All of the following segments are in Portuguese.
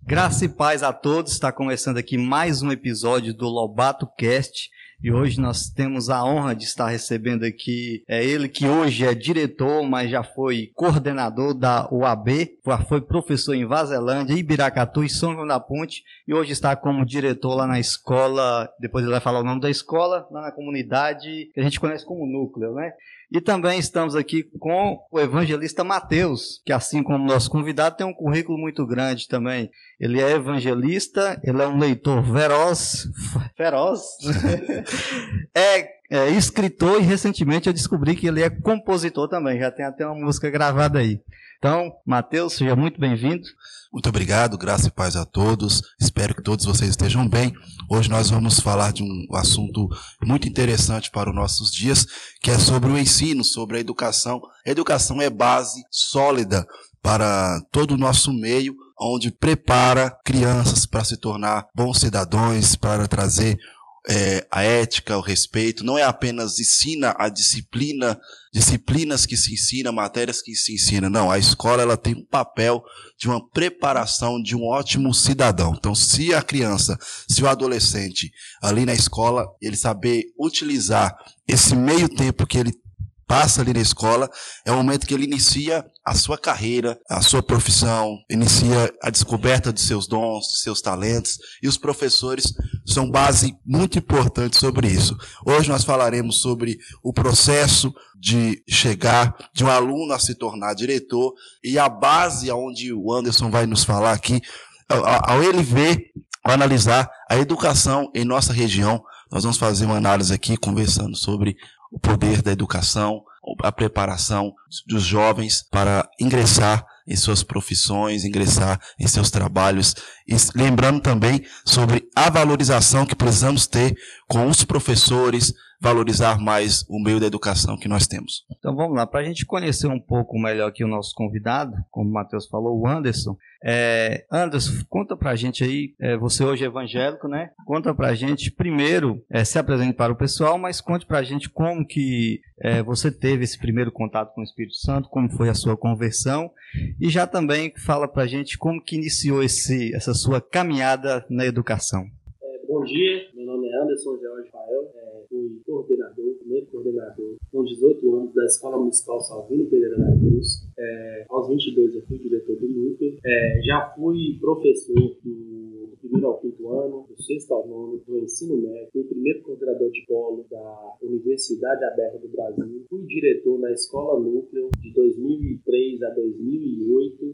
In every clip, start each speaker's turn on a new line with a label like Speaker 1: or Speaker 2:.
Speaker 1: Graça e paz a todos, está começando aqui mais um episódio do Lobato Cast e hoje nós temos a honra de estar recebendo aqui ele que hoje é diretor, mas já foi coordenador da UAB, já foi professor em Vazelândia, Ibiracatu e São João da Ponte e hoje está como diretor lá na escola, depois ele vai falar o nome da escola, lá na comunidade que a gente conhece como Núcleo, né? E também estamos aqui com o evangelista Matheus, que assim como nosso convidado tem um currículo muito grande também. Ele é evangelista, ele é um leitor feroz, é escritor e recentemente eu descobri que ele é compositor também, já tem até uma música gravada aí. Então, Matheus, seja muito bem-vindo.
Speaker 2: Muito obrigado, graça e paz a todos. Espero que todos vocês estejam bem. Hoje nós vamos falar de um assunto muito interessante para os nossos dias, que é sobre o ensino, sobre a educação. A educação é base sólida para todo o nosso meio, onde prepara crianças para se tornar bons cidadãos, para trazer a ética, o respeito. Não é apenas ensina a disciplinas que se ensina, matérias que se ensina. Não, a escola ela tem um papel de uma preparação de um ótimo cidadão. Então, se a criança, se o adolescente ali na escola, ele saber utilizar esse meio tempo que ele passa ali na escola, é o momento que ele inicia a sua carreira, a sua profissão, inicia a descoberta de seus dons, de seus talentos, e os professores são base muito importante sobre isso. Hoje nós falaremos sobre o processo de chegar de um aluno a se tornar diretor, e a base aonde o Anderson vai nos falar aqui, ao ele ver, ao analisar a educação em nossa região, nós vamos fazer uma análise aqui, conversando sobre o poder da educação, a preparação dos jovens para ingressar em suas profissões, ingressar em seus trabalhos. E lembrando também sobre a valorização que precisamos ter com os professores, valorizar mais o meio da educação que nós temos.
Speaker 1: Então vamos lá, para a gente conhecer um pouco melhor aqui o nosso convidado, como o Matheus falou, o Anderson. Anderson, conta pra gente aí, você hoje é evangélico, né? Conta pra gente, primeiro, se apresente para o pessoal, mas conte pra gente como que você teve esse primeiro contato com o Espírito Santo, como foi a sua conversão, e já também fala pra gente como que iniciou essa sua caminhada na educação.
Speaker 3: Bom dia, meu nome é Anderson Jorge Fael, fui primeiro coordenador com 18 anos da Escola Municipal Salvino Pereira da Cruz. Aos 22 eu fui diretor do núcleo, já fui professor do primeiro ao quinto ano, do sexto ao nono, do ensino médio, fui primeiro coordenador de polo da Universidade Aberta do Brasil, fui diretor na Escola Núcleo de 2003 a 2008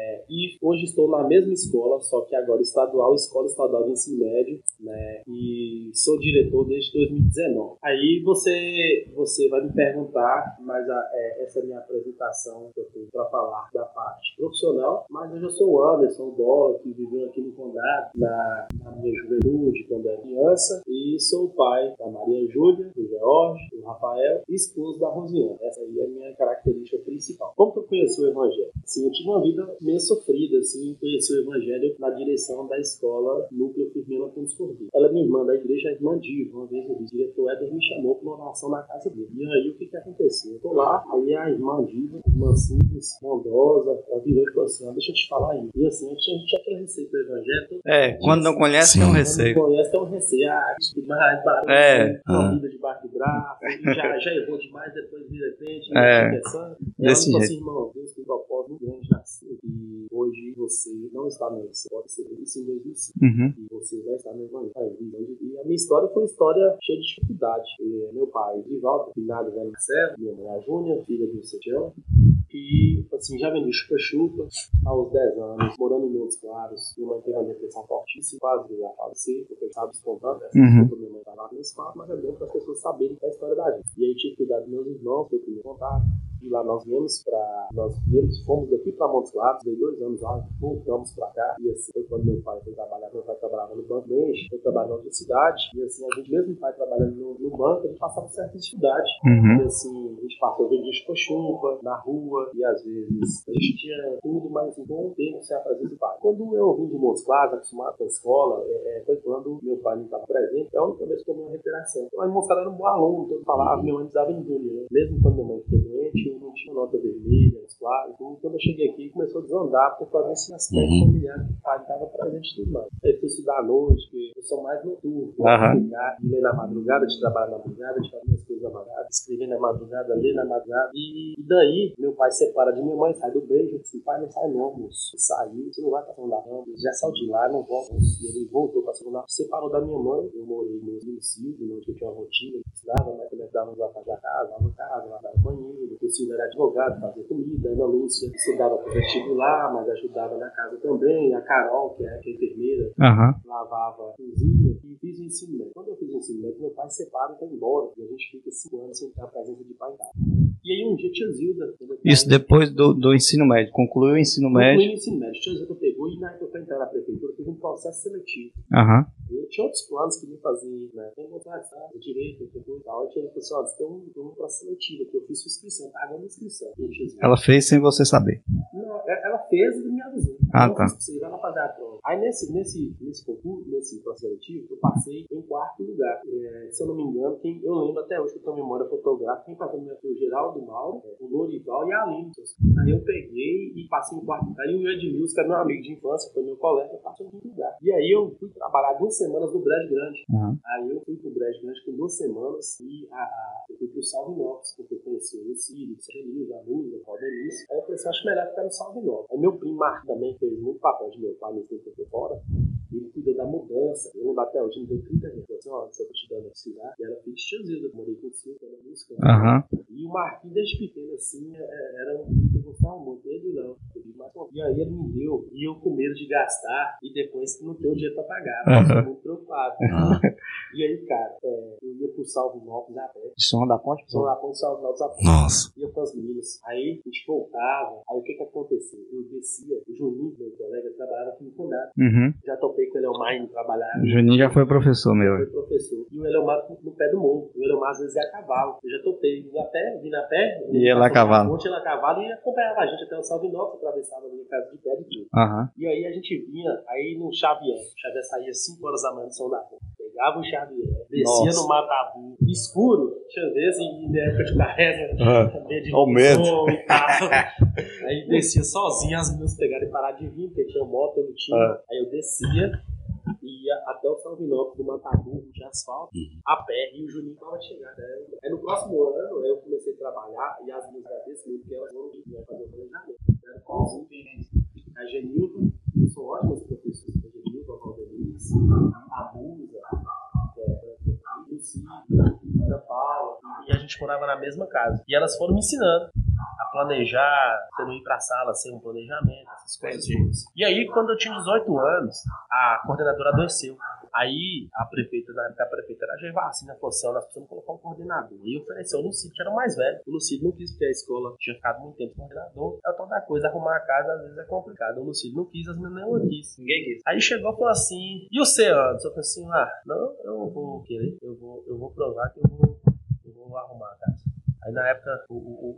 Speaker 3: e hoje estou na mesma escola, só que agora Escola Estadual de Ensino Médio, né, e sou diretor desde 2019. Aí você vai me perguntar, mas essa é a minha apresentação que eu tenho para falar da parte profissional, mas eu já sou o Anderson Bola, que viveu aqui no Condado na minha juventude, quando era criança, e sou o pai da Maria Júlia, do George, do Rafael e esposo da Rosiana. Essa aí é a minha característica principal. Como que eu conheci o Evangelho? Sim, eu tive uma vida meio sofrida, assim, conheci o Evangelho na direção da escola Núcleo Firmino Antunes Cordeiro. Ela é minha irmã da igreja, a irmã Diva. Uma vez o diretor Éder me chamou para uma oração na casa dele. E aí o que aconteceu? Eu tô lá, aí a irmã Diva, irmã simples, bondosa, ela virou e falou assim: deixa eu te falar aí. E assim, a gente tinha aquele receio do Evangelho.
Speaker 1: Quando não conhece, tem um receio.
Speaker 3: Quando não conhece, tem um receio. Mais barulho, uma vida debaixo do braço, já errou demais, depois vira crente, pensando. E ela falou assim: irmão, Deus tem um propósito muito grande na sua. E hoje você não está no Evangelho, pode ser isso em 2005. E você vai estar no Evangelho. E a minha história foi uma história cheia de dificuldade. Meu pai, Divaldo, finado velho Marcelo, minha mãe, a Júnia, filha do Setião. E, assim, já vendi chupa-chupa aos 10 anos, morando em Montes Claros. Minha mãe teve uma depressão fortíssima, quase veio a falecer, porque eu estava descontando essa desculpa, minha mãe estava nesse fato, mas é bom para as pessoas saberem da história da gente. E aí tive que cuidar dos meus irmãos, foi o primeiro contato. E lá nós fomos daqui para Montes Claros, dei 2 anos lá, voltamos para cá. E assim, foi quando meu pai foi trabalhar, meu pai trabalhava no Banco Bench, foi trabalhar em outra cidade. E assim, a gente, mesmo o pai trabalhando no banco, a gente passava certa dificuldade. E assim, a gente passou vendia chupa-chupa na rua, e às vezes a gente tinha tudo, mas em bom tempo sem a presença do pai. Quando eu vim de Montes Claros, acostumado com a escola, foi quando meu pai não estava presente, é a única vez que eu tomei uma recuperação. Então, a Montes Claros era um bom aluno, todo falava, minha mãe precisava de reunião. Mesmo quando minha mãe ficou doente, eu não tinha nota vermelha, claro. Então, quando eu cheguei aqui, começou a desandar, porque fazia esse aspecto familiar que o pai estava presente e tudo mais. Aí fui estudar à noite, porque eu sou mais noturno. De ler na madrugada, de trabalhar na madrugada, de fazer as coisas na madrugada, escrever na madrugada, ler na madrugada. E daí, meu pai separa de minha mãe, sai do beijo. Eu disse, pai, não sai não, moço. Você saiu, você não vai pra segunda rama. Já saiu de lá, não volta. E ele voltou pra segunda rama. Separou da minha mãe. Eu morei no município, onde eu tinha uma rotina. Eu estudava, né? Também dava na casa da casa, lavava banheiro. Meu filho era advogado, fazia comida. A Ana Lúcia estudava pro vestibular, mas ajudava na casa também. A Carol, que é enfermeira, lavava cozinha. E fiz o ensino médio. Quando eu fiz o ensino médio, meu pai separa e vai embora. E a gente fica 5 anos sem ter a presença de pai em casa. E aí um dia tia Zilda...
Speaker 1: Isso depois do ensino médio. Concluiu o ensino médio.
Speaker 3: Concluiu o ensino médio. Tia Zilda pegou e na época eu entrar na prefeitura, eu fiz um processo seletivo. Eu tinha outros planos que eu ia fazer, né? Tem vontade, sabe? Direito, e tal. Aí tinha pessoal, tem um processo seletivo que eu fiz sua inscrição, pagando a inscrição.
Speaker 1: Ela fez sem você saber?
Speaker 3: Não, ela fez e me avisou.
Speaker 1: Tá.
Speaker 3: Você vai lá fazer a prova. Aí nesse concurso, nesse processo seletivo, eu passei em 4º lugar. Se eu não me engano, eu lembro até hoje que eu tenho memória fotográfica, quem passou no meu foi o Geraldo Mauro, o Lorival e a Aline. Aí eu peguei e passei em 4º lugar. Aí o Edmilson, que é meu amigo de infância, foi meu colega, passou em 5º lugar. E aí eu fui trabalhar 2 semanas no Brejo Grande. Aí eu fui pro Brejo Grande com 2 semanas e eu fui pro Salvinópolis, porque eu conheci o Lucílio, o Sergenil, a Lula, o Valdenice. Aí eu pensei, acho melhor ficar no Salvinópolis. Aí meu primo Marco também fez muito papel de meu pai no tempo que eu fui fora. Ele cuidou da mudança. Eu lembro até hoje, me deu 30 reais. Eu disse, ó, se eu tô te dando esse lugar. E era filho de Tia Zilda, eu morei com o Silvio, era música. E o Marquinhos, desde pequeno, assim, era um menino que eu gostava muito. Ele não. E aí ele me deu, e eu com medo de gastar, e depois não ter o dinheiro pra pagar. Eu fiquei muito preocupado. E aí, cara, eu ia pro Salvinópolis a pé.
Speaker 1: De São da Ponte?
Speaker 3: São da Ponte, Salvinópolis a pé.
Speaker 2: Nossa.
Speaker 3: Ia com as meninas. Aí a gente voltava. Aí o que aconteceu? Eu descia, o Juninho, meu colega, trabalhava aqui no condado. Já topei com o Eleomar indo trabalhar.
Speaker 1: O Juninho já foi professor meu.
Speaker 3: Foi professor. E o Eleomar no pé do morro. O Eleomar às vezes ia a cavalo. Eu já topei. Vim a pé.
Speaker 1: Ia lá a cavalo.
Speaker 3: Ia lá a cavalo e acompanhava a gente até o Salvinópolis, atravessava a minha casa de pé e tudo. E aí a gente vinha, aí no Xavier. O Xavier saía 5 horas da manhã de São da Ponte. Pegava o Xavier, descia no Matabu, escuro, tinha vezes em época de carrega, medo e tal. Aí descia sozinho, as meninas pegaram e pararam de vir, porque tinha moto, eu não tinha. Aí eu descia, ia até o Salvinópolis do Matabu, de asfalto, a pé, e o Juninho tava chegando. Aí no próximo ano, eu comecei a trabalhar, e as meninas agradecem muito, porque elas vão fazer o planejamento. Era qualzinho, a Genilva, eu sou ótimas professores, a Genilva, a Valdenice, a Musa, a Lucília, a Ana Paula, e a gente morava na mesma casa. E elas foram me ensinando a planejar, você não ir pra sala sem um planejamento, essas coisas todas. E aí, quando eu tinha 18 anos, a coordenadora adoeceu. Aí, na época a prefeita era a Gervasina, falou assim, nós precisamos colocar um coordenador. E ofereceu o Lucílio, que era o mais velho. O Lucílio não quis, porque a escola tinha ficado muito tempo coordenador. É toda coisa, arrumar a casa às vezes é complicado. O Lucílio não quis, as meninas não quis. Ninguém quis. Aí chegou e falou assim, e o seu, Anderson? Eu falei assim, não, eu vou querer, eu vou provar que eu vou arrumar a casa. Aí na época,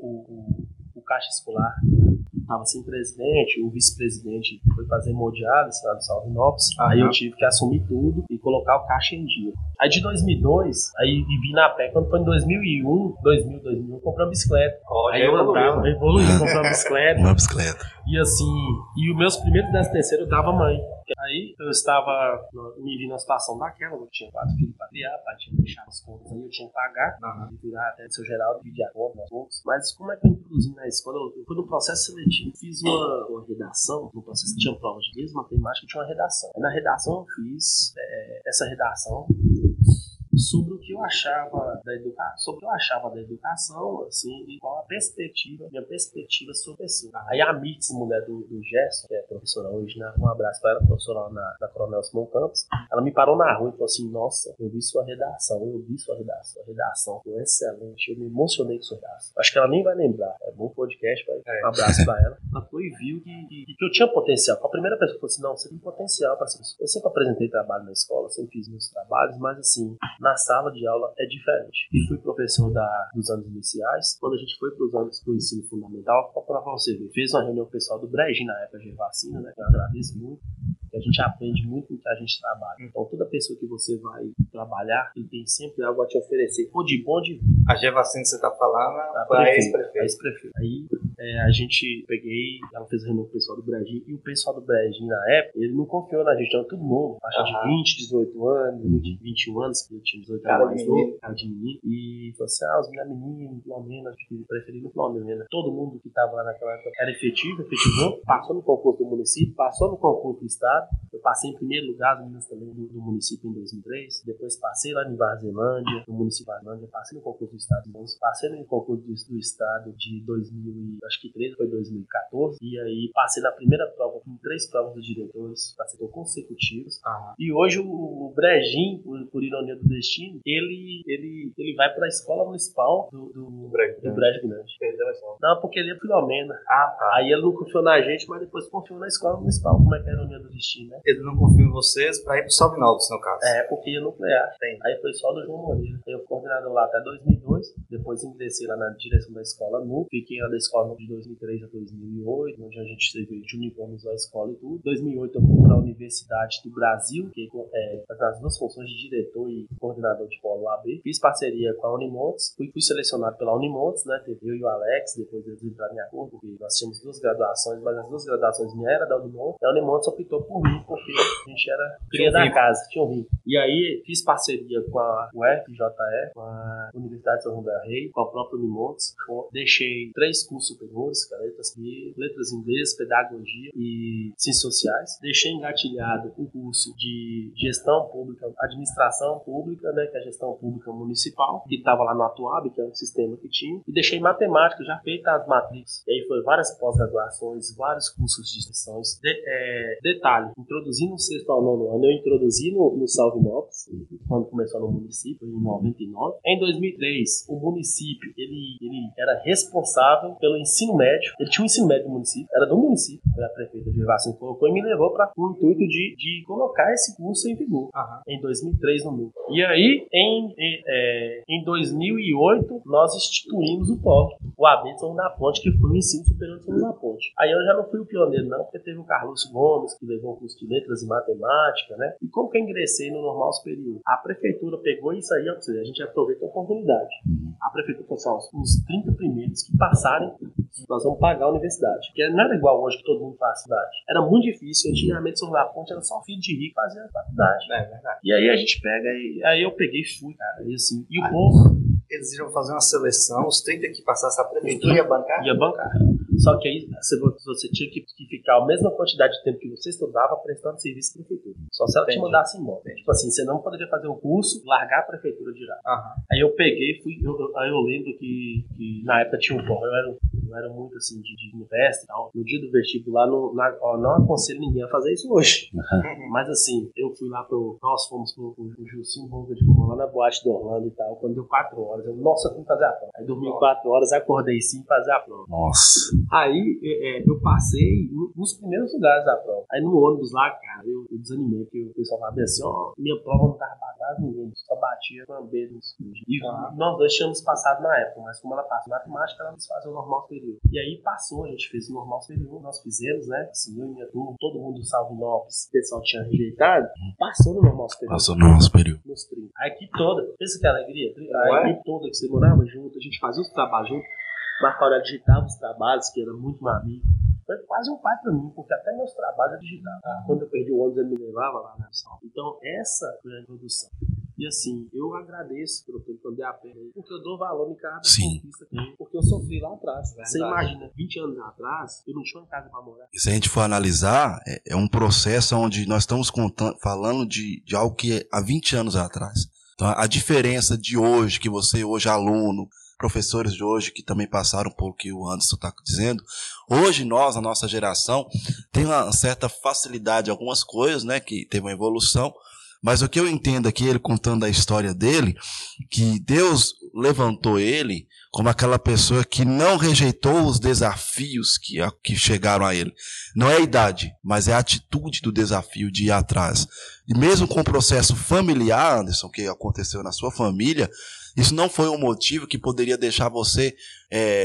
Speaker 3: o Caixa Escolar estava sem presidente, o vice-presidente foi fazer hemodiálise lá no Salvinópolis, aí eu tive que assumir tudo e colocar o caixa em dia. Aí de 2002, aí vim na pé, quando foi em 2001, eu comprei uma bicicleta. Aí eu andava, evoluí, comprei uma bicicleta.
Speaker 2: Uma bicicleta.
Speaker 3: E assim, e os meus primeiros 13º eu dava mãe. Aí eu estava, me vi na situação daquela, eu tinha 4 filhos para criar, pai tinha deixado as contas aí, eu tinha que pagar, virar até do seu Geraldo, dividir a conta, nós outros. Mas como é que eu introduzi na escola? Eu fui no processo seletivo, fiz uma redação, no processo tinha prova de inglês, matemática, tinha uma redação. Aí na redação eu fiz essa redação sobre o que eu achava da educação, assim, e qual minha perspectiva sobre isso. Aí a Mitz, mulher do Gerson, que é professora hoje, né? Um abraço para ela, professora da Coronel Simão Campos, ela me parou na rua e falou assim, nossa, eu vi sua redação, a redação foi excelente, eu me emocionei com sua redação. Acho que ela nem vai lembrar, é bom podcast, um abraço para ela. Ela foi e viu que eu tinha potencial. A primeira pessoa falou assim, não, você tem potencial para isso. Eu sempre apresentei trabalho na escola, sempre fiz meus trabalhos, mas assim, na sala de aula é diferente. E fui professor dos anos iniciais. Quando a gente foi para os anos do ensino fundamental, para você ver, fez uma reunião pessoal do Brejinho na época de vacina, né? Que eu agradeço muito. a gente aprende muito com o que a gente trabalha. Então, toda pessoa que você vai trabalhar, ele tem sempre algo a te oferecer, ou de bom ou de ruim.
Speaker 1: A Gevacina que você tá falando foi a ex-prefeita.
Speaker 3: Aí a gente ela fez reunião com o pessoal do Brejinho, e o pessoal do Brejinho, na época, ele não confiou na gente, era tudo novo, faixa de 20, 18 anos, 21 anos, que eu tinha 18 anos mais novo, cara de menino, e falou assim, os meninos, Filomena, preferindo Filomena. Todo mundo que tava lá naquela época era efetivou, passou no concurso do município, passou no concurso do estado. Eu passei em primeiro lugar, as meninas também do município em 2003, depois passei lá em Varzelândia, no município de Varzelândia, passei no concurso do estado, passei no concurso do estado de 2013, foi 2014, e aí passei na primeira prova, com 3 provas dos diretores, passei consecutivos, e hoje o Brejinho, por ironia do destino, ele vai para a escola municipal do Brejo Grande. Perdeu a escola. Não, porque ele é Filomena. Aí ele não confiou na gente, mas depois confiou na escola municipal. Como é que é a ironia do destino, né?
Speaker 1: Ele não confiou em vocês para ir pro Salvinópolis, no caso.
Speaker 3: Porque ia nuclear. Aí foi só do João Moreira. Eu fui coordenador lá até 2002, depois ingressei lá na direção da escola NU, fiquei lá da escola de 2003 a 2008, onde a gente serviu de uniformizou a escola e tudo. Em 2008 eu fui para a Universidade do Brasil, que nas 2 funções de diretor e coordenador de polo AB. Fiz parceria com a Unimontes, fui selecionado pela Unimontes, né? Teve eu e o Alex, depois eles entraram em acordo, porque nós tínhamos 2 graduações, mas as 2 graduações minhas eram da Unimontes, e a Unimontes optou por mim, porque a gente era cria da casa, tinha um vínculo. E aí fiz parceria com a UFJE, com a Universidade de São João del Rei, com a própria Unimontes. Deixei 3 cursos superiores, letras em inglês, pedagogia e ciências sociais. Deixei engatilhado o curso de gestão pública, administração pública, né, que é a gestão pública municipal, que estava lá no Atuab, que é um sistema que tinha. E deixei matemática, já feita as matrizes. E aí foi várias pós-graduações, vários cursos de extensões. Detalhe, introduzi no 6º ao 9º ano, eu introduzi no Salvinópolis, quando começou no município, em 99. Em 2003, o município, ele era responsável pelo ensino médio. Ele tinha um ensino médio do município, era do município, a prefeita de Gevacina colocou e me levou para o intuito de colocar esse curso em vigor. Em 2003 no MUC. E aí, em 2008, nós instituímos o POC, o AB de São João da Ponte, que foi o ensino superior de São João da Ponte. Aí eu já não fui o pioneiro não, porque teve o Carlos Gomes, que levou o curso de letras e matemática, né? E como que eu ingressei no normal superior? A prefeitura pegou isso aí, a gente aproveita a oportunidade. A prefeitura falou assim, os 30 primeiros que passarem, nós vamos pagar a universidade. Porque não era igual hoje que todo mundo faz faculdade. Era muito difícil. Antigamente, São João da Ponte era só filho de rico fazer a faculdade. É verdade. E aí a gente pega aí eu peguei e fui, cara. E assim, e o povo...
Speaker 1: Eles iriam fazer uma seleção, os 30 que passassem a prefeitura ia bancar?
Speaker 3: Ia bancar. Só que aí você tinha que ficar a mesma quantidade de tempo que você estudava prestando serviço à prefeitura. Só se ela te mandasse embora. Tipo assim, você não poderia fazer um curso, largar a prefeitura direto. Aí eu peguei, aí eu lembro que na época tinha um pó. Eu era muito assim de universidade e tal. No dia do vestibular, não aconselho ninguém a fazer isso hoje. Mas assim, eu fui lá nós fomos pro Gilcinho Bonga de Fumão, lá na boate do Orlando e tal. Quando deu 4 horas, eu fui fazer a prova. Aí dormi 4 horas, acordei sim fazer a prova.
Speaker 2: Nossa.
Speaker 3: Aí eu passei nos primeiros lugares da prova. Aí no ônibus lá, cara, eu desanimei, porque o pessoal falava assim, minha prova não tava batendo ninguém, só batia com a B nos cursos. E nós 2 tínhamos passado na época, mas como ela passou matemática, ela nos fazia o normal superior. E aí passou, a gente fez o normal superior, nós fizemos, né? Assim, eu e minha turma, todo mundo do Salvinópolis, o pessoal tinha rejeitado, passou no normal superior.
Speaker 2: Passou no normal superior.
Speaker 3: Nos 30. A equipe toda, pensa que alegria? A equipe toda que você morava junto, a gente fazia os trabalhos junto, Marco Aurélio digitava os trabalhos, que era muito meu amigo. Foi quase um pai pra mim, porque até meus trabalhos eu digitava. Quando eu perdi o ônibus, ele me levava lá na sala. Então, essa foi a introdução. E assim, eu agradeço pelo tempo que eu dei a pena, porque eu dou valor em cada conquista que tem, porque eu sofri lá atrás. Verdade. Você imagina, 20 anos atrás, eu não tinha uma casa pra morar.
Speaker 2: E se a gente for analisar, é um processo onde nós estamos falando de algo que é há 20 anos atrás. Então, a diferença de hoje, que você hoje é aluno, professores de hoje que também passaram por o que o Anderson está dizendo, hoje nós, a nossa geração, tem uma certa facilidade em algumas coisas, né, que teve uma evolução, mas o que eu entendo aqui, ele contando a história dele, que Deus levantou ele como aquela pessoa que não rejeitou os desafios que chegaram a ele. Não é a idade, mas é a atitude do desafio de ir atrás. E mesmo com o processo familiar, Anderson, que aconteceu na sua família, isso não foi um motivo que poderia deixar você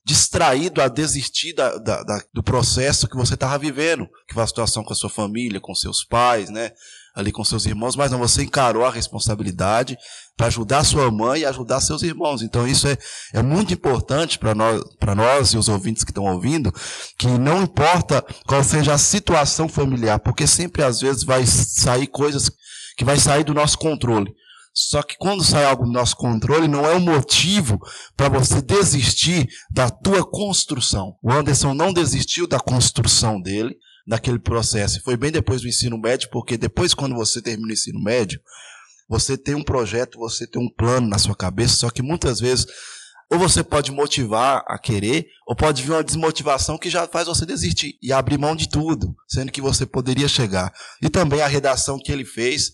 Speaker 2: distraído a desistir do processo que você estava vivendo, que foi a situação com a sua família, com seus pais, né? Ali com seus irmãos, mas não, você encarou a responsabilidade para ajudar sua mãe e ajudar seus irmãos. Então isso é muito importante para nós e os ouvintes que estão ouvindo, que não importa qual seja a situação familiar, porque sempre às vezes vai sair coisas que vai sair do nosso controle. Só que quando sai algo do nosso controle, não é um motivo para você desistir da tua construção. O Anderson não desistiu da construção dele, daquele processo. E foi bem depois do ensino médio, porque depois, quando você termina o ensino médio, você tem um projeto, você tem um plano na sua cabeça, só que muitas vezes, ou você pode motivar a querer, ou pode vir uma desmotivação que já faz você desistir e abrir mão de tudo, sendo que você poderia chegar. E também a redação que ele fez,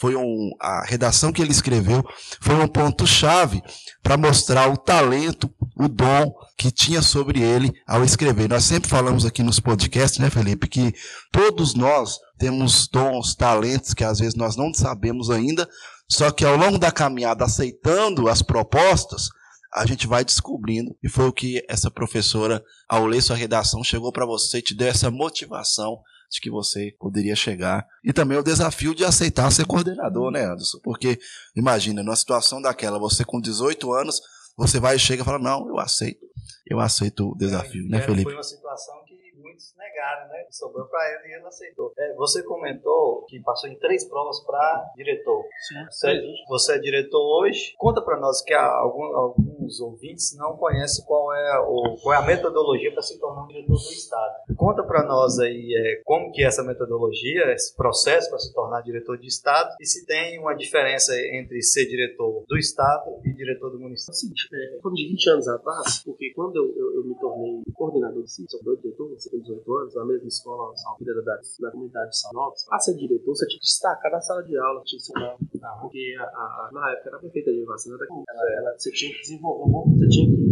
Speaker 2: a redação que ele escreveu foi um ponto-chave para mostrar o talento, o dom que tinha sobre ele ao escrever. Nós sempre falamos aqui nos podcasts, né, Felipe, que todos nós temos dons, talentos que às vezes nós não sabemos ainda, só que ao longo da caminhada, aceitando as propostas, a gente vai descobrindo. E foi o que essa professora, ao ler sua redação, chegou para você e te deu essa motivação de que você poderia chegar. E também o desafio de aceitar ser coordenador, né, Anderson? Porque, imagina, numa situação daquela, você com 18 anos, você vai e chega e fala, não, eu aceito o desafio, né, Felipe?
Speaker 1: Foi uma situação que muitos negaram, né? Sobrou para ele e ele aceitou. Você comentou que passou em 3 provas para diretor. Sim. Você é diretor hoje. Conta para nós que alguns ouvintes não conhecem qual é a metodologia para se tornar um diretor do Estado. Conta para nós aí como que é essa metodologia, esse processo para se tornar diretor de Estado e se tem uma diferença entre ser diretor do Estado e diretor do município.
Speaker 3: Assim, foi de 20 anos atrás, porque quando eu me tornei coordenador de sítio, sou diretor, você tem 18 anos, na mesma escola Salveira da comunidade de São Lopes, para ser diretor, você tinha que destacar na sala de aula, tinha que ensinar, porque na época era a prefeita de vacina daqui, você tinha que desenvolver um bom,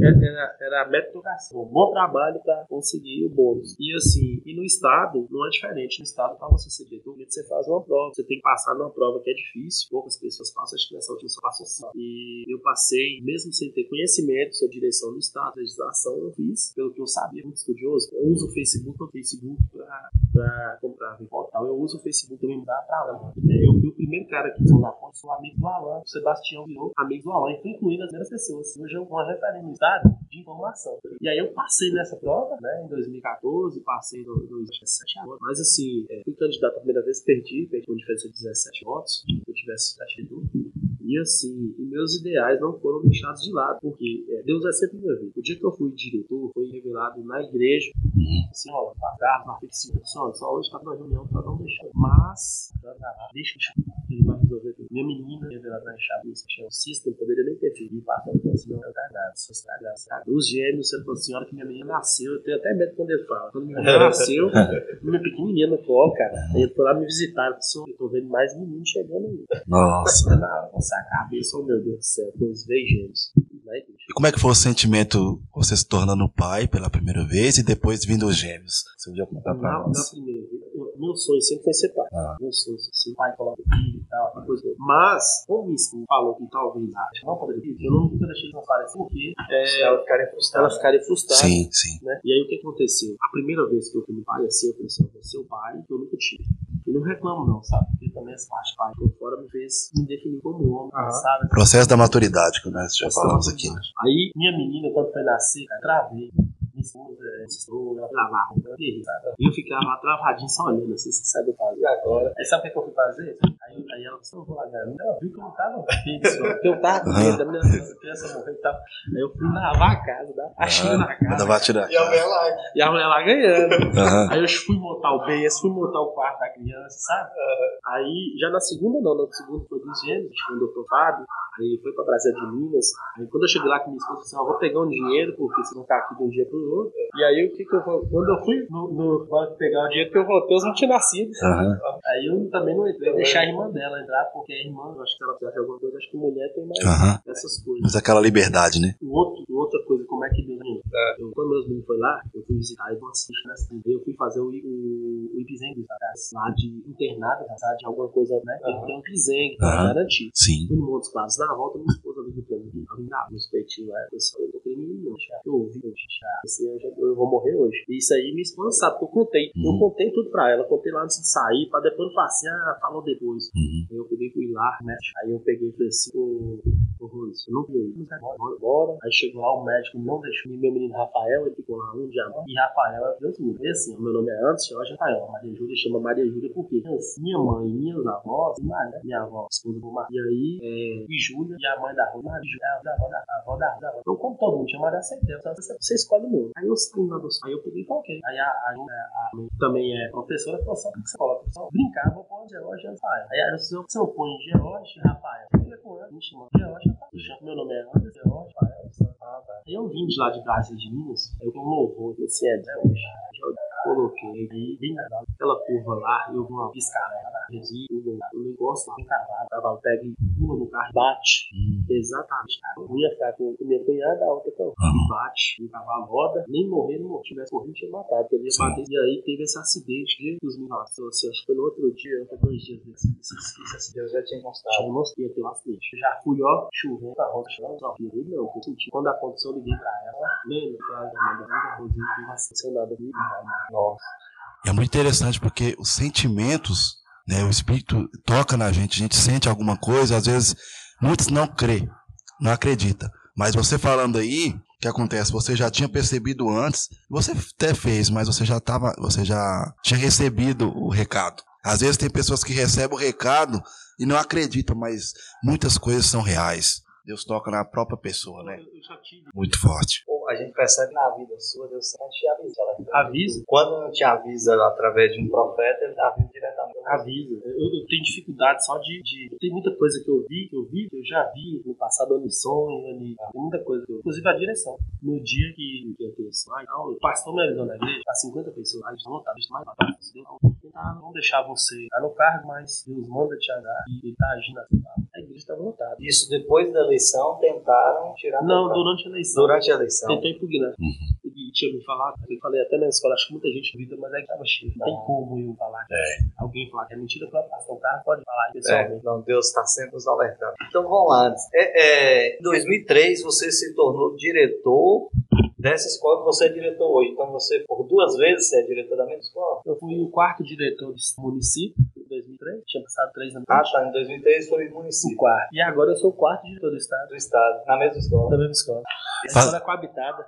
Speaker 3: era a meritocracia, um bom trabalho para conseguir o bônus. E assim, e no Estado não é diferente. No Estado, para você ser diretor, você faz uma prova, você tem que passar numa prova que é difícil, poucas pessoas passam, acho que nessa última só passou 5. E eu passei, mesmo sem ter conhecimento sobre direção do Estado, legislação, eu fiz, pelo que eu sabia, muito estudioso. Eu uso o Facebook para comprar portal. Eu uso o Facebook também para lá. Eu fui o primeiro cara que usou da ponte, sou amigo do Alan, o Sebastião virou amigo do Alan, e fui incluindo as primeiras pessoas. Hoje eu uma referência no Estado de informação. E aí eu passei nessa prova, né, em 2014, passei em 2017 agora. Mas assim, fui candidato a primeira vez, perdi com diferença de 17 votos, se eu tivesse 7 votos. E assim, meus ideais não foram deixados de lado, porque Deus é sempre meu vida. O dia que eu fui diretor, foi revelado na igreja, assim, ó, na ficção, só hoje tá numa reunião pra não deixar. Mas, deixa ele vai resolver tudo. Minha menina, revelada na chave, tinha um cisto, não poderia nem ter filho. E passou, então, assim, não é verdade. Os gêmeos, você falou assim, a hora que minha menina nasceu, eu tenho até medo quando ele fala. Quando minha menina nasceu, minha pequenininha no colo, cara, ele foi lá me visitar, eu tô vendo mais meninos chegando aí.
Speaker 2: Nossa.
Speaker 3: Nossa, a cabeça, oh meu Deus do céu, com os 2 gêmeos.
Speaker 2: E como é que foi o sentimento você se tornando pai pela primeira vez e depois vindo os gêmeos? Você podia contar pra nós?
Speaker 3: Na primeira vez, meu sonho sempre foi ser pai. Meu sonho ser pai, coloca filho e tal, uma coisa. Mas, como isso falou que talvez não poderia, eu nunca deixei de não aparecer porque elas ficarem frustradas.
Speaker 2: Sim.
Speaker 3: Né? E aí o que aconteceu? A primeira vez que eu fui pai, assim, eu falei assim, eu vou ser o pai que eu nunca tive. E não reclamo não, sabe? Porque também essa parte pai por fora me fez me definir como homem, sabe?
Speaker 2: Processo da maturidade, que nós já falamos aqui.
Speaker 3: Aí, minha menina, quando foi nascer, travei. Minha esposa, ela lavava, e eu ficava travadinho só olhando, assim, você sabe o que fazer agora. Aí sabe o que eu fui fazer? Aí ela disse, eu vou lá, ela viu que eu não tava fixo, que eu tava com medo da minha criança morrer e tal. Aí eu fui lavar a casa, a China na casa. E a mulher lá ganhando. Aí eu fui montar o berço, fui montar o quarto da criança, sabe? Aí, já na segunda foi dos gêmeos, foi o doutor Fábio. Aí foi pra Brasília de Minas. Aí quando eu cheguei lá com minha esposa, eu disse, vou pegar um dinheiro, porque se não ficar aqui de um dia pro outro. E aí o que eu vou. Quando eu fui no banco pegar o dinheiro, que eu voltei, os não tinham nascido. Aí eu também não entrei, deixar a irmã dela entrar, porque a irmã, eu acho que ela precisa alguma coisa, acho que mulher tem mais essas coisas.
Speaker 2: Mas aquela liberdade, né?
Speaker 3: Outra coisa, como é que deu? Quando meus meninos foram lá, eu fui visitar e eu fui fazer o Ipizengue, lá de internado, de alguma coisa, né? Tem um Ipizengue pra garantir.
Speaker 2: Sim.
Speaker 3: Fui no Montes Claros. Na volta, minha esposa ligo pra mim, nos peitinhos lá, eu tô querendo menino, eu ouvi, eu vou morrer hoje. E isso aí minha esposa sabe, porque eu contei tudo pra ela, contei lá antes de sair, pra depois não falar assim, falou depois. Aí eu peguei, fui lá, né, aí eu peguei e falei assim, ô Rose, eu não vi aí, bora. Aí chegou lá, o médico não deixou, meu menino Rafael, ele ficou lá um dia, e Rafael é Deus tudo. E assim, o meu nome é Anderson Jorge Rafael, a Maria Júlia chama Maria Júlia porque minha mãe, minhas avós, minha avó, esposa do Mar, e aí, e Júlia, e a mãe da Rose, a avó da Rose. Então, como todo mundo chama, eu aceitei, então você escolhe o mundo. Aí eu saí na adoção, aí eu peguei e coloquei. Aí a também é professora, falou assim, o que você coloca? Pessoal, brincar, vou pôr George Rafael. Aí a você não põe George Rafael, fica com ela, me chama George Rafael. Meu nome é Anderson George Rafael. Aí eu vim de lá de Brasília de Minas, aí eu com um louvor, esse é Deus. Coloquei aí, bem legal, aquela curva lá, eu vi uma piscarela, o negócio lá, um cavalo pega e pula no carro, bate, exatamente, cara. Eu ia ficar com minha cunhada, a outra e bate, o cavalo roda, nem morrer, não tivesse morrido, tinha matado, porque ele ia bater, e aí teve esse acidente, que os meninos, assim, acho que foi no outro dia, foi 2 dias desse acidente. Eu já tinha mostrado. Já mostrei aquele acidente. Eu já fui, chovendo, a roda chorando, não, eu senti. Quando aconteceu, eu liguei pra ela, lembra, a Rosinha, não aconteceu nada comigo, nossa.
Speaker 2: É muito interessante porque os sentimentos, né, o Espírito toca na gente, a gente sente alguma coisa, às vezes muitos não crê, não acredita. Mas você falando aí, o que acontece? Você já tinha percebido antes, você até fez, mas você já tinha recebido o recado. Às vezes tem pessoas que recebem o recado e não acreditam, mas muitas coisas são reais. Deus toca na própria pessoa, né? Muito forte.
Speaker 1: A gente percebe na vida sua, Deus sempre te avisa.
Speaker 3: Avisa?
Speaker 1: Quando não te avisa através de um profeta, ele avisa diretamente.
Speaker 3: Avisa. Eu tenho dificuldade só de... Tem muita coisa que eu eu já vi no passado, em sonho, tem muita coisa que eu... Inclusive a direção. No dia que eu tenho slide, o pastor me avisou na igreja, há 50 pessoas lá, não tá, deixa mais barato. Não deixar você estar no cargo, mas Deus manda te andar e ele tá agindo assim. A igreja está lotada.
Speaker 1: Isso depois da eleição tentaram tirar...
Speaker 3: Não, durante a eleição.
Speaker 1: Durante a eleição.
Speaker 3: Tentou impugnar. E tinha me falado, eu falei até na escola, acho que muita gente duvida, mas é que tava cheio. Não tem como eu falar. Alguém falar que é mentira para passar o carro, pode falar pessoalmente.
Speaker 1: Não, Deus está sempre nos alertando. Então vamos lá. Em 2003 você se tornou diretor dessa escola que você é diretor hoje. Então você, por 2 vezes, você é diretor da mesma escola?
Speaker 3: Eu fui o 4º diretor do município em 2003, tinha passado 3 anos.
Speaker 1: Tá, em 2003 foi o município.
Speaker 3: O 4º. E agora eu sou o 4º diretor do estado.
Speaker 1: Na mesma escola?
Speaker 3: Da mesma escola. A escola é coabitada.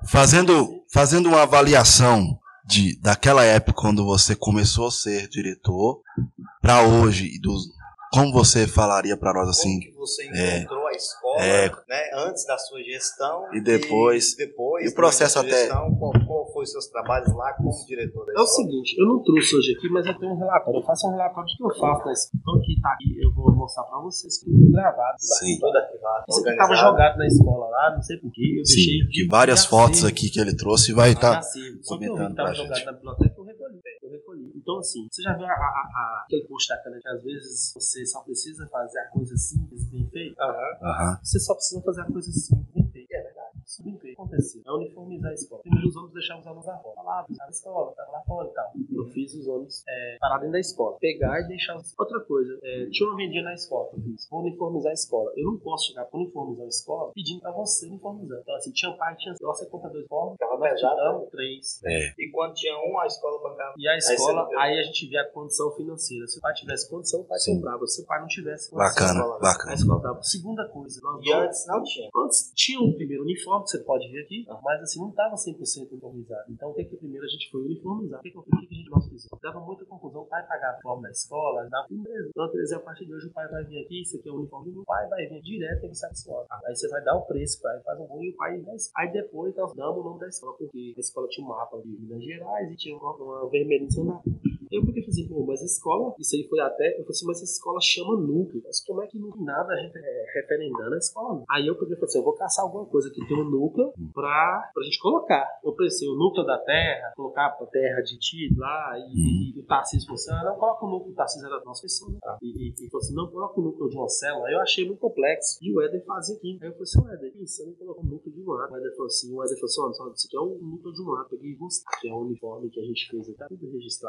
Speaker 2: Fazendo uma avaliação daquela época quando você começou a ser diretor para hoje, como você falaria para nós assim?
Speaker 1: Como que você encontrou a escola, né, antes da sua gestão
Speaker 2: e depois e o processo até...
Speaker 1: Gestão, qual foi os seus trabalhos lá como diretor da escola?
Speaker 3: É o seguinte, eu não trouxe hoje aqui, mas eu tenho um relatório. Eu faço um relatório do que eu faço na escola. Então aqui tá aqui, eu vou mostrar para vocês tudo gravado.
Speaker 2: Sim.
Speaker 1: Tudo arquivado.
Speaker 3: Isso aqui estava jogado na escola lá, não sei porquê. Eu deixei
Speaker 2: de várias fotos aqui que ele trouxe e vai estar
Speaker 3: Só que eu vi que estava jogado na biblioteca, eu recolhi. Então assim, você já viu aquele post da cana que às vezes você só precisa fazer a coisa simples bem feita? Você só precisa fazer a coisa simples bem feita. É verdade. Isso bem feito. Aconteceu. É uniformizar a escola. Primeiro os ônibus deixavam os alunos lá fora. Lá, na escola, tava lá fora e tal. Eu fiz os ônibus parar dentro da escola. Pegar e deixar os... Outra coisa, tinha uma vendinha na escola que eu fiz. Vou uniformizar a escola. Eu não posso chegar pra uniformizar a escola pedindo pra você uniformizar. Então assim, tinha pai, tinha... Você conta 2 formas. Nós tiramos 3.
Speaker 1: E quando tinha a escola bancava.
Speaker 3: E a escola, aí a gente via a condição financeira. Se o pai tivesse condição, o pai comprava. Se o pai não tivesse condição,
Speaker 2: bacana.
Speaker 3: a escola dava. Segunda coisa.
Speaker 1: E antes não tinha.
Speaker 3: Antes tinha o primeiro uniforme, que você pode ver aqui, mas assim, não estava 100% uniformizado. Então, o que primeiro a gente foi uniformizar? O que a gente nós fizemos? Dava muita confusão. O pai pagava a forma da escola, dava beleza. Então, por exemplo, a partir de hoje o pai vai vir aqui, isso aqui é o uniforme do pai, vai vir direto e satisfeito. Aí você vai dar o preço, pai, faz um bom e o pai vai. Aí depois nós damos o nome da escola, porque a escola tinha um mapa de Minas Gerais e tinha uma vermelhinha em cima. Eu porque falei assim, mas a escola, isso aí foi até, eu falei assim, mas essa escola chama núcleo, mas como é que não tem nada referendando a escola? Aí eu peguei e falei assim, eu vou caçar alguma coisa que tem um núcleo pra gente colocar. Eu pensei, o núcleo da terra, colocar a terra de Tito lá, e o Tarcísio falou assim, não coloca o núcleo, o Tarcísio era da nossa pessoa, né? E falou assim, não, coloca o núcleo de uma célula. Aí eu achei muito complexo, e o Éder fazia aqui. Aí eu falei assim, o Éder, você não colocou o núcleo de um lado. O Éder falou assim, olha, isso aqui é o núcleo de um lado, peguei e gostei, que é o uniforme que a gente fez, tá tudo registrado em foto.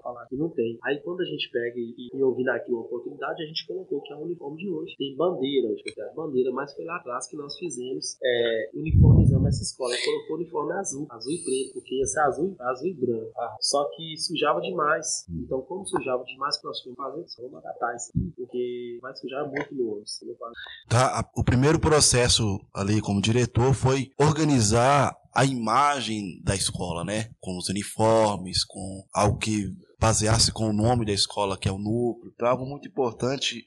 Speaker 3: falar que não tem. Aí quando a gente pega e ouvindo aqui uma oportunidade, a gente colocou que é o uniforme de hoje. Tem bandeira, hoje tem a bandeira, mas foi lá atrás que nós fizemos, uniformizamos essa escola. Colocou o uniforme azul e preto, porque ia ser azul e branco. Só que sujava demais. Então, como sujava demais, que nós fomos fazer, vamos adaptar isso aqui, porque vai sujar muito no ônibus.
Speaker 2: Tá, o primeiro processo ali como diretor foi organizar a imagem da escola, né? Com os uniformes, com algo que baseasse com o nome da escola, que é o núcleo. Então, algo muito importante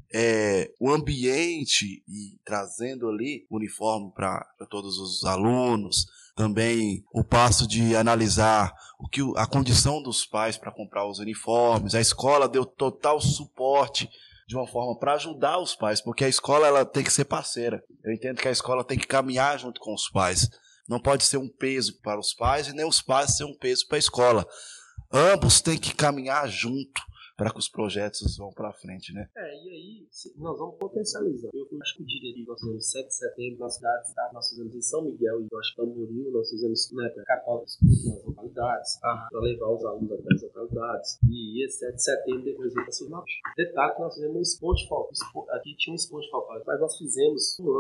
Speaker 2: o ambiente e trazendo ali o uniforme para todos os alunos. Também o passo de analisar a condição dos pais para comprar os uniformes. A escola deu total suporte de uma forma para ajudar os pais, porque a escola ela tem que ser parceira. Eu entendo que a escola tem que caminhar junto com os pais. Não pode ser um peso para os pais e nem os pais ser um peso para a escola. Ambos têm que caminhar junto para que os projetos vão para frente, né?
Speaker 3: E aí nós vamos potencializar. Eu acho que o dia nós fizemos 7 de setembro na cidade, nós fizemos em São Miguel e eu acho que Tamboril, nós fizemos na época Católicos nas localidades, para levar os alunos até as localidades. E esse 7 de setembro depois veio para Sul Norte. Detalhe que nós fizemos um esponte folclore. Aqui tinha um esponte folclore, mas nós fizemos um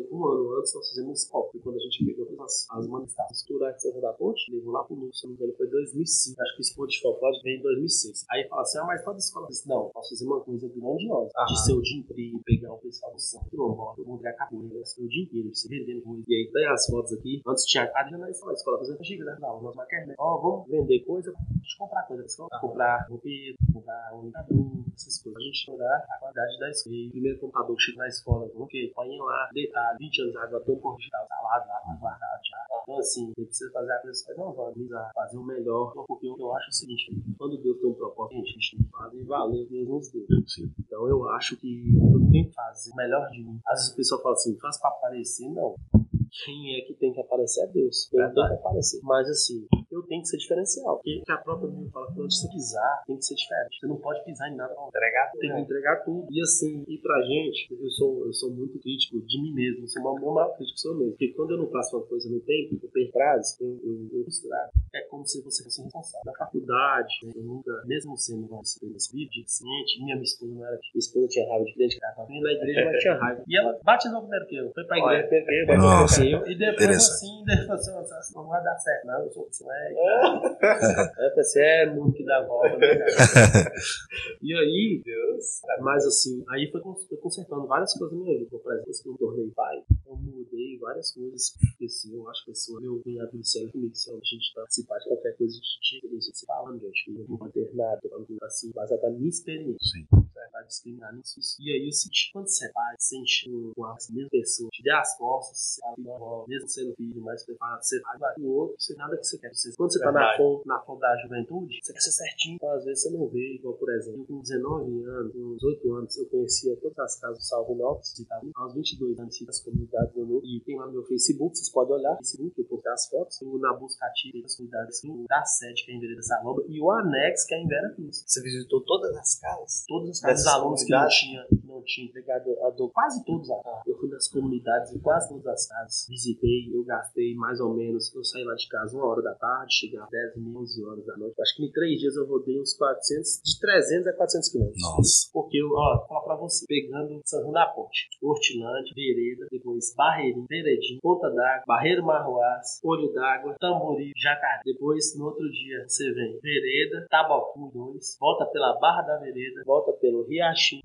Speaker 3: ano antes nós fizemos um esponte. Foi quando a gente pegou as manifestações culturais de Serra da Ponte, levou lá para o Núcleo, se não me engano, foi 2005. Acho que o esponte folclore veio em 2006. Aí fala assim, mas toda escola disse, não, posso fazer uma coisa grandiosa. De ser o dia inteiro, pegar o pessoal do São Paulo, todo mundo a capoeira, o dia inteiro, se vendendo coisa. E aí tem as fotos aqui. Antes tinha a casa na escola fazendo giga, né? Não, nós maquernes. Vamos vender coisa, a gente comprar coisa da escola. Comprar roupeiro, comprar um computador, essas coisas. A gente melhorar a qualidade da escola. E o primeiro computador que chega na escola, ok, põe lá, detalhe, 20 anos agora tem um porto digital instalado lá, guardado já. Então assim, você precisa fazer a coisa, não, vamos fazer o melhor, porque eu acho o seguinte, quando Deus tem um propósito, a gente tem que fazer valeu, Deus nos deu. Então eu acho que eu tenho que fazer o melhor de mim. Às vezes o pessoal fala assim, faz pra aparecer, não. Quem é que tem que aparecer é Deus. Eu tenho que aparecer. Mas assim, eu tenho que ser diferencial. Porque a própria Bíblia fala que quando você pisar, tem que ser diferente. Você não pode pisar em nada. Tem que entregar tudo. E assim, e pra gente, eu sou muito crítico de mim mesmo. Eu sou o maior crítico sou eu mesmo. Porque quando eu não faço uma coisa no tempo, eu perco prazo, eu frustrado. É como se você fosse responsável. Na faculdade, eu nunca, mesmo sendo nesse vídeo, ciente, minha esposa não era. Minha esposa tinha raiva de crente que estava vindo na igreja, mas tinha raiva. E ela batizou primeiro que eu. Foi pra igreja primeiro que eu.
Speaker 2: Nossa.
Speaker 3: E depois assim, não vai dar certo, não. Eu sou você é muito que dá volta, né, cara? E aí, Deus. Mas assim, aí foi consertando várias coisas na minha vida. Por exemplo, que eu me tornei pai, eu mudei várias coisas que aconteceram. Eu acho que pessoa, meu cunhado do céu comigo, se a gente participar de qualquer coisa de experiência de se falando, gente, eu não vou ter nada, assim, baseado na minha experiência. Sim. Vai discriminar nisso. E aí eu senti, quando você vai, sente com a mesma pessoa, te dê as costas, mesmo sendo filho mais preparado, você vai o outro, você nada que você quer. Quando você tá na fonte da juventude, você quer ser certinho. Então, às vezes você não vê, igual por exemplo, com 19 anos, com 18 anos, eu conhecia todas as casas do Salvo Novos, aos 22 anos, as comunidades do Núcleo, e tem lá no meu Facebook, vocês podem olhar, Facebook, eu postei as fotos, na busca ativa das comunidades da sede, que é em Vereda Saloba, e o anexo, que é em Vera Cruz.
Speaker 1: Você visitou todas as casas?
Speaker 3: Todas as casas dos alunos que não tinha entregado a dor, quase todos a casa. Eu fui nas comunidades e quase todas as casas. Visitei, eu gastei mais ou menos, eu saí lá de casa 1h da tarde, cheguei às 10 e 11 horas da noite. Acho que em 3 dias eu rodei uns 400, de 300 a 400 quilômetros.
Speaker 2: Nossa.
Speaker 3: Porque eu, vou falar pra você, pegando São João da Ponte, Hortilândia, Vereda, depois Barreirinho, Veredinho, Ponta d'Água, Barreiro Marroás, Olho d'Água, Tamboril, Jacaré. Depois, no outro dia, você vem Vereda, Tabocu 2, volta pela Barra da Vereda, volta pelo Riachinho,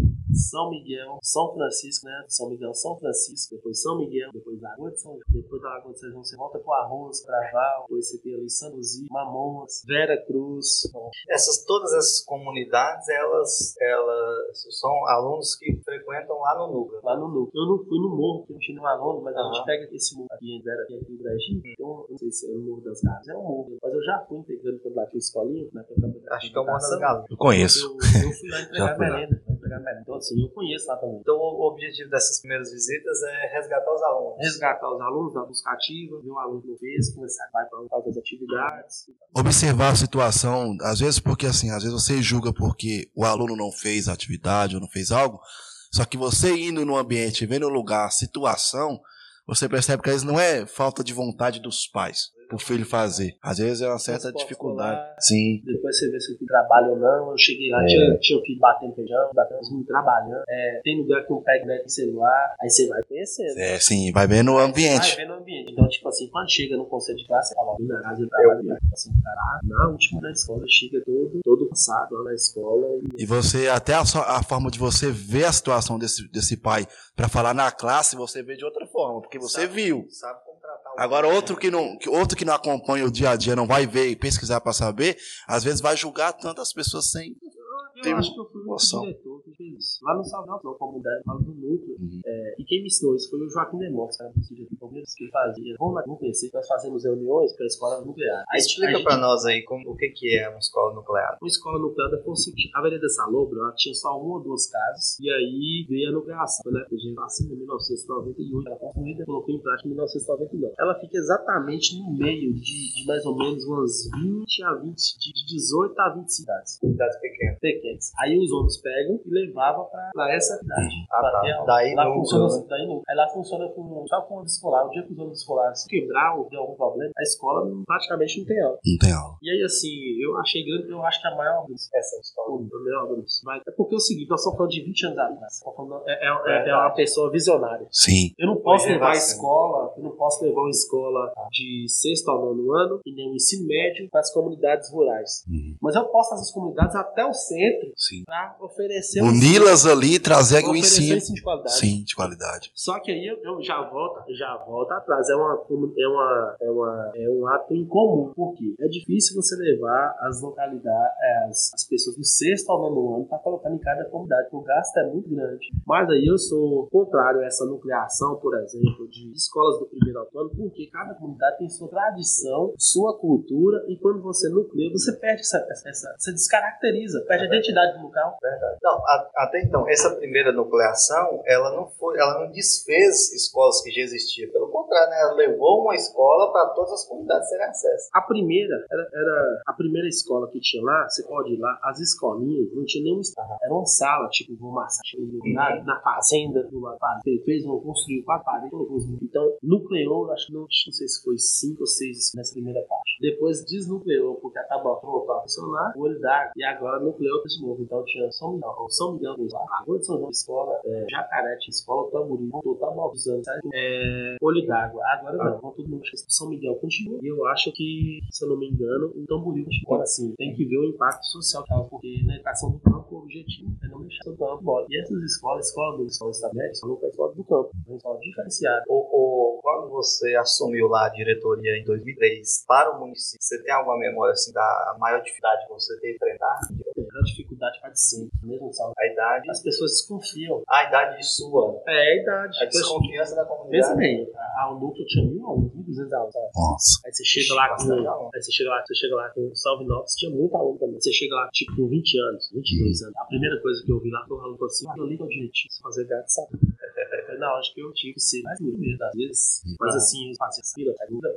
Speaker 3: São Miguel, São Francisco, né? São Miguel, São Francisco, depois São Miguel, depois Lagoa de São João, depois da Lagoa de São João você volta pro Arroz, Praval, depois você tem ali São Luzia, Mamonas, Vera Cruz.
Speaker 1: Todas essas comunidades, elas são alunos que frequentam lá no núcleo.
Speaker 3: Lá no núcleo. Eu não fui no morro, porque não tinha nenhum aluno, mas a gente pega esse morro aqui em Vera, aqui em Brejinho, então, eu não sei se é o Morro das Galas, é um morro, mas eu já fui integrando quando lá tinha escolinha, né?
Speaker 1: Acho que é o Morro das Galas.
Speaker 2: Eu conheço.
Speaker 3: Eu fui lá entregar merenda. Então, assim, eu conheço lá também.
Speaker 1: Então, o objetivo dessas primeiras visitas é resgatar os alunos.
Speaker 3: Resgatar os alunos da busca ativa, ver o aluno que não fez, começar a fazer as atividades.
Speaker 2: Observar a situação, às vezes porque assim, às vezes você julga porque o aluno não fez a atividade ou não fez algo, só que você indo no ambiente, vendo o lugar, a situação, você percebe que às vezes não é falta de vontade dos pais. pro filho fazer. Às vezes é uma certa dificuldade. Sim.
Speaker 3: Depois você vê se o filho trabalha ou não. Eu cheguei lá, tinha o filho batendo feijão, batendo os meninos trabalhando. Tem lugar que não pega net de celular, aí você vai conhecendo.
Speaker 2: Sim, vai vendo o ambiente.
Speaker 3: Vai vendo o ambiente. Então, tipo assim, quando chega no conceito de classe, você fala, na casa eu trabalho. Assim, cara, na última da escola, chega todo cansado lá na escola.
Speaker 2: E você, até a forma de você ver a situação desse pai pra falar na classe, você vê de outra forma, porque você viu.
Speaker 1: Sabe contratar
Speaker 2: Agora, outro que não acompanha o dia a dia, não vai ver e pesquisar pra saber, às vezes vai julgar tantas pessoas sem...
Speaker 3: Eu acho que eu fui o diretor que fez isso. Lá no Salvador, na comunidade, lá no núcleo. E quem me ensinou isso foi o Joaquim Demóstenes, cara, do diretor do Palmeiras, que ele fazia. Vamos lá, não pensei, nós fazemos reuniões para a escola nuclear.
Speaker 1: Aí explica para nós aí o que é uma escola nuclear.
Speaker 3: Uma escola nuclear foi o seguinte: a Vereda Salobra, ela tinha só uma ou duas casas, e aí veio a nucleação, né? A gente passou em 1998, ela foi construída, colocou em prática em 1999. Ela fica exatamente no meio de mais ou menos umas 20 a 20, de 18 a 20 cidades.
Speaker 1: Cidades pequenas.
Speaker 3: Aí os ônibus pegam e levavam pra essa cidade.
Speaker 1: Daí
Speaker 3: lá funciona Aí lá funciona só com o ônibus escolar. O dia que os ônibus escolares se quebrar ou der algum problema, a escola praticamente não tem aula.
Speaker 2: Não tem aula.
Speaker 3: E aí, assim, eu acho que a maior essa escola, a melhor mas é porque é o seguinte, nós estamos falando de 20 anos atrás. É uma pessoa visionária.
Speaker 2: Sim.
Speaker 3: Eu não posso levar uma escola de 6º ao 9º ano e nem o ensino médio para as comunidades rurais. Mas eu posso fazer as comunidades até o centro para oferecer
Speaker 2: uni-las ali e trazer o ensino
Speaker 3: de qualidade.
Speaker 2: Sim, de qualidade.
Speaker 3: Só que aí eu já volto atrás. É um ato incomum. Por quê? É difícil você levar as localidades, as pessoas do 6º ao 9º ano para colocar em cada comunidade, porque o gasto é muito grande. Mas aí eu sou contrário a essa nucleação, por exemplo, de escolas do 1º ao 4º ano, porque cada comunidade tem sua tradição, sua cultura, e quando você nucleia, você perde você descaracteriza, perde a identidade do local.
Speaker 1: Verdade. Não, até então, essa primeira nucleação, ela não desfez escolas que já existiam. Pelo contrário, né? Ela levou uma escola para todas as comunidades terem acesso.
Speaker 3: A primeira era a primeira escola que tinha lá. Você pode ir lá, as escolinhas não tinha nenhum estado. Era uma sala, tipo uma na fazenda do lado. Construiu 4 paredes. Então, nucleou, acho que não sei se foi 5 ou 6 nessa primeira parte. Depois desnucleou, porque acabou a funcionar, o olho d'água, e agora nucleou de novo. Então tinha São Miguel, Lagoa de São João, escola, Jacaré, escola, Tamboril, voltou, tá mal dos anos, olho d'água. Agora não, vão todo mundo. São Miguel continua. E eu acho que, se eu não me engano, o Tamboril continua. Agora sim, tem que ver o impacto social que ela, porque na educação do campo o objetivo é não deixar o campo embora. E essas escolas estabelecidas, são escola do campo, uma escola diferenciada.
Speaker 1: Quando você assumiu lá a diretoria em 2003 para o município, você tem alguma memória assim da maior dificuldade que você teve enfrentado?
Speaker 3: A dificuldade vai de sempre, mesmo salvo.
Speaker 1: A idade.
Speaker 3: As pessoas desconfiam.
Speaker 1: A idade sua.
Speaker 3: A idade.
Speaker 1: A desconfiança da comunidade.
Speaker 3: Pensa bem, a núcleo tinha 1.000 alunos, 1.200 alunos.
Speaker 2: Nossa.
Speaker 3: Aí você chega lá com Salve Novos, tinha muito aluno também. Você chega lá, tipo, com 20 anos, 22 anos. A primeira coisa que eu vi lá foi um aluno falou assim: eu li o objetivo, fazer gato, sabe? Não, acho que eu tive que ser mais duro mesmo, às vezes. Mas assim, eu passei fila,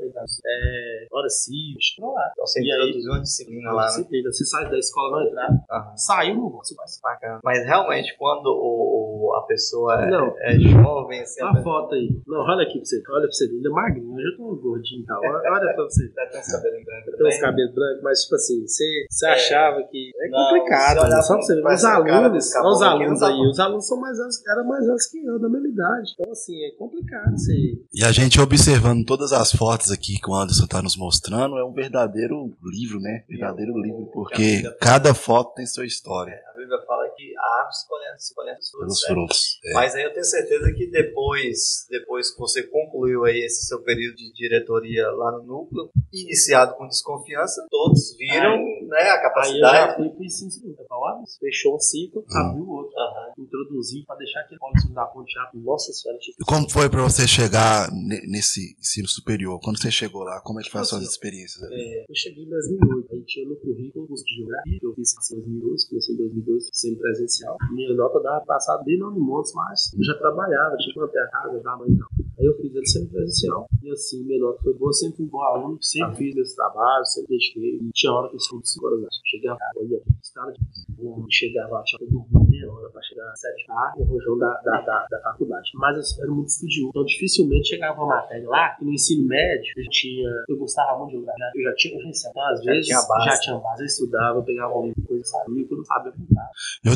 Speaker 3: hora cívica, lá.
Speaker 1: Então você introduziu uma disciplina lá, né?
Speaker 3: Você sai da escola, não entrar, saiu, não vou.
Speaker 1: Bacana. Mas realmente, quando a pessoa é jovem, assim...
Speaker 3: Olha a foto aí. Não, olha aqui pra você, ainda magrinho, eu já tô gordinho e tal. Olha pra você.
Speaker 1: Já tem uns cabelos brancos.
Speaker 3: Tem uns cabelos brancos, mas tipo assim, você achava que... É complicado, não, só pra você ver. Os alunos são eram mais velhos que eu, da mesma idade. Então, assim, é complicado isso aí.
Speaker 2: E a gente observando todas as fotos aqui que o Anderson está nos mostrando, é um verdadeiro livro, né? Verdadeiro livro, porque cada foto tem sua história.
Speaker 1: A Bíblia fala que a árvore se conhece
Speaker 2: pelos frutos.
Speaker 1: Mas aí eu tenho certeza que depois que você concluiu aí esse seu período de diretoria lá no núcleo, iniciado com desconfiança, todos viram a capacidade.
Speaker 3: Aí eu já fui pro ensino seguinte, fechou um ciclo, abriu o outro. Introduzi para deixar aquele pólice da ponte já. Nossa senhora.
Speaker 2: E como foi para você chegar nesse ensino superior? Quando você chegou lá, como é que foi as suas experiências?
Speaker 3: Eu cheguei em 2008, aí tinha no currículo curso de geografia, eu fiz em 2012, comecei em 2012, sempre presencial. Minha nota dava passado bem 9 montes, mas eu já trabalhava, tinha que manter a casa, dar mãe e tal. Aí eu fiz ele semipresencial. E assim, menor que foi bom, sempre fui bom aluno, sempre fiz meus trabalhos, sempre dediquei. E tinha hora que eu estudava 5 horas. Chegava, eu ia estava de chegava lá, tinha que dormir meia hora para chegar às 7 horas no rojão da faculdade. Mas eu era muito estudioso, então dificilmente chegava uma matéria lá, e no ensino médio eu gostava muito de geografia, eu já tinha conhecimento, então às vezes já tinha base, eu estudava, eu pegava um livro, coisa, sabia, que eu não sabia apontar.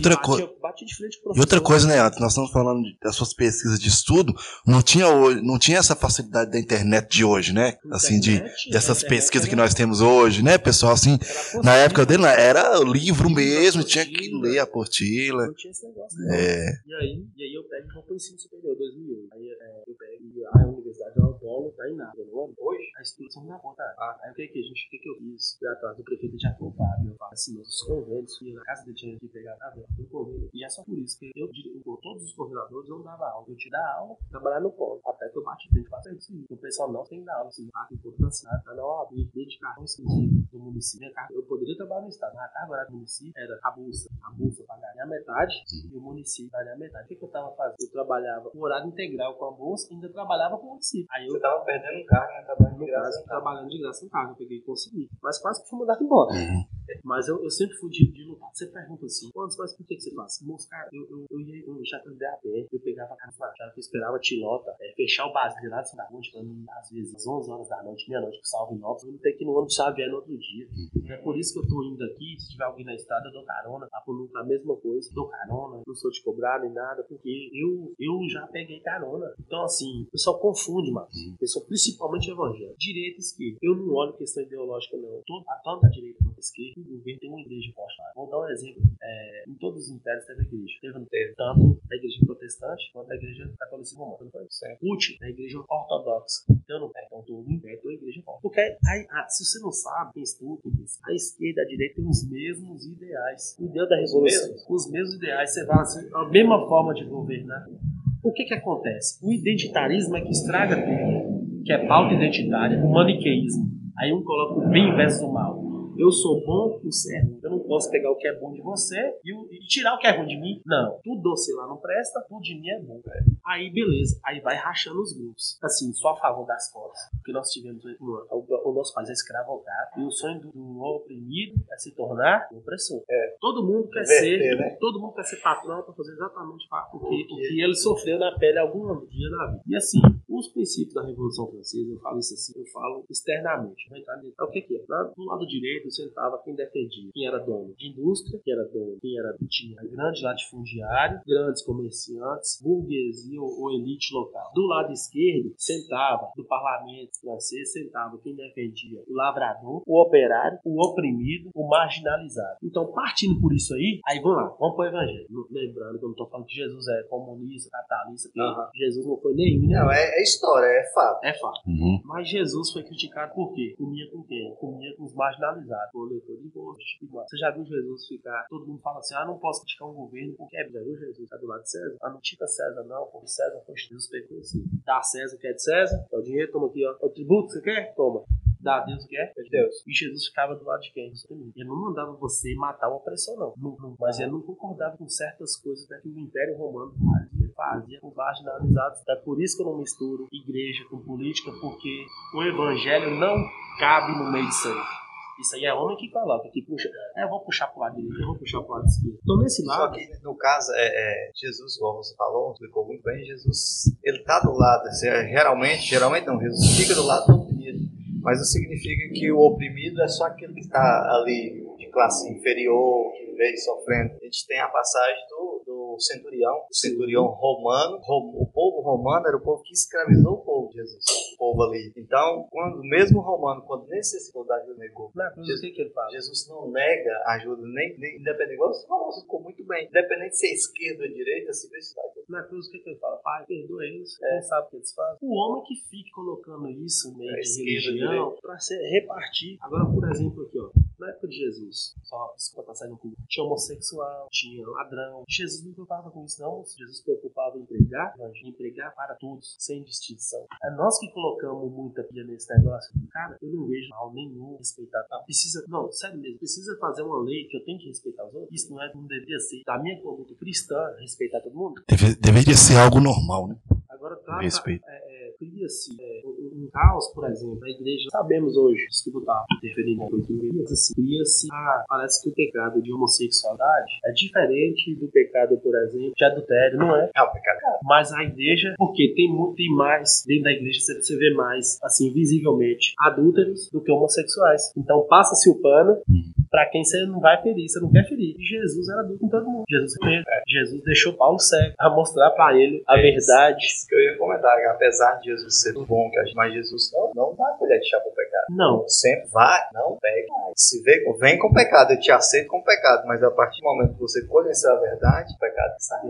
Speaker 3: Bati de frente com o professor.
Speaker 2: E outra coisa, né, Anto, nós estamos falando das suas pesquisas de estudo, não tinha essa facilidade da internet de hoje, né? Assim, dessas pesquisas que nós temos hoje, né, pessoal, assim, na época dele era livro mesmo, tinha que ler a apostila.
Speaker 3: Não tinha esse negócio, não. E aí eu pego e vou para o ensino superior, 2008. Aí eu pego e a Universidade de Apolo tá em nada. Hoje, a instituição da conta. Aí o que eu fiz? Fui atrás do prefeito de Jacob, meu pai assinou os convênios, fui na casa dele, tinha que pegar a venda do convênio. E é só por isso que todos os coordenadores não davam aula. Eu te dar aula, trabalhar no polo. Até que eu bati frente para fazer isso. O pessoal não tem que dar aula, assim, aqui em toda a cidade, tá na OAB, dedicação exclusiva do município. Eu poderia trabalhar no estado, mas a carga horária do município era a bolsa pagaria a metade e o município pagaria a metade. O que eu tava fazendo? Eu trabalhava com horário integral com a bolsa e ainda trabalhava com o município. Aí
Speaker 1: Você tava perdendo um cargo, né?
Speaker 3: Trabalhando de graça no cargo, eu peguei e consegui. Mas quase que fui mandado embora. Mas eu sempre fui de lutar. Você pergunta assim, mas por que você faz? Moço, cara, eu já andei a pé, eu pegava a cara fechada, eu esperava a tilota, fechar o base lá de Santa Ponte, pra mim, às vezes, às 11 horas da noite, meia-noite, que salve Novos, eu não tenho que ir no ônibus Xavier no outro dia. É por isso que eu tô indo aqui, se tiver alguém na estrada, eu dou carona, tá? Por a mesma coisa, dou carona, não sou de cobrar nem nada, porque eu já peguei carona. Então, assim, o pessoal confunde, mano. O pessoal, principalmente evangélico. Direita e esquerda. Eu não olho questão ideológica, não. Tanto a direita quanto a esquerda, o governo tem uma igreja forte lá. Vou dar um exemplo. Em todos os impérios teve igreja. Teve tanto a igreja protestante quanto a igreja católica romana. Não foi certo. Putin, a igreja ortodoxa. Então, não é. Então, todo império tem uma igreja forte. Porque, se você não sabe, quem estuda, a esquerda e a direita têm os mesmos ideais. O ideal da revolução, os mesmos ideais. Você vai assim, a mesma forma de governar. O que acontece? O identitarismo é que estraga tudo, que é pauta identitária, o maniqueísmo. Aí um coloca o bem versus o mal. Eu sou bom, você é ruim. Eu não posso pegar o que é bom de você e tirar o que é ruim de mim. Não. Tudo você lá não presta, tudo de mim é bom. Aí, beleza. Aí vai rachando os grupos. Assim, só a favor das cotas. Porque nós tivemos o nosso país é escravocrata. E o sonho do oprimido é se tornar opressor. Todo mundo quer ser, né? Todo mundo quer ser patrão para fazer exatamente o que ele sofreu na pele algum dia na vida. E assim, os princípios da Revolução Francesa, eu falo isso assim, eu falo externamente. Então, o que é? Do lado direito, sentava quem defendia, quem era dono de indústria, quem tinha grande latifundiário, grandes comerciantes, burguesia ou elite local. Do lado esquerdo, sentava, do parlamento francês, sentava quem defendia o lavrador, o operário, o oprimido, o marginalizado. Então, partindo por isso aí vamos lá, vamos para o evangelho. Lembrando que eu não estou falando que Jesus é comunista, capitalista, Jesus não foi nenhum.
Speaker 1: Não, é história, é fato.
Speaker 3: É fato. Mas Jesus foi criticado por quê? Comia com quem? Comia com os marginalizados. Coletor de imposto. Você já viu Jesus ficar? Todo mundo fala assim: não posso criticar um governo porque já viu Jesus tá do lado de César? Não critica César, não, porque César foi Jesus pegou assim. Dá a César o que é de César, é o dinheiro, toma aqui, ó. É o tributo que você quer? Toma. Dá a Deus o que é de Deus. E Jesus ficava do lado de quem? Ele não mandava você matar uma opressão, não. Mas ele não concordava com certas coisas que o Império Romano fazia com marginalizados. É por isso que eu não misturo igreja com política, porque o evangelho não cabe no meio disso aí. Isso aí é homem que coloca, que puxa. Eu vou puxar pro lado direito, eu vou puxar pro lado esquerdo. Então, nesse lado.
Speaker 1: Só que, no caso, Jesus, como você falou, explicou muito bem, Jesus, ele tá do lado. Geralmente não, Jesus fica do lado do oprimido. Mas não significa que o oprimido é só aquele que está ali de classe inferior, que veio sofrendo. A gente tem a passagem do centurião romano. O povo romano era o povo que escravizou o povo de Jesus, o povo ali. Então, mesmo o romano, quando necessitou da ajuda, negou.
Speaker 3: Jesus, o que ele fala?
Speaker 1: Jesus não nega ajuda, nem independente, igual você falou, você ficou muito bem. Independente de ser esquerda ou direita, se precisar.
Speaker 3: Na cruz, o que ele fala? Pai, perdoa eles, não sabe o que eles fazem. O homem que fica colocando isso no meio de religião para repartir. Agora, por exemplo, aqui, ó. Na época de Jesus, só desculpa, saindo um pouco, tinha homossexual, tinha ladrão. Jesus não se preocupava com isso, não. Jesus se preocupava em empregar para todos, sem distinção. É nós que colocamos muita pia nesse negócio. Cara, eu não vejo mal nenhum respeitar. Não, sério mesmo, precisa fazer uma lei que eu tenho que respeitar os outros. Isso não deveria ser da minha conduta cristã, respeitar todo mundo.
Speaker 2: Deveria ser algo normal, né?
Speaker 3: Agora, claro,
Speaker 2: respeito.
Speaker 3: cria-se um caos, por exemplo, na igreja. Sabemos hoje, desculpa estar interferindo cria-se, parece que o pecado de homossexualidade é diferente do pecado, por exemplo, de adultério, não é?
Speaker 1: É um pecado.
Speaker 3: Mas a igreja, porque tem mais, dentro da igreja você vê mais, assim, visivelmente, adúlteros do que homossexuais. Então passa-se o pano pra quem você não vai ferir, você não quer ferir. E Jesus era adulto com todo mundo. Jesus deixou Paulo cego pra mostrar pra ele a verdade.
Speaker 1: Isso que eu ia comentar, apesar de Jesus ser bom, mas Jesus não dá colher de chá pro pecado.
Speaker 3: Não.
Speaker 1: Sempre vai, não pega. Se vem com pecado, eu te aceito com pecado, mas a partir do momento que você conhecer a verdade, o pecado sai.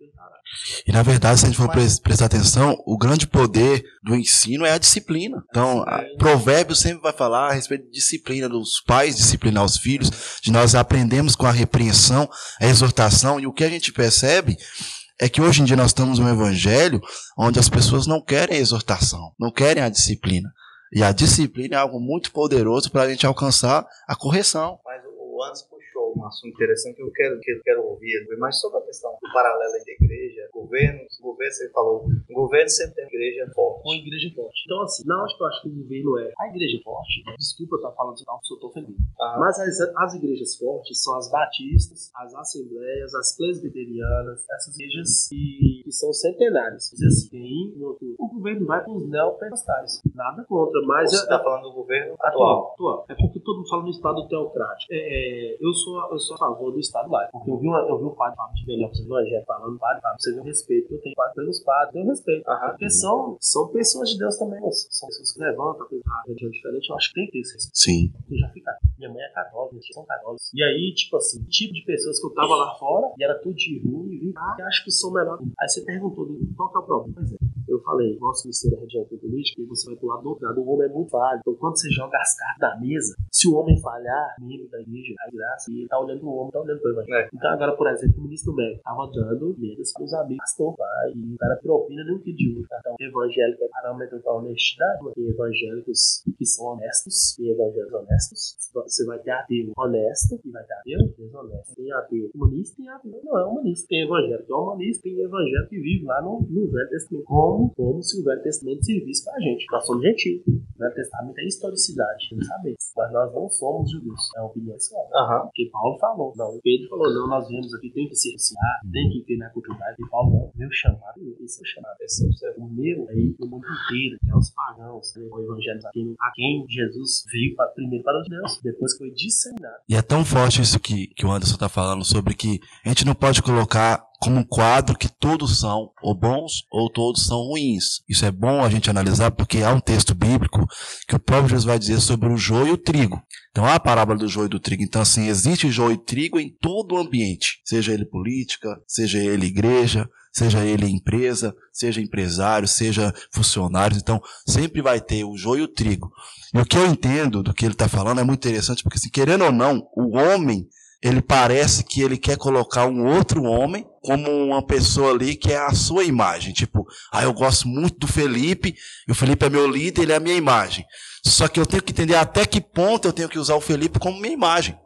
Speaker 2: E na verdade, se a gente for prestar atenção, o grande poder do ensino é a disciplina. Então, Provérbios sempre vai falar a respeito de disciplina, dos pais disciplinar os filhos, de nós aprendemos com a repreensão, a exortação, e o que a gente percebe é que hoje em dia nós estamos num evangelho onde as pessoas não querem a exortação, não querem a disciplina. E a disciplina é algo muito poderoso para a gente alcançar a correção.
Speaker 1: Mas o Anderson puxou um assunto interessante que eu quero ouvir, mas sobre a questão do paralelo entre igreja, governo, você falou, o governo sempre tem igreja forte.
Speaker 3: Uma igreja forte. Então, assim, não acho que eu acho que o governo é a igreja forte. Desculpa eu estar falando isso, se eu estou ofendendo. Mas as igrejas fortes são as batistas, as assembleias, as presbiterianas, essas igrejas que são centenárias. Quer dizer assim, o governo vai com os neopentecostais. Nada contra, mas...
Speaker 1: Você está falando do governo
Speaker 3: atual. É porque todo mundo fala no Estado teocrático. Eu sou a favor do Estado laico. Porque eu vi o padre Fábio de Melhor, você viu o Evangelho falando, padre Fábio, você viu o respeito que eu tenho pelos padres, tenho respeito. Porque são pessoas de Deus também, moço. São pessoas que levantam, apesar de religião diferente, eu acho que tem que ter esse respeito.
Speaker 2: Sim.
Speaker 3: Porque já fica. Minha mãe é católica, minha tia são católicos. E aí, tipo assim, tipo de pessoas que eu tava lá fora, e era tudo de ruim, e que acho que sou melhor. Aí você perguntou, qual que é o problema? Pois é. Eu falei, gosto de ser da região política, e você vai pro lado do outro lado. O homem é muito falho. Então, quando você joga as cartas na mesa, se o homem falhar, membro da igreja, a graça, e ele tá olhando o homem, tá olhando pro evangelho. Então, agora, por exemplo, o ministro médico tava dando medos para os amigos, pastor, pai, e o cara propina nem um quilo de ouro. Então, evangélico é parâmetro para honestidade. Tem evangélicos que são honestos, tem evangélicos honestos. Você vai ter ateu honesto e vai ter ateu desonesto. Tem ateu humanista e ateu não é humanista. Tem evangélico que é humanista, tem evangélico que vive lá no Velho Testamento. Como se o Velho Testamento servisse pra gente. Nós somos gentios. O Velho Testamento é historicidade, tem que saber. Mas nós não somos judeus. É uma opinião pessoal. Porque Paulo falou. Não, Pedro falou, não, nós viemos aqui, tem que se ensinar, tem que ter na cultura. E Paulo, não, meu chamado, esse é o chamado. O meu é ir pro mundo inteiro, é os pagãos, o evangelho a quem Jesus veio primeiro para os judeus, depois que foi disseminado.
Speaker 2: E é tão forte isso que o Anderson está falando, sobre que a gente não pode colocar como um quadro que todos são ou bons ou todos são ruins. Isso é bom a gente analisar porque há um texto bíblico que o próprio Jesus vai dizer sobre o joio e o trigo. Então há a parábola do joio e do trigo. Então assim, existe joio e trigo em todo o ambiente, seja ele política, seja ele igreja, seja ele empresa, seja empresário, seja funcionários. Então sempre vai ter o joio e o trigo. E o que eu entendo do que ele está falando é muito interessante, porque assim, querendo ou não, o homem, ele parece que ele quer colocar um outro homem como uma pessoa ali que é a sua imagem. Tipo, eu gosto muito do Felipe, e o Felipe é meu líder, ele é a minha imagem. Só que eu tenho que entender até que ponto eu tenho que usar o Felipe como minha imagem.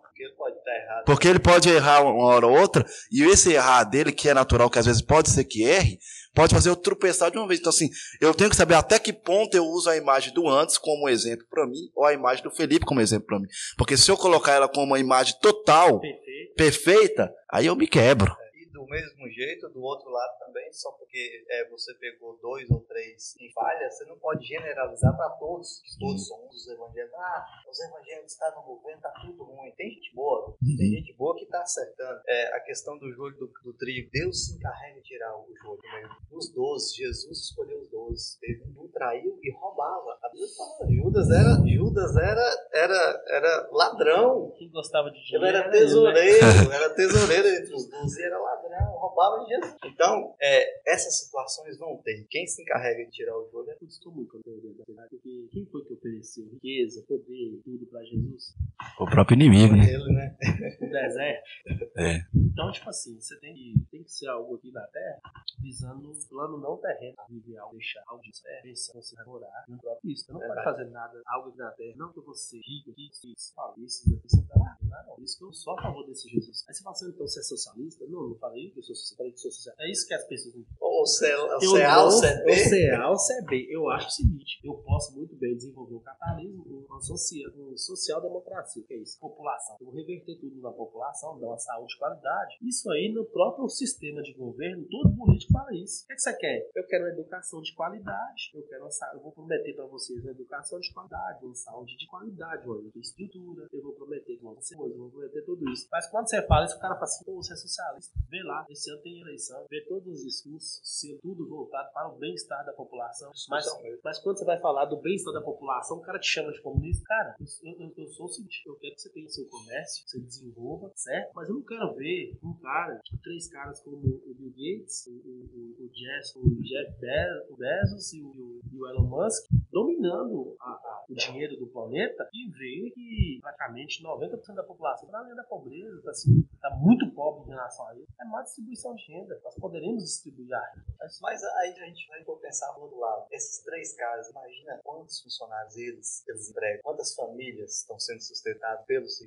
Speaker 2: Porque ele pode errar uma hora ou outra, e esse errar dele, que é natural, que às vezes pode ser que erre, pode fazer eu tropeçar de uma vez. Então, assim, eu tenho que saber até que ponto eu uso a imagem do Anderson como exemplo para mim, ou a imagem do Felipe como exemplo para mim. Porque se eu colocar ela como uma imagem total, perfeita, aí eu me quebro.
Speaker 1: Do mesmo jeito, do outro lado também, só porque você pegou 2 ou 3 em falha, você não pode generalizar para todos, que todos somos os evangélicos. Os evangélicos estão no governo, tá tudo ruim. Tem gente boa, tem gente boa que está acertando. A questão do joio do trigo, Deus se encarrega de tirar o joio do meio. Os 12, Jesus escolheu os 12. Teve um traiu e roubava. A Bíblia fala, Judas era ladrão.
Speaker 3: Quem gostava de dinheiro?
Speaker 1: Ele era tesoureiro, era tesoureiro entre os 12 e era ladrão, roubava de Jesus. Então, essas situações vão ter. Quem se encarrega de tirar o joio é tudo.
Speaker 3: Estou muito contente, porque quem foi que ofereceu riqueza, poder, tudo para Jesus?
Speaker 2: O próprio inimigo, né?
Speaker 1: Ele, né?
Speaker 3: O deserto.
Speaker 2: É.
Speaker 3: Então, tipo assim, você tem que ser algo aqui na terra visando um plano não terreno, viver algo, deixar algo de fé, pensando você vai morar no próprio isso. Você não pode fazer nada, algo na terra, não que eu vou ser rico, isso, esses aqui você tá lá. Não, por isso que eu sou a favor desse Jesus. Aí você fala assim, então você é socialista? Não falei que eu sou socialista. É isso que as pessoas não.
Speaker 1: Ou você é A ou você é B?
Speaker 3: Você é A ou você é B. Eu acho o seguinte, eu posso muito bem desenvolver o capitalismo, uma social-democracia, que é isso, população. Eu vou reverter tudo na população, dar uma saúde de qualidade. Isso aí no próprio sistema de governo, todo político fala isso. O que você quer? Eu quero uma educação de qualidade, eu vou prometer para vocês uma educação de qualidade, uma saúde de qualidade, uma infraestrutura, eu vou prometer que vão ser coisas, eu vou prometer tudo isso. Mas quando você fala isso, o cara fala assim, pô, você é socialista. Vê lá, esse ano tem eleição, vê todos os discursos, ser tudo voltado para o bem-estar da população. Mas quando você vai falar do bem-estar da população, o cara te chama de comunista. Cara, eu sou o seguinte, eu quero que você tenha seu comércio, você desenvolva, certo? Mas eu não quero ver um cara, 3 caras como o Bill Gates, o Jeff Bezos e o Elon Musk dominando o dinheiro do planeta e ver que praticamente 90% da população está na linha da pobreza, está muito pobre em relação a isso. É má distribuição de renda. Nós poderíamos distribuir a renda.
Speaker 1: Mas aí a gente vai pensar do outro lado. Esses 3 caras, imagina quantos funcionários eles empregam, quantas famílias estão sendo sustentadas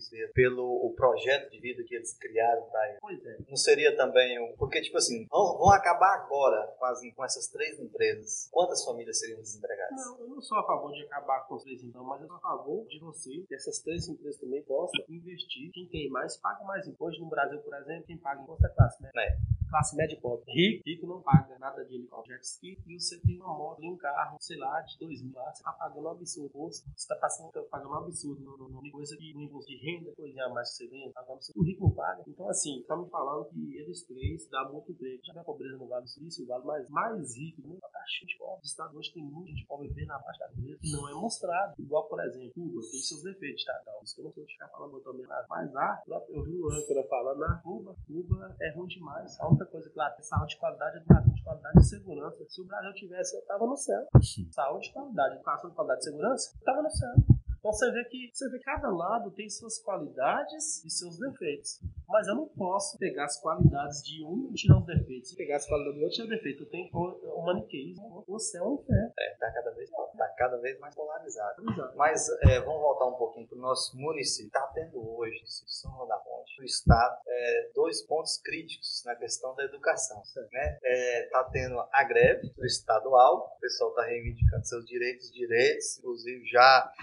Speaker 1: pelo projeto de vida que eles criaram para eles.
Speaker 3: Pois é.
Speaker 1: Não seria também porque, tipo assim, vão acabar agora com essas 3 empresas. Quantas famílias seriam desempregadas?
Speaker 3: Não, eu não sou a favor de acabar com os 3 então, mas eu sou a favor de você, que essas 3 empresas também possam investir. Quem tem mais, paga mais imposto. No Brasil, por exemplo, quem paga imposto é classe média. Classe média e pobre. Rico não paga nada de helicóptero, jet ski, e você tem uma moto, um carro, sei lá, de 2.000 lá, você tá pagando um absurdo. Você tá pagando um absurdo no coisa que no imposto de renda, coisinha a mais que você ganha, pagando o rico não paga. Então, assim, tá me falando que eles 3 dão muito emprego. Já vê a pobreza no Vale do Silício, o vale mais rico, né? Tá cheio de pobre. Os Estados Unidos tem muita gente pobre vivendo na baixa da pobreza e não é mostrado. Igual, por exemplo, Cuba tem seus defeitos, tá? Então, isso que eu não sei ficar falando também nada. Mas lá, eu vi um âncora falando, Cuba é ruim demais. A única coisa que lá tem saúde de qualidade, educação de qualidade e segurança. Se o Brasil tivesse, eu tava no céu. Saúde de qualidade, educação de qualidade e segurança, eu tava no céu. Então você vê que cada lado tem suas qualidades e seus defeitos. Mas eu não posso pegar as qualidades de um e tirar os defeitos. Pegar as qualidades do outro e tirar os defeitos. Eu tenho o maniqueísmo, o céu é um inferno.
Speaker 1: Tá cada vez mais polarizado.
Speaker 3: Exato.
Speaker 1: Mas vamos voltar um pouquinho para o nosso município. Está tendo hoje, em São João da Ponte, no estado, 2 pontos críticos na questão da educação. Né? Tá tendo a greve do estadual, o pessoal está reivindicando seus direitos, inclusive já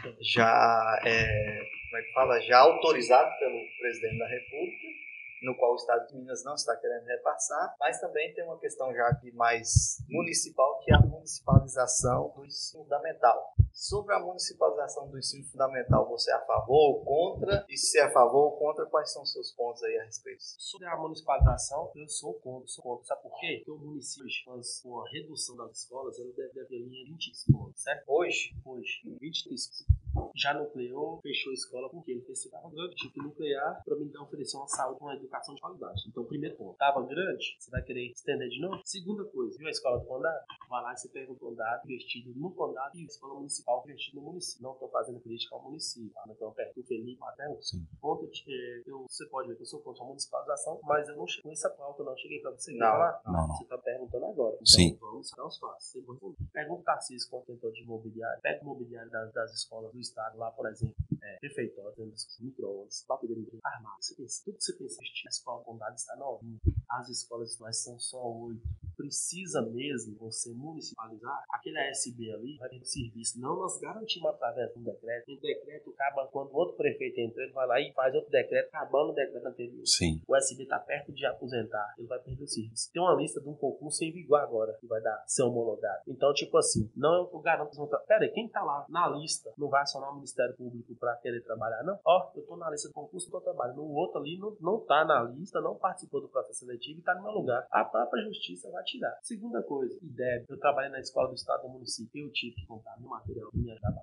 Speaker 1: autorizado pelo presidente da República, no qual o Estado de Minas não está querendo repassar, mas também tem uma questão já aqui mais municipal, que é a municipalização do ensino fundamental. Sobre a municipalização do ensino fundamental, você é a favor ou contra? E se é a favor ou contra, quais são os seus pontos aí a respeito?
Speaker 3: Sobre a municipalização, eu sou contra. Sabe por quê? Porque o município, com a redução das escolas, ele deve ter linha 20 escolas, certo?
Speaker 1: Hoje,
Speaker 3: 20 escolas. Já nucleou, fechou a escola porque ele precisava grande, tinha que nuclear para me oferecer uma saúde, uma educação de qualidade. Então, primeiro ponto, estava grande, você vai querer estender de novo? Segunda coisa, viu a escola do condado? Vai lá e você pega o condado investido no condado e a escola municipal investido no município. Não estou fazendo crítica ao município, tá? Então, perto do Felipe, até o ponto, você pode ver que eu sou contra a municipalização, mas eu não cheguei com essa pauta, não cheguei para você.
Speaker 2: Não.
Speaker 3: Você está perguntando agora. Então,
Speaker 2: Sim.
Speaker 3: Vamos dar os passos. Pergunta o Tarcísio, contentor de imobiliário, pega o imobiliário das escolas do estado lá, por exemplo, refeitórios, micro-ondas, bateria de armário. Tudo que você pensa, a escola condado está novinha, as escolas estaduais são só 8. Precisa mesmo você municipalizar aquele ASB ali, vai ter um serviço. Não nós garantimos através de um decreto. O decreto acaba quando o outro prefeito entra, ele vai lá e faz outro decreto, acabando o decreto anterior.
Speaker 2: Sim.
Speaker 3: O ASB está perto de aposentar, ele vai perder o serviço. Tem uma lista de um concurso em vigor agora, que vai ser homologado. Então, tipo assim, não eu garanto que vão pera aí, quem tá lá na lista não vai acionar o Ministério Público para querer trabalhar, não? Eu tô na lista do concurso, tô trabalhando. O outro ali não tá na lista, não participou do processo seletivo e tá no meu lugar. A própria justiça vai tirar. Segunda coisa, IDEB. Eu trabalhei na escola do estado do município. Eu tive que comprar meu material, minha data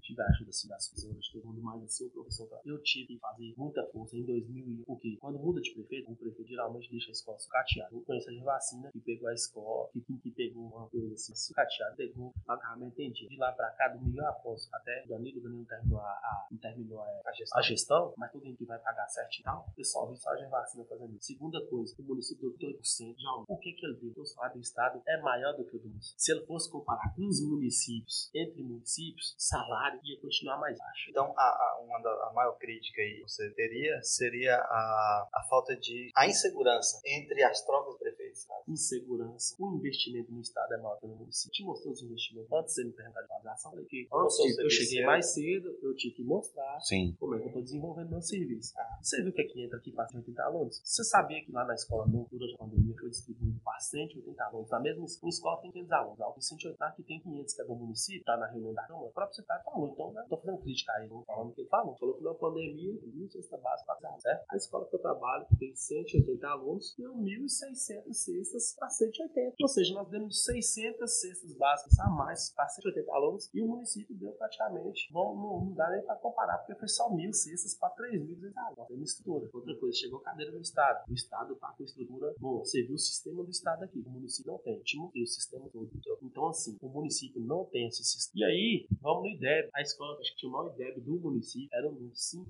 Speaker 3: tive a ajuda assim, das pessoas, todo mundo mais assim, o professor. Eu tive que fazer muita força em 2001, porque quando muda de prefeito, o prefeito geralmente deixa a escola sucateada. Eu conheço a de vacina que pegou a escola, que pegou uma coisa assim, sucateada, pegou pagamento em dia. De lá pra cá, do milhão após, até o Danilo não terminou a gestão, mas todo mundo que vai pagar certo e tal, o pessoal viu só a de vacina fazendo isso. Segunda coisa, o município deu 8% de aumento. Por que ele deu? O salário do Estado é maior do que o do município. Se ele fosse comparar com os municípios, entre municípios, o salário ia continuar mais baixo.
Speaker 1: Então, a maior crítica aí que você teria seria a falta de... a insegurança entre as trocas de prefeitos.
Speaker 3: Insegurança. O investimento no Estado é maior que no município. Te mostrou os investimentos antes de você me perguntar de validação. Antes eu cheguei mais cedo, eu tive que mostrar como é que eu estou desenvolvendo meu serviço. Você viu que entra aqui para 180 alunos? Você sabia que lá na escola, durante a pandemia, foi distribuído para 180 alunos? Na mesma escola tem 500 alunos. A 180 aqui tem 500, que é do município, está na reunião da Câmara. O próprio secretário falou. Então, né, estou fazendo crítica a ele, falando o que ele falou. Falou que na pandemia, 1.600 básicas para alunos, certo? A escola que eu trabalho, que tem 180 alunos, deu 1.600 cestas para 180. Ou seja, nós demos 600 cestas básicas a mais para 180 alunos e o município deu praticamente, não dá nem para comparar, porque foi só 1.000 cestas para 3.200 alunos. Nós temos estrutura. Outra coisa, chegou a cadeira do Estado. O Estado está com estrutura boa. Você viu o sistema do Estado aqui. O município não tem. O sistema todo. Então, assim, o município não tem esse sistema. E aí, vamos no IDEB. A escola, acho que tinha o maior IDEB do município, era um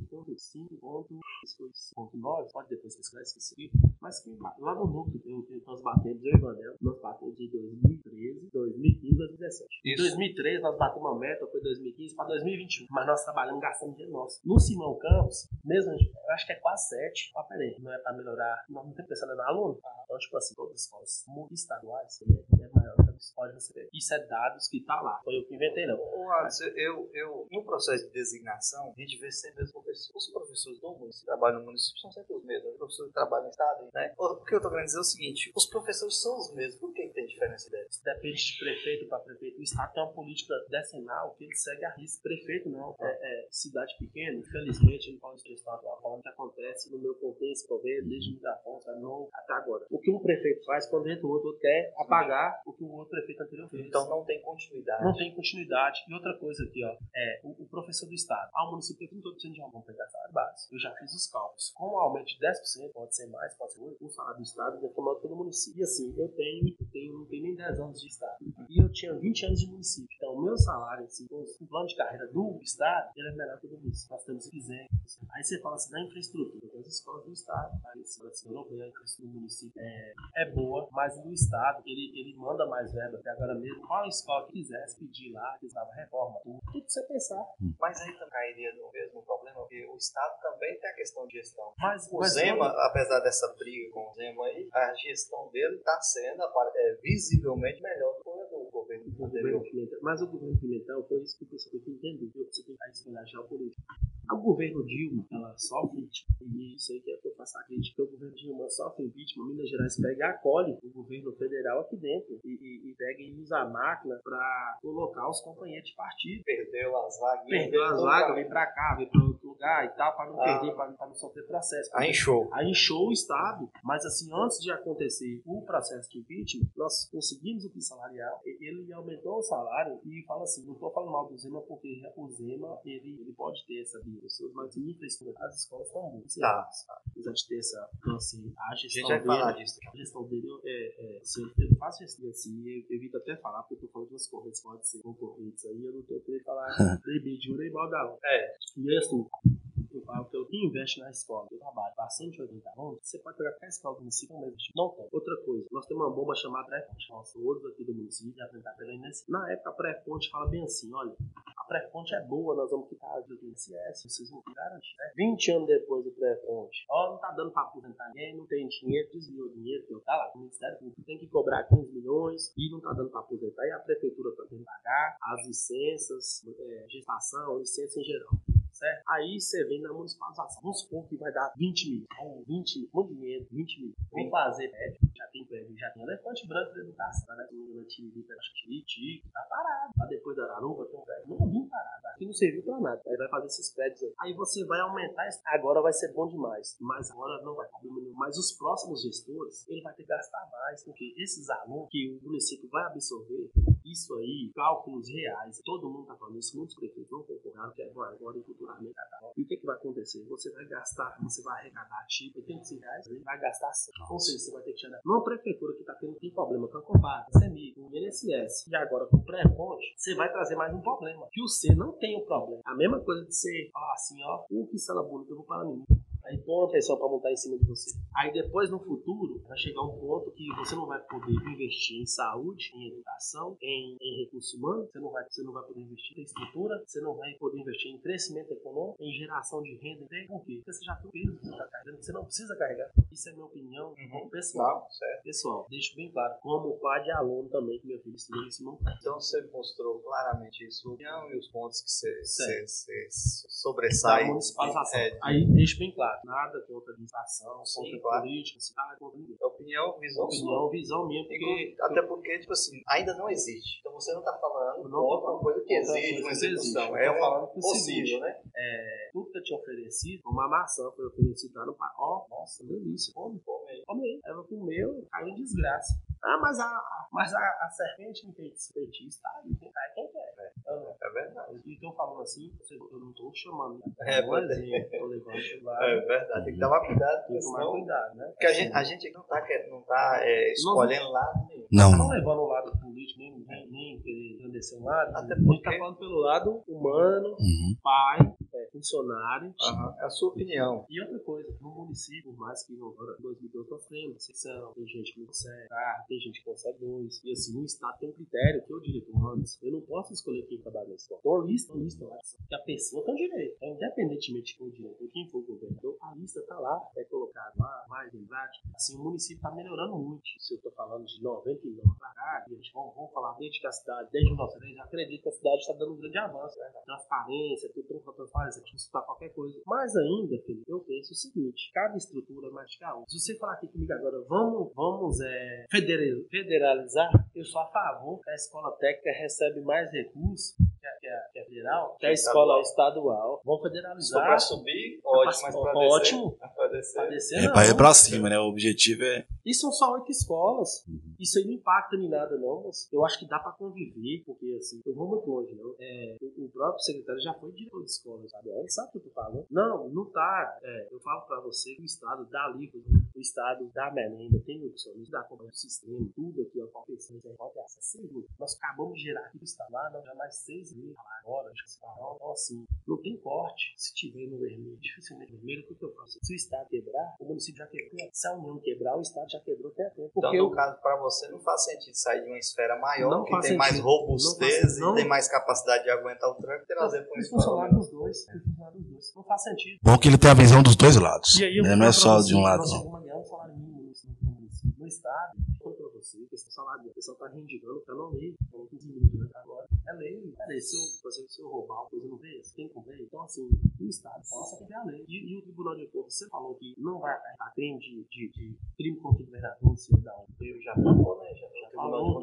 Speaker 3: 5.9, pode depois pesquisar, esqueci. Mas que lá no núcleo, nós batemos, eu e o Vanel, nós batemos de 2013, 2015 e 2017. Em 2013, nós batemos uma meta, foi 2015 para 2021. Mas nós trabalhamos gastando dinheiro nosso. No Simão Campos, mesmo, eu acho que é quase 7. Ah, peraí, não é para melhorar, nós não temos pensado no aluno? Então, tipo assim, todas as escolas estaduais, é maior que a pode receber. Isso é dados que tá lá. Foi eu que inventei, não.
Speaker 1: Alisson, no processo de designação, a gente vê sempre os professores. Os professores do município, que trabalham no município, são sempre os mesmos. Os professores que trabalham no estado, né? O que eu tô querendo dizer é o seguinte, os professores são os mesmos. Por que tem diferença deles?
Speaker 3: Depende de prefeito para prefeito. O estado tem uma política decenal que ele segue a risco. Prefeito não. Cidade pequena, infelizmente, ele pode prestar a forma que acontece no meu contexto, governo, desde o Mirafonte até agora. O que um prefeito faz quando entra o outro quer apagar o que o outro prefeito anterior fez.
Speaker 1: Então não tem continuidade.
Speaker 3: Não tem continuidade. E outra coisa aqui, ó, o professor do estado. O município tem 38% de aumento pegar salário base. Eu já fiz os cálculos. Com um aumento de 10%, pode ser mais, pode ser muito, o salário do estado vai tomar todo o município. E assim, eu não tenho nem 10 anos de estado. E eu tinha 20 anos de município. Então, o meu salário, assim, com o plano de carreira do estado, ele é melhor que o do município. Nós temos quiser. Aí você fala assim, da infraestrutura das escolas do estado. Aí você fala assim, eu não vejo a infraestrutura do município. É boa, mas do estado, ele manda mais verba. Até agora mesmo, qual escola que quisesse pedir lá, que estava reforma, tudo que você pensar.
Speaker 1: Mas aí também cairia no mesmo problema, porque o estado também tem a questão de gestão.
Speaker 3: Mas
Speaker 1: o Zema, apesar dessa briga com o Zema aí, a gestão dele está sendo visivelmente melhor do que a do governo
Speaker 3: Pimentel. Mas o governo Pimentel foi isso que você tem que entender. Você tem que escolher a geopolítica. O governo Dilma, ela sofre impeachment, e isso aí que é que eu faço a crítica, o governo Dilma sofre impeachment, Minas Gerais pega e acolhe o governo federal aqui dentro e pega e usa a máquina para colocar os companheiros de partido.
Speaker 1: Perdeu as vagas,
Speaker 3: vem pra cá, vem pra outro lugar e tal, para não perder, para não sofrer processo.
Speaker 1: Aí
Speaker 3: inchou o estado, mas assim, antes de acontecer o processo de impeachment, nós conseguimos o piso salarial, ele aumentou o salário e fala assim, não estou falando mal do Zema, porque o Zema, ele pode ter essa pessoas, mas em infraestrutura, as escolas estão muito certas. Apesar de ter essa, então, assim, a gestão dele,
Speaker 1: falar disso.
Speaker 3: A gestão dele eu faço gestão assim, eu evito até falar, porque eu tô falando de umas correntes, pode ser concorrentes aí, eu não tô querendo falar nem bem de um nem mal da outra. E assim, eu falo que eu investe na escola, eu trabalho para 180 alunos, você pode pegar qualquer escola do município, mas não tem. Outra coisa, nós temos uma bomba chamada pré-fonte, nós todos aqui do município já tentar pela INSS. Na época, a pré-fonte fala bem assim, olha, a pré-fonte é boa, nós vamos quitar do INSS, vocês vão garantir, né? 20 anos depois do pré-fonte, não tá dando para aposentar ninguém, não tem dinheiro, desviou dinheiro, então tá lá, o Ministério Público tem que cobrar 15 milhões e não tá dando para aposentar, e a prefeitura também pagar as licenças, gestação, licença em geral. Certo? Aí você vem na municipalização. Vamos supor que vai dar 20 mil. 20 mil, muito dinheiro, 20 mil. Vamos fazer médico. Já tem prédio, já tem Elefante Branco da Educação, né? Tiritico, tá parado. Lá depois da Araruba tem um prédio novinho parado. Aqui não serviu pra nada. Aí vai fazer esses prédios aí. Aí você vai aumentar, agora vai ser bom demais. Mas agora não vai ter problema nenhum. Mas os próximos gestores, ele vai ter que gastar mais, porque esses alunos que o município vai absorver, isso aí, cálculos reais, todo mundo tá falando isso, muitos prefeitos não concordaram, que agora e futuramente. E o que vai acontecer? Você vai gastar, você vai arrecadar tipo R$85, vai gastar 100. Ou seja, você vai ter que tirar numa prefeitura que tem problema com a Copag, com a CEMIG, com o INSS, e agora com o pré-ponte, você vai trazer mais um problema. Que o C não tem um problema. A mesma coisa de ser, assim, que sala bonita, eu vou para mim. Aí põe uma pessoa para montar em cima de você. Aí depois, no futuro, vai chegar um ponto que você não vai poder investir em saúde, em educação, em recursos humanos, você não vai poder investir em estrutura, você não vai poder investir em crescimento econômico, em geração de renda. Por quê? Porque você já tem o peso que você está carregando, você não precisa carregar. Isso é minha opinião pessoal.
Speaker 1: Certo.
Speaker 3: Pessoal, deixo bem claro, como pai de aluno também, que meu filho estudou nesse momento.
Speaker 1: Então você mostrou claramente isso e os pontos que você sobressai.
Speaker 3: Aí deixo bem claro. Nada contra a administração, contra a política, contra ninguém.
Speaker 1: Opinião, visão
Speaker 3: mesmo.
Speaker 1: Até porque, tipo assim, ainda não existe. Então você não está falando contra uma coisa que existe, uma execução. É uma possível, né?
Speaker 3: Tudo que eu tinha oferecido, uma maçã foi oferecida no pai. Nossa, delícia. Come aí. Aí eu comeu, caiu em desgraça. Mas a serpente me fez feitiço, tá? Quem quer?
Speaker 1: É verdade.
Speaker 3: E estão falando assim, eu não estou chamando.
Speaker 1: Estou
Speaker 3: levando lá.
Speaker 1: É verdade, tem que tomar cuidado.
Speaker 3: Tem que tomar cuidado, né?
Speaker 1: Porque a gente não está escolhendo lado nenhum.
Speaker 2: Não
Speaker 3: levando o lado político, nem querer engrandecer um lado.
Speaker 1: Até
Speaker 3: A gente está falando pelo lado humano, pai, funcionário.
Speaker 1: É a sua opinião.
Speaker 3: E outra coisa, no município, por mais que em 2012 nós temos secção, tem gente que não consegue, tem gente que consegue 2. E assim, no estado tem um critério que eu diretor antes. Eu não posso escolher quem trabalha na escola. Então a lista lá, que a pessoa tem direito. Então, independentemente de quem for o diretor, quem for o governador, a lista está lá, é colocado lá, mais embaixo. Assim, o município está melhorando muito. Se eu estou falando de 99 para cá, gente, vamos falar desde que a cidade, desde o nosso eu acredito que a cidade está dando um grande avanço. Transparência, tudo com transparência, consultar qualquer coisa. Mas ainda, filho, eu penso o seguinte: cada estrutura é mais de cada um. Se você falar aqui comigo agora, vamos federalizar, eu sou a favor que a escola técnica recebe mais recursos que a federal, que a escola estadual. Vamos federalizar.
Speaker 1: Para subir, ótimo, mas para descer.
Speaker 2: Para ir para cima, né? O objetivo é.
Speaker 3: E são só 8 escolas. Isso aí não impacta em nada, não. Mas eu acho que dá para conviver, porque assim, eu vou muito longe, não. O próprio secretário já foi diretor de escola, sabe? Ele sabe o que eu tô falando. Não tá. Eu falo para você que o estado dá livro, o estado dá merenda, tem nutricionista, dá acompanhamento do sistema, tudo aqui, ó, qualquer coisa, pode ter acesso. Nós acabamos de gerar aqui do estado lá, já mais 6 mil agora, acho que você fala, então assim, não tem corte. Se tiver no vermelho, dificilmente vermelho, o que eu faço? Se o estado quebrar, o município já quebrou. Se a União quebrar, o estado já quebrou até tempo.
Speaker 1: Então, no caso, para você, não faz sentido sair de uma esfera maior, que tem mais robustez e tem mais capacidade de aguentar o tranco, e trazer para um
Speaker 3: funcionar dos dois. Não faz sentido.
Speaker 2: Bom que ele tem a visão dos dois lados.
Speaker 3: E aí,
Speaker 2: não é só de um lado,
Speaker 3: não.
Speaker 2: não.
Speaker 3: Um salário mínimo no estado, conta pra você que esse salário, o pessoal tá reivindicando, tá na lei, falando 15 minutos, né? Agora é lei. Se eu roubar uma coisa, não vê, você tem que ver. Então, assim, o estado possa cumprir a lei. E o Tribunal de Contas, você falou que não vai acarretar crime de crime contra o governador, se dá um.
Speaker 1: Eu já falou, né? Já
Speaker 3: falou,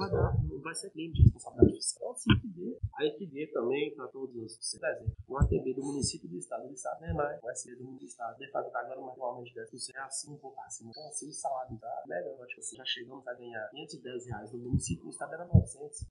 Speaker 3: não vai ser crime de responsabilidade fiscal, sim que dê. Aí que dê também para todos os. Por exemplo, um ATB do município do estado não é mais, vai ser do município do estado. Deve fazer agora mais normalmente 10%, você é assim um pouco acima. Então, assim, o salário tá melhor. Tipo assim, já chegamos a ganhar R$510 no município, no estado era 900.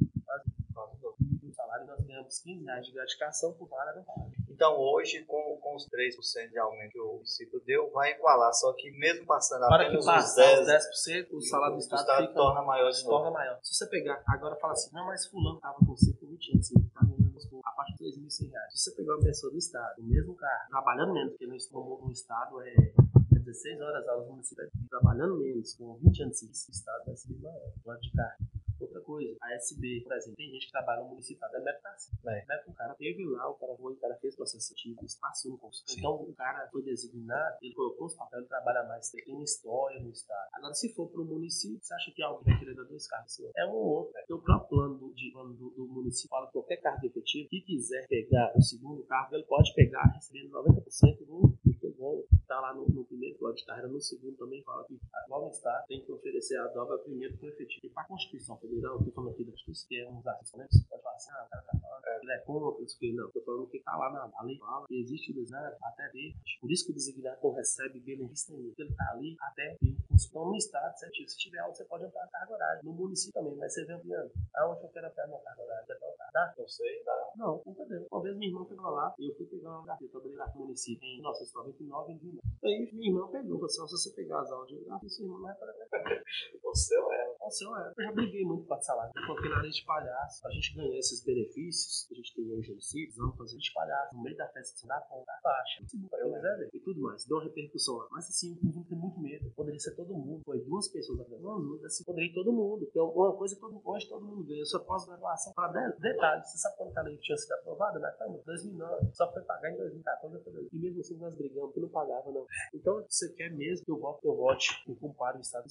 Speaker 3: No salário nós ganhamos R$15 de gratificação por salário não pago.
Speaker 1: Então hoje, com os 3% de aumento que o município deu, vai igualar. Só que mesmo passando apenas os 10%,
Speaker 3: o salário do estado fica,
Speaker 1: torna maior de novo.
Speaker 3: Torna maior. Se você pegar, agora fala assim, não, mas fulano estava com você por 20 anos, tá ganhando a partir de R$3.100. Se você pegar uma pessoa do estado, o mesmo carro, trabalhando menos, porque no estado é 16 horas aos municípios, trabalhando menos, com 20 anos de serviço, o estado vai ser maior, lado de carro. Outra coisa, a SB, por exemplo, tem gente que trabalha no municipal da meritação. O cara teve lá, o cara fez processo ativo, ele passou no curso. Então o cara foi designado, ele colocou os papéis, ele trabalha mais, ele tem uma história no estado. Agora, se for para o município, você acha que alguém vai querer dar 2 cargos? É um ou outro. Porque o próprio plano do município fala que qualquer cargo efetivo, que quiser pegar o segundo cargo, ele pode pegar recebendo 90% do bom, tá lá no primeiro plano de carreira, no segundo também fala que logo está, tem que oferecer a dobra primeiro com efetivo. E para a Constituição Federal, eu tô falando aqui da Constituição, que é uns artigos, né? Você pode falar assim, o cara tá falando, ele é contra, isso que não. Tô falando que tá lá na lei, fala que existe o designado até ter. Por isso que o designado não recebe benefício nenhum. Ele tá ali até ter o consultão no estado, certinho. Se tiver algo, você pode ampliar a carga horária. No município também, mas você vem ampliando. Aonde eu quero ampliar a minha carga horária? Dá?
Speaker 4: Não sei, tá?
Speaker 3: Não, entendeu? Uma vez minha irmã pegou lá, eu fui pegar uma gaveta, eu lá com o município em 1999 em Rio. Aí minha irmã pegou, falou assim, se você pegar as aulas de gráfico, sua irmã não é para
Speaker 4: O seu é.
Speaker 3: o seu é. Eu já briguei muito com a salário, porque na área de palhaço, a gente ganhar esses benefícios que a gente tem hoje no município, vamos fazer de palhaço, no meio da festa, você dá conta, baixa, e tudo mais, deu uma repercussão lá. Mas assim, o público tem muito medo, poderia ser todo mundo, foi 2 pessoas da frente, não, assim, poderia ir todo mundo, então uma coisa que hoje todo mundo ganha, eu só pós-graduação, para detalhes, você sabe quando a lei tinha sido aprovada na Câmara? 2009, só foi pagar em 2014, e mesmo assim nós brigamos, porque não pagava não. Então, você quer mesmo que eu vote e compare o Estado?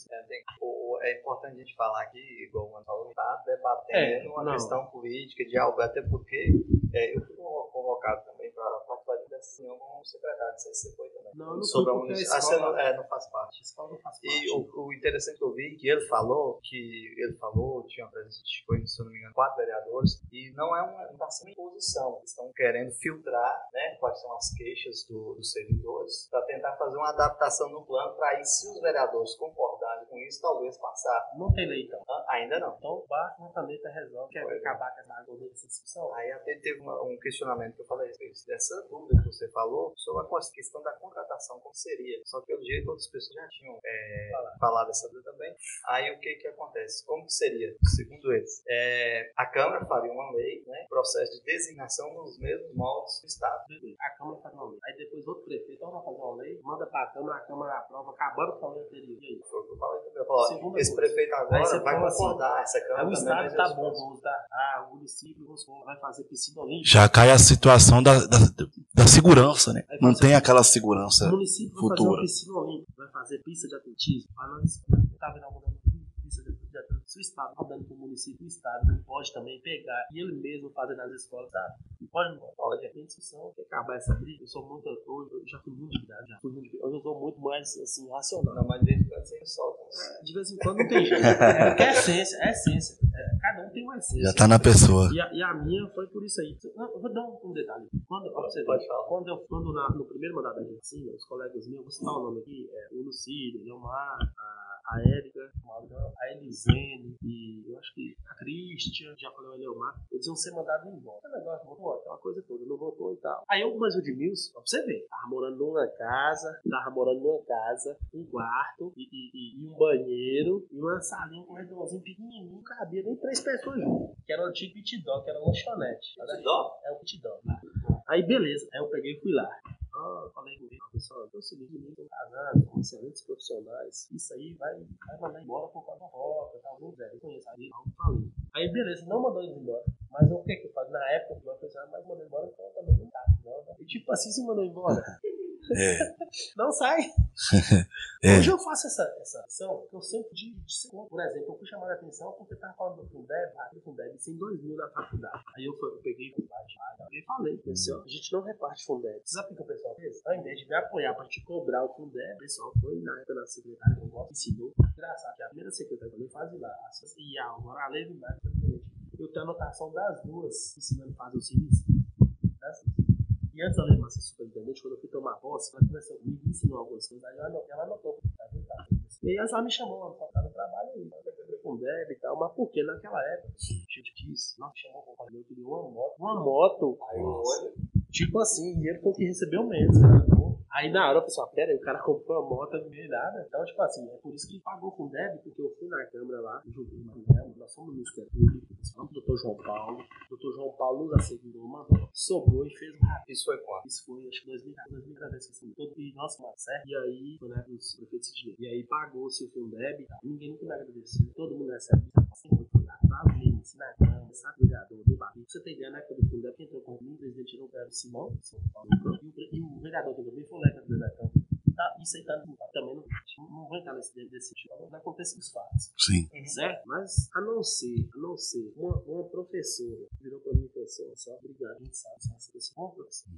Speaker 4: É importante a gente falar aqui, igual o Mano falou, está debatendo uma questão política de algo, até porque eu fui convocado também para participar dessa reunião com o secretário, não sei se você foi também.
Speaker 3: Não, não
Speaker 4: sobre
Speaker 3: fui,
Speaker 4: a escola, não faz parte.
Speaker 3: A escola não faz parte.
Speaker 4: E o interessante que eu vi, que ele falou, tinha uma presença de, se eu não me engano, 4 vereadores, e não está sendo imposição. Eles estão querendo filtrar, né, quais são as queixas dos servidores, para tentar fazer uma adaptação no plano, para aí, se os vereadores concordarem com isso, talvez passar.
Speaker 3: Não tem lei, então.
Speaker 4: Ainda não.
Speaker 3: Então, basta uma caneta resolve, quer acabar com essa dessa discussão.
Speaker 4: Aí até teve um questionamento que eu falei dessa dúvida que você falou sobre a questão da contratação, como seria. Só que pelo jeito outras pessoas já tinham falado dessa dúvida também. Aí o que acontece? Como que seria? Segundo eles, a Câmara faria uma lei, né, processo de designação nos mesmos moldes do Estado.
Speaker 3: A Câmara faz uma lei. Aí depois outro prefeito vai fazer uma lei, manda para a Câmara aprova, acabando com a lei anterior. E aí?
Speaker 4: Foi o que eu falei também. Eu falo, esse prefeito agora vai concordar, essa Câmara
Speaker 3: aí o
Speaker 4: também.
Speaker 3: Estado tá bom, vamos dar. O município vai fazer piscina olímpica.
Speaker 2: Já cai a situação da segurança, né? Mantém aquela segurança
Speaker 3: futura. O município vai fazer uma piscina olímpica, vai fazer pista de atletismo. Para nós, estava inaugurando pista de atletismo. Se o Estado está dando para o município, o Estado não pode também pegar e ele mesmo fazer nas escolas, tá? Não pode, não. Pode. Tem discussão, quer acabar essa briga. Eu sou muito ator, eu já fui muito de idade, hoje eu sou muito mais, assim, racional.
Speaker 4: Não, mas de vez em quando você solta.
Speaker 3: De vez em quando não tem jeito. Porque é essência. Cada um tem uma essência.
Speaker 2: Já tá na pessoa.
Speaker 3: E a minha foi por isso aí. Eu vou dar um detalhe. No primeiro mandato da gente, assim, os colegas meus, vou citar o nome aqui, o Lucílio, o Leomar, a Érica, a Elisene e eu acho que a Cristian, já falei o Leomar, eles iam ser mandados embora. O negócio voltou, aquela coisa toda, não voltou e tal. Aí eu, mais o Edmilson, pra você ver, tava morando numa casa, um quarto e um banheiro e uma salinha com um redondinho pequenininho, não cabia nem 3 pessoas juntas. Que era o antigo Pit Dog, que era uma lanchonete.
Speaker 4: Pit Dog?
Speaker 3: É o Pit Dog. Aí beleza, aí eu peguei e fui lá. Falei com ele, pessoal, eu sou seguinte, estão casando, são excelentes profissionais. Isso aí vai mandar embora por causa da roca, tal, não velho. Eu conheço aí, não falei. Aí beleza, não mandou eles embora. Mas o que eu faço? Na época, eu falei, mas mandou embora, então eu também não tá. Não. E tipo assim, se mandou embora. Não sai. Hoje eu faço essa ação que eu sempre digo. Por exemplo, eu fui chamar a atenção porque tava falando do Fundeb, isso em 2000 na faculdade. Aí eu peguei e falei, assim, a gente não reparte Fundeb. Você sabe o que o pessoal fez? Ao invés de me apoiar pra te cobrar o Fundeb, o pessoal foi na época da secretária que eu gosto, ensinou. Engraçado que a primeira secretária que eu fazia lá, e agora a Leve mais diferente. Eu tenho a anotação das duas ensinando a fazer o serviço. E antes da levar ser superintendente, quando eu fui tomar posse, ela começou comigo, me ensinou algumas coisas, aí ela anotou. E aí ela me chamou, ela falou, no trabalho aí, com débito e tal, mas por que naquela época? Gente quis, não chamou pra fazer, eu queria uma moto. Aí, tipo assim, e ele foi que recebeu menos, né? Aí na hora eu pensei, pera aí, o cara comprou a moto, não veio nada. Então, tipo assim, é por isso que pagou com débito, porque eu fui na Câmara lá, nós fomos no Ministério Público, falamos com o Dr. João Paulo. O Dr. João Paulo nos assegurou, mandou, sobrou e fez rápido.
Speaker 4: Isso foi quando?
Speaker 3: Isso foi, acho que 2013, que assim, e nossa, certo? E aí, foi na época dos prefeitos de dinheiro. E aí pagou-se o Fundeb, ninguém nunca me agradeceu, todo mundo recebe. Assim, foi atrás mesmo, assim, na Câmara, sabe, vereador, debater. Você tem ideia, na época do Fundeb, que entrou com o presidente não era o Simão, e o vereador que entrou bem foi o Leca da Câmara. Tá, isso aí também não vai entrar nesse tipo. Não acontece os fatos.
Speaker 2: Sim.
Speaker 3: Certo? Mas a não ser uma professora virou pra mim e falou assim, só obrigado, a gente sabe, você é uma professora.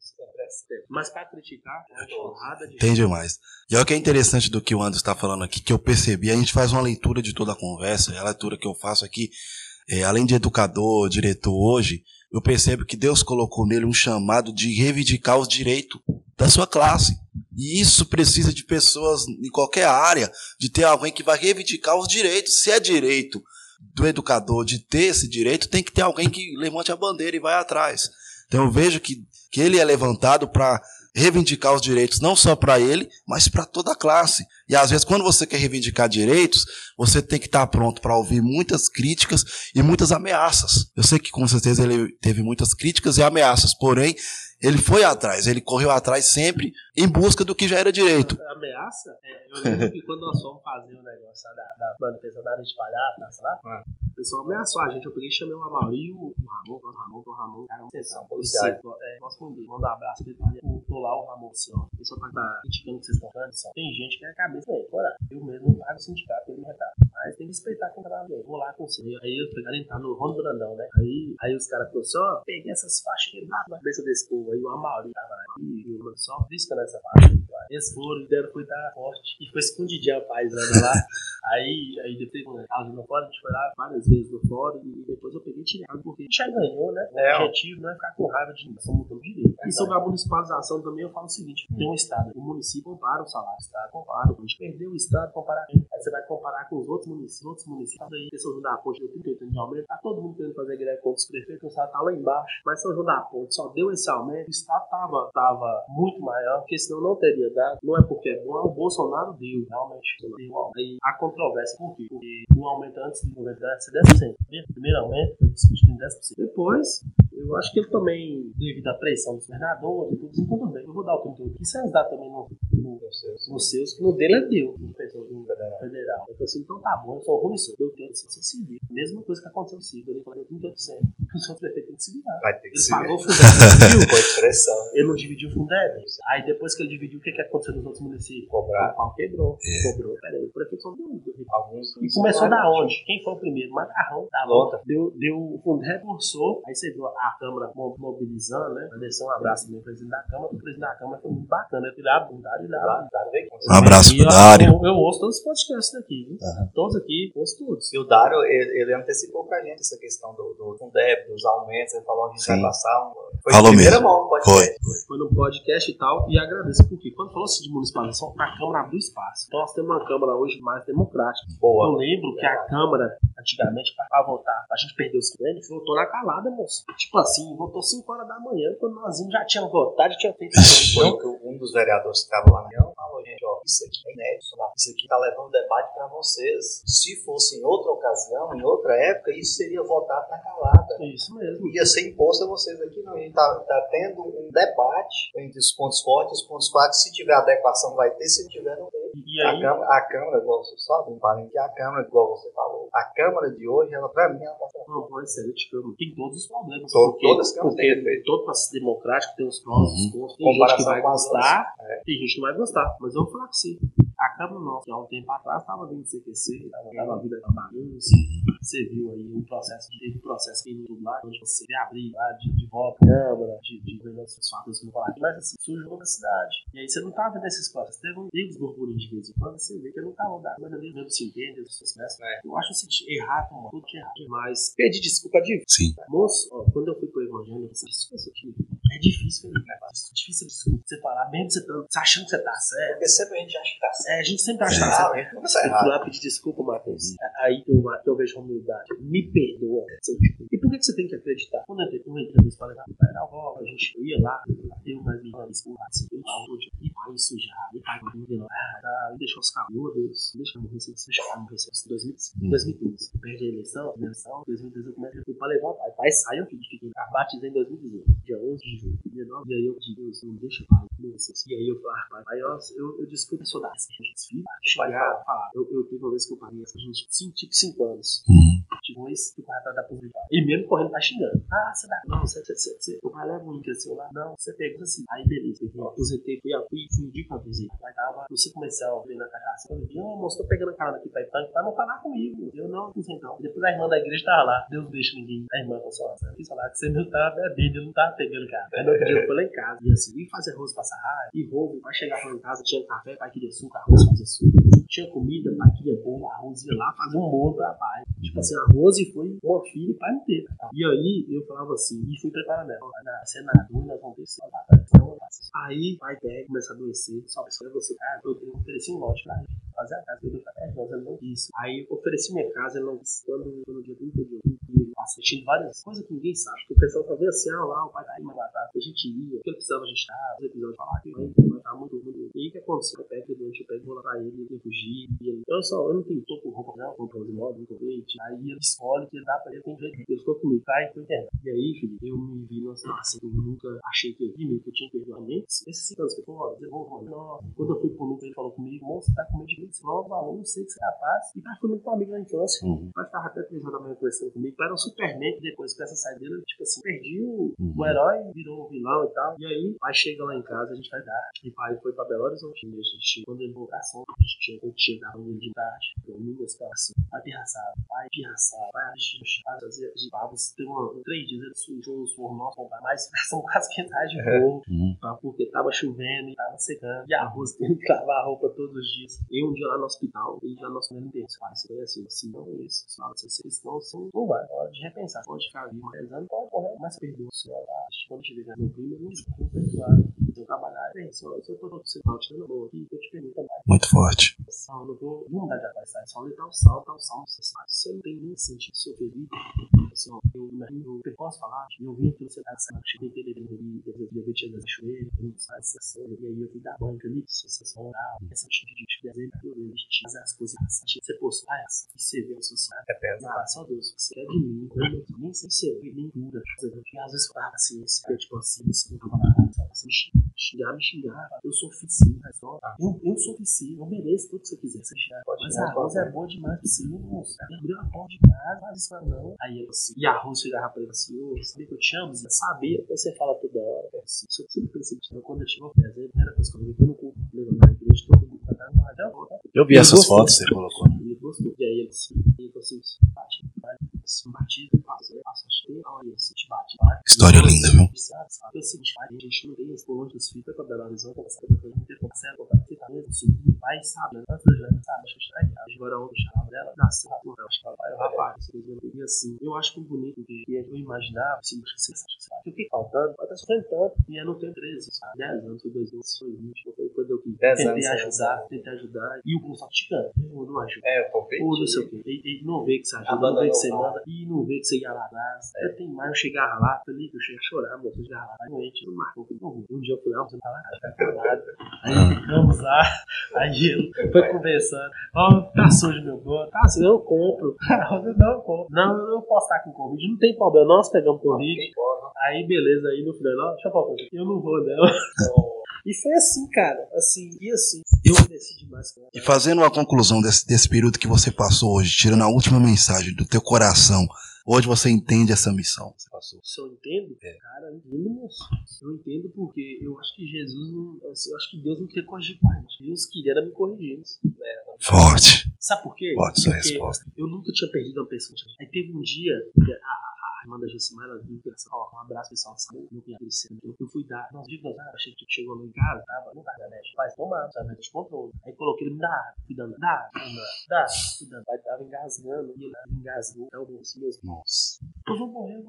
Speaker 3: Mas pra criticar, é uma porrada de...
Speaker 2: Tem demais. E olha o que é interessante do que o Anderson está falando aqui, que eu percebi, a gente faz uma leitura de toda a conversa, a leitura que eu faço aqui, além de educador, diretor hoje, eu percebo que Deus colocou nele um chamado de reivindicar os direitos da sua classe. E isso precisa de pessoas em qualquer área, de ter alguém que vai reivindicar os direitos. Se é direito do educador de ter esse direito, tem que ter alguém que levante a bandeira e vai atrás. Então eu vejo que ele é levantado para reivindicar os direitos não só para ele, mas para toda a classe. E às vezes quando você quer reivindicar direitos, você tem que estar pronto para ouvir muitas críticas e muitas ameaças. Eu sei que com certeza ele teve muitas críticas e ameaças, porém ele foi atrás, ele correu atrás sempre em busca do que já era direito.
Speaker 3: A ameaça, eu lembro que quando nós fomos fazer o negócio da manutenção da área de palhaço, lá, o pessoal ameaçou a gente. Eu peguei e chamei o Amauri e o Ramon, cara, são policiais. Nós fundamos, manda um abraço pra ele. Tô lá, o Ramon, assim, ó. O pessoal tá criticando o que vocês estão falando, assim, ó. Tem gente que é a cabeça aí, fora. Eu mesmo pago o sindicato, ele não retado. Mas tem que respeitar quem tá lá dentro. Vou lá com você. Aí eu pegaram entrar no Rondo Brandão, né? Aí os caras falaram assim, ó, peguei essas faixas quebradas na cabeça desse povo. Aí o Amauri tava lá. E o só risca nessa faixa. Eles foram, deram foi dar forte. E foi escondidinho a paisana lá. Aí depois, quando tava no fórum, a gente foi lá várias vezes no fórum. E depois eu peguei e tirei água, porque a gente já ganhou, né? O objetivo não é ficar com raiva de nós, somos mudando direito. E sobre a municipalização também eu falo o seguinte: tem um estado, o município compara o salário, o estado compara. A gente perdeu o estado, comparar. Aí você vai comparar com os outros municípios. Aí São João da Ponte deu 38 anos de aumento. Tá todo mundo querendo fazer greve contra os prefeitos, o estado tá lá embaixo. Mas São João da Ponte só deu esse aumento. O estado tava muito maior, porque senão não teria dado. Não é porque é bom, o Bolsonaro deu, realmente. Deu. Aí a controvérsia, por quê? Porque o aumento antes de 90 ia ser 10%. O primeiro aumento foi discutido em 10%. Depois, eu acho que ele também, devido à pressão dos governadores e tudo, assim, tudo bem. Eu vou dar o 38. E se eles dão também nos seus, que no dele é deu, no federal. Eu falei assim, então tá bom, eu sou ruim, sou deu tempo, você se vira. Mesma coisa que aconteceu no Cid, ele falou 38%. O seu prefeito tem que se virar.
Speaker 4: Vai ter que
Speaker 3: ele
Speaker 4: se
Speaker 3: pagou
Speaker 4: virar.
Speaker 3: o Fundeb,
Speaker 4: Foi pressão.
Speaker 3: ele não dividiu o Fundeb. Aí depois que ele dividiu, o que aconteceu nos outros municípios?
Speaker 4: Cobrar.
Speaker 3: O pau quebrou. Cobrou. Peraí, o prefeito só deu.
Speaker 4: Alguns.
Speaker 3: E começou da onde? Quem foi o primeiro? Macarrão. Da luta. Deu o Fundeb, reforçou. Aí você viu a Câmara mobilizando, né? Deixar um abraço também pro presidente da Câmara. O presidente da Câmara foi muito bacana. Ele a bondade lá.
Speaker 2: Um abraço pro Dário.
Speaker 3: Eu ouço todos os podcasts daqui, viu? Todos aqui, ouço todos.
Speaker 4: E o Dário, ele antecipou pra gente essa questão do Fundeb, dos aumentos. Ele falou, a gente vai passar Foi
Speaker 2: falou
Speaker 4: de primeira
Speaker 2: mesmo.
Speaker 4: mão, pode ser.
Speaker 3: Foi no podcast e tal, e agradeço porque quando falou-se de municipalização, a Câmara abriu espaço. Então nós temos uma Câmara hoje mais democrática.
Speaker 4: Boa.
Speaker 3: Eu lembro que a Câmara, antigamente, para votar, a gente perdeu os clientes, votou na calada, moço. Tipo assim, votou 5 horas da manhã, quando nós já tínhamos votado, já tinha feito
Speaker 4: Foi que um dos vereadores que estava lá na reunião falou, gente, ó, isso aqui é inédito, isso aqui tá levando debate para vocês. Se fosse em outra ocasião, em outra época, isso seria votado na calada.
Speaker 3: Isso mesmo.
Speaker 4: Ia ser imposto a vocês aqui, não. A gente tá tendo um debate entre os pontos fortes e os pontos fracos. Se tiver adequação, vai ter. Se não tiver, não tem.
Speaker 3: E aí?
Speaker 4: A Câmara, igual você sabe, que a Câmara, igual você falou, a Câmara de hoje, ela, pra mim, ela tá
Speaker 3: não, pode ser, tem todos os problemas.
Speaker 4: Todas as câmaras têm
Speaker 3: porque todo processo democrático tem os prós e os contras. Tem
Speaker 4: Comparação
Speaker 3: gente que vai
Speaker 4: com as
Speaker 3: gostar, tem gente que não vai gostar. Mas eu vou falar com você. A Câmara nossa, há um tempo atrás, estava vindo CQC, estava a vida da bagunça. Você viu aí o processo, teve um processo que tudo lá, onde você abrir lá de volta a Câmara, de ver os fatos que não falar aqui, mas assim, surgiu na cidade. E aí você não estava vendo esses processos. Teve uns burburinhos de vez em quando, você vê que eu não estava dando, mas ali mesmo se entende, eu acho assim, errar, tudo de errado. Mas pedir desculpa de
Speaker 2: Sim.
Speaker 3: Moço, ó, quando eu fui pro Evangelho, eu falei, desculpa, é difícil, né? É difícil desculpa. Você falar, mesmo você achando que você tá certo.
Speaker 4: Porque sempre a gente acha que tá certo.
Speaker 3: A gente sempre acha que tá certo. Eu fui lá pedir desculpa, Matheus. Aí que eu vejo a humildade. Me perdoa. E por que você tem que acreditar? Quando eu entrei nesse palestra, a gente ia lá, eu mais me falando, e vai sujar, e vai e deixou os caras, meu Deus, deixa eu morrer, deixa eu morrer. 2015, perde a eleição, 2013 eu comecei pra levar o pai. Pai sai, eu fiquei batizado em 2018, dia 11 de julho, dia 9, e aí eu digo, Deus, não deixa pai. E aí eu falo, pai, eu desculpa, sou da gente desfila, chegar, falar. Eu teve uma vez que eu paguei essa gente tipo 5 anos.
Speaker 2: Uhum.
Speaker 3: Tipo, esse que o pai da polícia. E mesmo correndo, tá xingando. Ah, você dá. Não, você. O pai leva um cresceu lá. Não, você pegou assim. Aí, beleza. Eu aposentei, fui de conduzir. O pai tava no centro comercial, vendo a cachaça. Eu vi, moço, tô pegando a cara daqui pra Itanque, pra não falar comigo. Eu não, então. E depois a irmã da igreja tava lá. Deus deixa ninguém. A irmã falou assim: eu quis falar que você não tava bebendo, eu não tava pegando cara. Aí no outro dia eu fui lá em casa. E assim, e fazer arroz, passar raiva. E roubo. Vai chegar lá em casa, tinha café, pai queria açúcar, arroz, fazer suco. Tinha comida, pai queria bolo, arroz, ia lá fazer um bolo pra pai. Tipo assim, arroz e foi uma filha e pai não teve. E aí eu falava assim, e fui preparando ela. Vai dar senador, nós vamos ter que ser. Aí pai pega, começa a adoecer. Só pra você, cara, eu ofereci um lote pra ele. Fazer a casa, eu dei até nós, ele não quis. Aí eu ofereci minha casa, ele não quis. Quando no dia 30 de outubro, ele assistindo várias coisas que ninguém sabe. Porque o pessoal tá vendo assim, lá, o pai tá aí, mas matar. A gente ia, porque ele precisava, a gente tava, os episódios falar que vai tá muito. E aí o que aconteceu? Eu pego, eu pego, vou lá pra ele, ele fugir. Eu não tenho topo roupa, não, comprar os imóveis, não leite. Aí ele escolhe que ele dá pra ele, tem jeito. Ele ficou comigo, tá? E foi internet. E aí, filho, eu me vi numa situação que eu nunca achei que eu vi, que eu tinha perdido a mente. Esses 5 anos que eu falei, eu vou, mano. Quando eu fui pro núcleo, ele falou comigo, moço, você tá com medo de mim? Eu não sei que você é capaz. E pai foi muito amigo na infância. Pai ficava até 3 horas da manhã conversando comigo. Pai era um Superman que depois com essa saída dele, tipo assim, perdi o herói, virou o vilão e tal. E aí, pai chega lá em casa, a gente vai dar. E pai foi pra Belo Horizonte. E a gente, quando ele voltou a ação, a gente tinha dado um de tarde. Domingo, assim. Pai pirraçava, pai fazia de pavos. Teve 3 dias ele sujou os fornos nossos, mas são quase quintais de fogo. Porque tava chovendo e tava secando. E arroz, tendo que lavar a roupa todos os dias. E um dia lá no hospital, e já nosso mesmo tempo. Você conhece assim, não é isso. Vocês não vai. Hora de repensar. Pode ficar vivo, mas não pode morrer, mas perdoa o senhor lá. Quando te ligar no primo, eu não perdoar. Eu trabalhar, se eu tô você tá tirando a boa aqui, eu te pergunto mais.
Speaker 2: Muito forte.
Speaker 3: Sal, não vou mudar de afastar. Só ler tal sal, você sabe. Se eu não tenho nem sentido seu feliz, assim, eu posso falar, eu vim aqui no cenário, eu cheguei aquele eu vi tinha das cachoeiras, eu não sabe se e aí eu fui dar banca ali, sensação oral, essa tipo de desenho, eu fazer as coisas, você postar essa, e você vê o seu sabe, é pesado, só Deus, você quer de mim, eu nem sei se eu vi, nem dura, e às vezes eu tava assim, tipo assim, você não tava nada, assim, me xingar, eu sou oficina, eu sou oficina, eu mereço tudo que você quiser, você xingar, mas a arroz é boa demais pra você, moço, abriu a porta de casa, faz isso não, aí eu assim, e a arroz chegava pra ele assim, ô, sabia que eu te amo? Sabia, depois você fala toda hora, assim, se eu sempre pensei que quando eu tive a prazer, a primeira coisa que eu vi foi no culto, levando na igreja, todo mundo pra dar uma rádio,
Speaker 2: eu vi essas fotos que você colocou.
Speaker 3: Ele gostou, e aí ele falou assim, bate, batido, passa, olha, se te bate.
Speaker 2: História linda, viu?
Speaker 3: Sabe, o seguinte, a gente não tem esse longe dos filhos pra Belo Horizonte, essa coisa não ter conserva, você tá mesmo, assim, o pai sabe, né? Antes da gente, sabe, acho que está aí. Agora ontem, chamava dela, nasceu, acho que ela vai, o rapaz, e assim, eu acho que bonito, que eu imaginava, assim, acho que você sabe, eu fiquei faltando, vai estar sofrendo tanto, e eu não tenho 13, sabe, 10 anos, foi 2000, foi 20, foi quando eu tentei ajudar, e o povo só te canta, eu não ajudo. Ou não sei o que, ele não vê que você ajuda, não vê que você manda, e não vê que você ia lá atrás. Eu tenho mais, eu chegava lá, eu cheguei a chorar, moço, eu chegava lá, doente, não marcou, um dia eu fui lá, você não tá lá, nada, aí ficamos lá, aí ele foi conversando, tá sujo meu bolso, tá sujo, eu compro, não, eu não posso estar com Covid, não tem problema, nós pegamos Covid, aí beleza, aí no final, deixa eu falar, eu não vou não. E foi assim, cara, assim, eu cresci demais. Cara.
Speaker 2: E fazendo uma conclusão desse período que você passou hoje, tirando a última mensagem do teu coração, hoje você entende essa missão que você passou?
Speaker 3: Se eu entendo? Cara, eu entendo, moço. Eu entendo porque eu acho que eu acho que Deus não queria corrigir mais. Deus queria era me corrigir.
Speaker 2: Forte.
Speaker 3: Sabe por quê?
Speaker 2: Forte sua resposta.
Speaker 3: Eu nunca tinha perdido uma pessoa. Aí teve um dia, a irmã da Josimar, ela viu que um abraço pessoal de saúde, meu cunhado eu fui dar. Nós vimos, achei que chegou lá em casa, não tava né? Faz tomar, sabe? De controle. Aí coloquei ele, me dá água, cuidando, cuidando. Aí tava engasgando, e ele engasgou. Aí eu disse, nossa, eu vou morrer.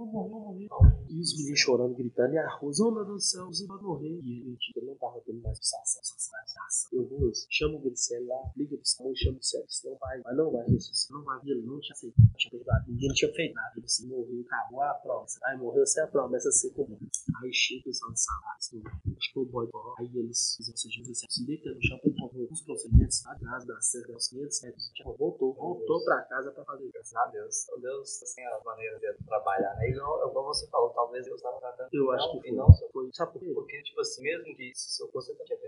Speaker 3: E os meninos chorando, gritando, e a Rosa, oh meu Deus do céu, você vai morrer. E ele não tava tendo mais pulsação. Eu vou, chama o Gricele lá, liga pro Samuel, chama o céu, senão vai, mas não vai ressuscitar, não vai, ele não tinha aceitado, não tinha perdoado, ninguém não tinha feito nada, ele se morreu, acabou a promessa, aí morreu sem a promessa ser comum. Aí chega o pessoal de salário, acho que o boy, aí eles fizeram esse dia, se deitando no chão, para encontrar os procedimentos atrás da cerca dos 500 metros, voltou pra casa pra fazer isso.
Speaker 4: Graças a Deus. Então Deus tem a maneira de trabalhar, né? Igual você falou, talvez Deus estava tratando.
Speaker 3: Eu acho que
Speaker 4: foi.
Speaker 3: Sabe por quê?
Speaker 4: Porque, tipo assim, mesmo que se você não tinha perdoado, pai,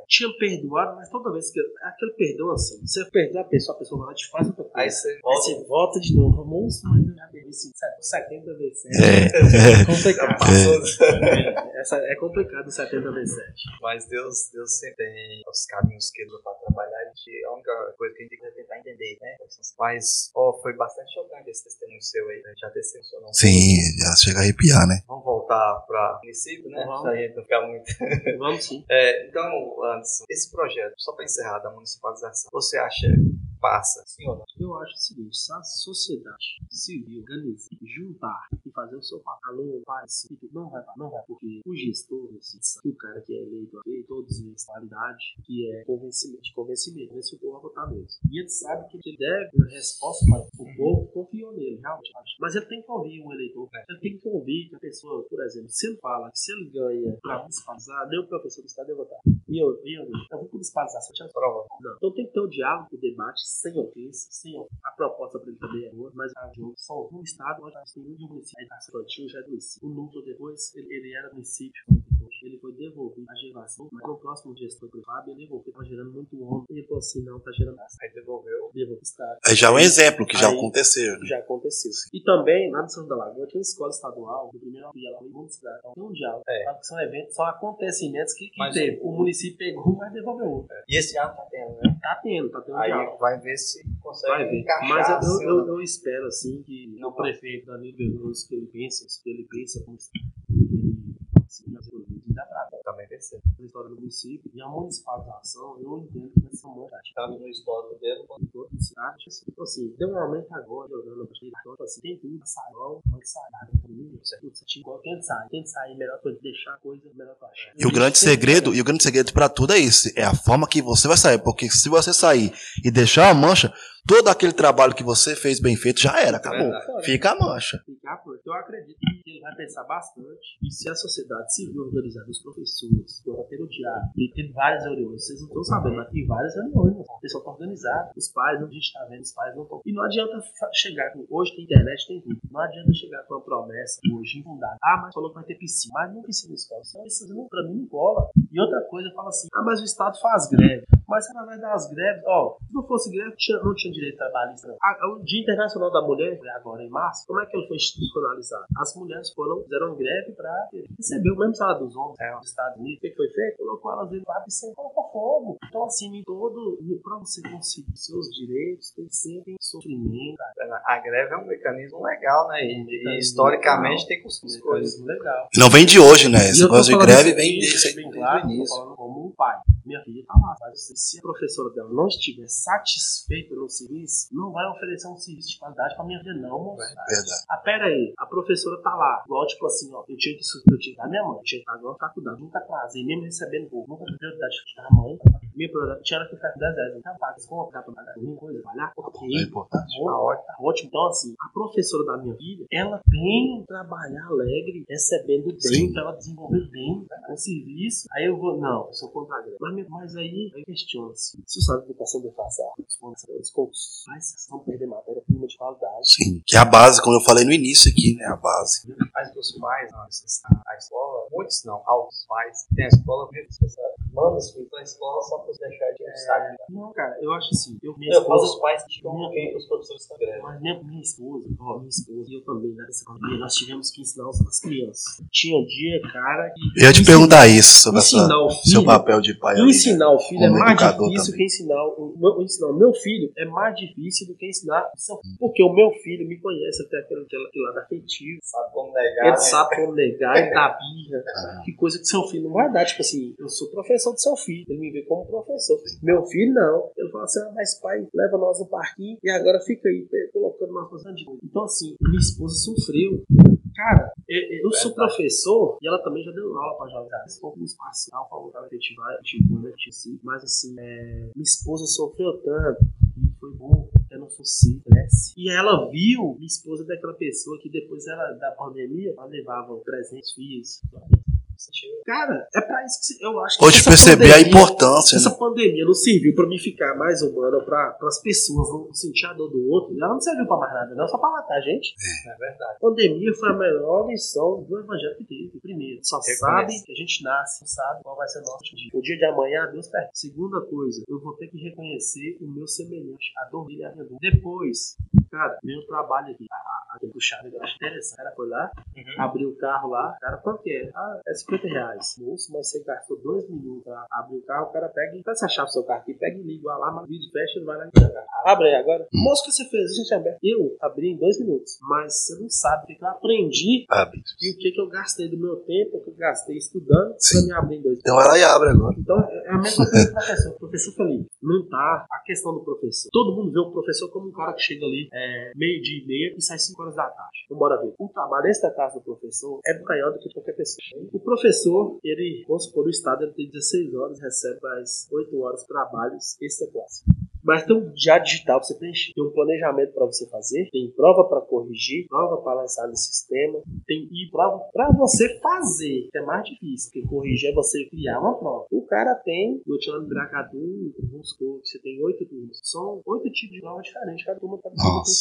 Speaker 3: tinha perdoado, mas toda vez que aquele perdão assim, você perdoa a pessoa vai lá te faz outra coisa.
Speaker 4: Aí você
Speaker 3: volta de novo, monstro, mas eu já bebi 70 vezes 7.
Speaker 2: É
Speaker 3: Complicado. É complicado 70 vezes 7.
Speaker 4: Mas Deus sempre tem os caminhos que ele usa para trabalhar. A única coisa que a gente tem que tentar entender, né? Mas, foi bastante chocante esse testemunho seu aí, né? Já decepcionou.
Speaker 2: Sim, já chega a arrepiar, né?
Speaker 4: Vamos voltar para o município, né?
Speaker 3: Vamos.
Speaker 4: Pra gente não ficar muito...
Speaker 3: Vamos sim.
Speaker 4: Então, Anderson, esse projeto, só para encerrar, da municipalização, você acha passa, sim ou não?
Speaker 3: Eu acho o seguinte, se a sociedade civil organizar, juntar e fazer o seu papel, aluno, pai, filho, não vai, porque o gestor, o cara que é eleito aqui, todos têm qualidade, que é convencimento, ver se o povo vai votar mesmo. E ele sabe que ele deve uma resposta para o povo, confiou nele, realmente. Mas ele tem que ouvir o eleitor, ele tem que ouvir que a pessoa, por exemplo, se ele fala que se ele ganha para municipalizar, nem o professor do estado deve votar. E eu vou municipalizar, se eu tinha prova. Não. Então tem que ter o diálogo, o debate, sem ofensa, a proposta para ele também é boa, mas a jogo só no estado, nós temos um município, a educação infantil já é do município. O núcleo depois, ele era município, ele foi devolvido a geração, mas no próximo gestor privado, ele devolveu, estava gerando muito homem, e ele falou assim, não, está gerando essa. Aí devolveu o estado.
Speaker 2: Aí já é um exemplo que já aconteceu, né?
Speaker 3: Já aconteceu. E também, lá no São da Lagoa, tinha uma escola estadual, do primeiro dia lá em cidade, então tem um diálogo. São eventos, são acontecimentos que teve. O município pegou, mas devolveu outro.
Speaker 4: E esse ano tá tendo, né?
Speaker 3: Tá tendo
Speaker 4: aí
Speaker 3: diálogo.
Speaker 4: Vai ver se consegue encaixar.
Speaker 3: Mas
Speaker 4: assim,
Speaker 3: eu espero assim que o prefeito Danilo Veloso, que ele pensa como
Speaker 4: também pensei.
Speaker 3: A história do município e a municipalização, eu entendo que essa vontade.
Speaker 4: Tá no histórico dele,
Speaker 3: quanto cidade, assim, deu um aumento agora, jogando a partida, então, assim, tem tudo, sarol, mansarada, tudo, igual, tenta sair melhor pra deixar a coisa melhor pra achar.
Speaker 2: E o grande segredo para tudo é esse, é a forma que você vai sair, porque se você sair e deixar a mancha, todo aquele trabalho que você fez bem feito já era, acabou. Fica a mancha.
Speaker 3: Eu acredito que ele vai pensar bastante. E se a sociedade civil organizada, os professores, vai ter o diário, e tem várias reuniões, vocês não estão sabendo, mas tem várias reuniões. O pessoal está organizado, os pais, a gente está vendo, os pais não estão. E não adianta chegar com. Hoje tem internet, tem tudo. Não adianta chegar com uma promessa hoje infundada. Mas falou que vai ter piscina. Mas não piscina na escola. Isso pra mim não cola. E outra coisa, fala assim: mas o Estado faz greve. Mas através das greves, se não fosse greve, não tinha direito trabalhista. O Dia Internacional da Mulher, agora em março, como é que ele foi institucionalizado? As mulheres fizeram greve para receber o mesmo salário dos homens nos Estados Unidos. O que foi feito? Colocou elas dentro lá e sem colocar fogo. Então, assim, para você conseguir seus direitos, tem sempre sofrimento.
Speaker 4: A greve é um mecanismo legal, né? E historicamente tem costumes coisas.
Speaker 3: Legal.
Speaker 2: Não vem de hoje, né? Esse negócio de greve vem desde
Speaker 3: bem claro, do início. Falando como um pai. Minha filha tá lá, mas se a professora dela não estiver satisfeita no serviço, não vai oferecer um serviço de qualidade pra minha filha, não, moço.
Speaker 2: Verdade.
Speaker 3: Pera aí, a professora tá lá, igual tipo assim, eu tinha que dar minha mãe, eu tinha que estar agora na faculdade, nunca atrasei, mesmo recebendo pouco, nunca tive prioridade de estudar a mãe. Minha prioridade tinha que ficar com 10 reais, então paga esse compra, pra pagar alguma coisa, trabalhar, ok.
Speaker 2: É importante.
Speaker 3: Tá ótimo. Então, assim, a professora da minha filha, ela tem que trabalhar alegre, recebendo bem, pra ela desenvolver bem o serviço. Aí eu eu sou contra a greve. Mas aí questiona-se. Se o Estado de Educação defasar, os pais vão perder matéria-prima de qualidade.
Speaker 2: Sim, que é a base, como eu falei no início aqui, né? A base.
Speaker 4: Mas os pais, a escola, muitos não, alguns pais, tem a escola mesmo, manda os filhos pra escola só pra deixar de sabe?
Speaker 3: Não, cara, eu acho assim.
Speaker 4: Eu falo os pais que ficam quem os professores estão greve.
Speaker 3: Mas minha esposa e eu também, nessa pandemia, nós tivemos que ensinar as crianças. Tinha dia, cara, que.
Speaker 2: Eu ia te perguntar isso sobre seu papel de pai.
Speaker 3: Ensinar o filho é mais difícil que ensinar o meu filho é mais difícil do que ensinar o seu filho. Porque o meu filho me conhece até aquele lado afetivo.
Speaker 4: Sabe como negar.
Speaker 3: Ele sabe como negar, ele dá birra. Que coisa que seu filho não vai dar. Tipo assim, eu sou professor do seu filho. Ele me vê como professor. Meu filho não. Ele fala assim, mas pai, leva nós no parquinho e agora fica aí colocando uma posição de coisa. Então assim, minha esposa sofreu. Cara, eu sou professor e ela também já deu aula pra jovens. Se for um espacial, falou que ela efetivar, mas assim, minha esposa sofreu tanto e foi bom, eu não fosse cresce. E ela viu, minha esposa daquela pessoa que depois da pandemia, ela levava 300 filhos.
Speaker 4: sentiu?
Speaker 3: Cara, é pra isso que eu acho que
Speaker 2: Hoje perceber a importância,
Speaker 3: essa
Speaker 2: né?
Speaker 3: pandemia não serviu pra mim ficar mais humano, pra as pessoas não sentir a dor do outro. Ela não serviu pra mais nada, não, só pra matar a gente.
Speaker 4: É verdade.
Speaker 3: A pandemia foi a melhor lição do evangelho que teve. Primeiro, só sabe que a gente nasce, não sabe qual vai ser o nosso dia. O dia de amanhã, Deus perde. Segunda coisa, eu vou ter que reconhecer o meu semelhante, a dor dele e a minha dor. Depois, cara, meu trabalho aqui, aquele puxado, eu acho interessante. O cara foi lá, abriu o carro lá, cara, quanto que é? É R$50. Moço, mas você gastou 2 minutos pra abrir o carro, o cara pega e faz essa chave do seu carro aqui, pega e liga o alarme, o vídeo fecha e vai lá e pega. Abre aí agora. Moço, o que você fez? A gente aberto. Eu abri em 2 minutos, mas você não sabe o que eu aprendi e o que eu gastei do meu tempo, o que eu gastei estudando pra me abrir em 2 minutos.
Speaker 2: Então vai lá e abre agora.
Speaker 3: Então, é a mesma coisa do professor. O professor Felipe, não tá a questão do professor. Todo mundo vê o professor como um cara que chega ali meio-dia e meia e sai 5 horas da tarde. Vamos embora ver. O trabalho desta casa do professor é maior do que qualquer pessoa. O professor, ele, vamos supor, o estado ele tem 16 horas, recebe mais 8 horas de trabalhos extra classe. Mas tem um já digital pra você preencher, tem um planejamento para você fazer, tem prova para corrigir, prova para lançar no sistema, e prova para você fazer, que é mais difícil, porque corrigir é você criar uma prova. O cara tem, no Tirando Bracatu, vamos supor que você tem 8 turmas, são 8 tipos de prova diferentes, cada turma tem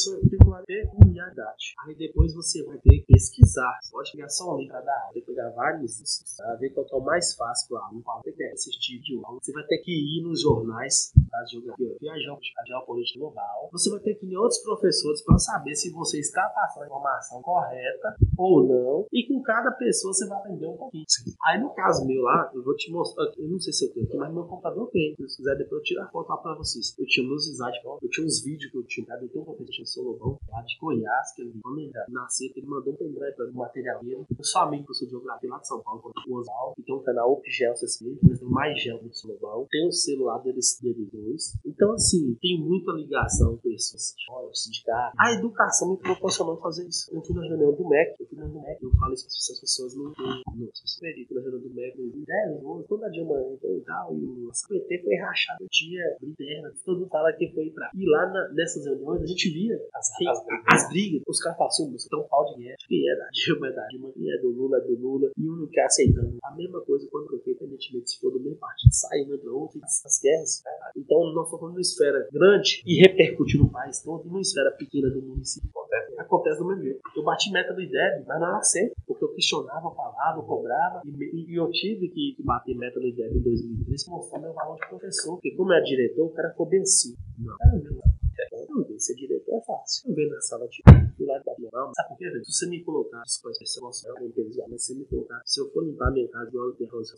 Speaker 3: peculiaridade. Aí depois você vai ter que pesquisar, você pode pegar só um livro da aula, tem que pegar vários, para ver qual é o mais fácil para aluno, qual é esse tipo de aula. Você vai ter que ir nos jornais da geografia, a geopolítica global. Você vai ter que ir em outros professores para saber se você está passando a informação correta ou não. E com cada pessoa você vai aprender um pouquinho. Aí no caso meu lá, eu vou te mostrar. Eu não sei se eu tenho aqui, mas meu computador tem. Se quiser, depois eu tiro a foto lá para vocês. Eu tinha meus slides, eu tinha uns vídeos que eu tinha. Eu tenho um competente de Solobão, lá de Goiás, que ele nasceu, ele mandou um pendrive para o material dele. Eu sou amigo do professor de geografia lá de São Paulo, o Oswaldo, que tem um canal Upgel CC, eles têm mais gel do Solobão. Tem o celular deles dois. Então, assim, tem muita ligação com esses sindicatos. A educação me proporcionou fazer isso. Eu fui na reunião do MEC, eu falo isso para as pessoas não se fui na reunião do MEC, em 10 anos, toda dia manhã, então e tal, e o PT foi rachado, tinha interna, todo mundo fala que foi pra. E lá nessas reuniões a gente via as brigas, os caras falam assim, você tem um pau de guerra, que é da Dilma, que é do Lula, e um não quer aceitando. A mesma coisa quando o prefeito, independentemente se for do mesmo partido, sai, entra outro, as guerras. Então, nós estamos numa esfera grande e repercute no país todo, e numa esfera pequena do município. Acontece do mesmo jeito. Eu bati meta do IDEB, mas não aceito, porque eu questionava, eu falava, eu cobrava, e eu tive que bater meta do IDEB em 2013 para mostrar meu valor de professor, porque como é diretor, o cara ficou bem assim. Não ver ser diretor é fácil. Não ver na sala de lá de baixo. Sabe por quê, velho? Se você me colocar, se você me colocar, se eu for limpar a minha casa de óleo de arroz,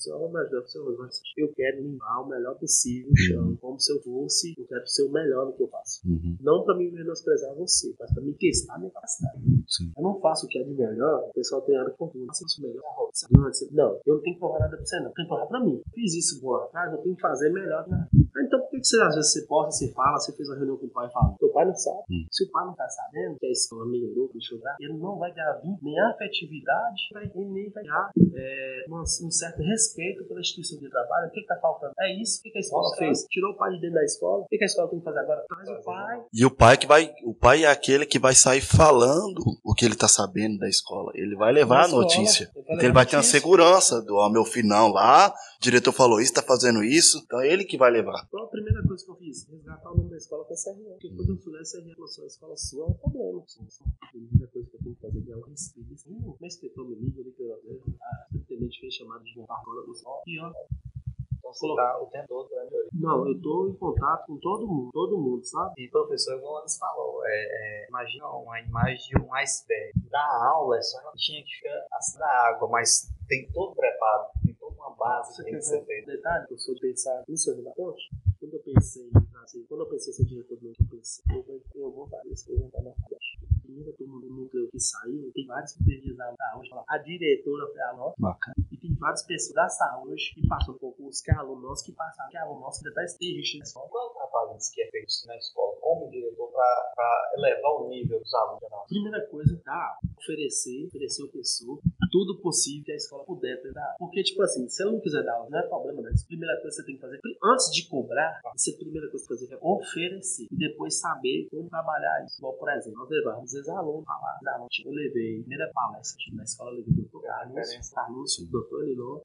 Speaker 3: eu quero limpar o melhor possível o chão, como se eu fosse, eu quero ser o melhor no que eu faço. Não pra me menosprezar você, mas pra me testar a minha capacidade. Eu não faço o que é de melhor, o pessoal tem hora que confunda. Se eu sou melhor, não, eu não tenho que provar nada pra você, não. Eu tenho que provar pra mim. Fiz isso boa atrás, eu tenho que fazer melhor. Né? Então por que você, às vezes, você posta, você fala, você fez uma reunião com o pai e fala, teu pai não sabe. Se o pai não tá sabendo que a escola melhorou, que estudar, ele não vai ganhar nem afetividade, e nem vai ganhar um certo respeito pela instituição de trabalho. O que tá faltando? É isso. O que a escola fez? Tirou o pai de dentro da escola. O que a escola tem que fazer agora? Traz o pai.
Speaker 2: E o pai é aquele que vai sair falando o que ele tá sabendo da escola. Ele vai levar a notícia. Então ele vai ter uma segurança do meu filho não lá, o diretor falou isso, tá fazendo isso, então é ele que vai levar.
Speaker 3: Então a primeira coisa que eu fiz, resgatar o nome da escola com a CRE. Porque quando eu fui lá, a CRE falou assim, a escola sua é um problema. A primeira coisa que eu tenho que fazer é o respeito. O inspetor me liga, a intendente fez chamada de montar a cola do sol. E ó,
Speaker 4: você tá o tempo todo, né, Júlio?
Speaker 3: não, eu tô em contato com todo mundo, sabe?
Speaker 4: E professor, como o Anderson falou, imagina uma imagem de um iceberg. Da aula, é só uma tinha que ficar assim da água, mas tem todo preparo, tem toda uma base que tem que ser feita.
Speaker 3: Detalhe, eu sou de pensar nisso da ponte. Quando eu pensei em ser diretor do meu, eu pensei, eu vou fazer isso, eu vou estar na frente. Primeira turma do núcleo que saiu, tem vários supervisores da saúde, a diretora foi a nossa, e tem várias pessoas da saúde que passam por concurso, que é aluno nosso, que passaram, que é aluno nosso, que ainda está esteja na escola.
Speaker 4: Qual é o trabalho que é feito na escola como diretor para elevar o nível dos alunos?
Speaker 3: Primeira coisa, oferecer ao professor tudo possível que a escola puder dar. Porque, tipo assim, se ela não quiser dar aula, não é problema, né? A primeira coisa que você tem que fazer, antes de cobrar, a primeira coisa que você tem que fazer é oferecer. E depois saber como trabalhar isso. Igual, por exemplo, nós levamos ex-alunos pra lá. Eu levei a primeira palestra na escola, eu levei o doutor Carlos, o doutor Elilon,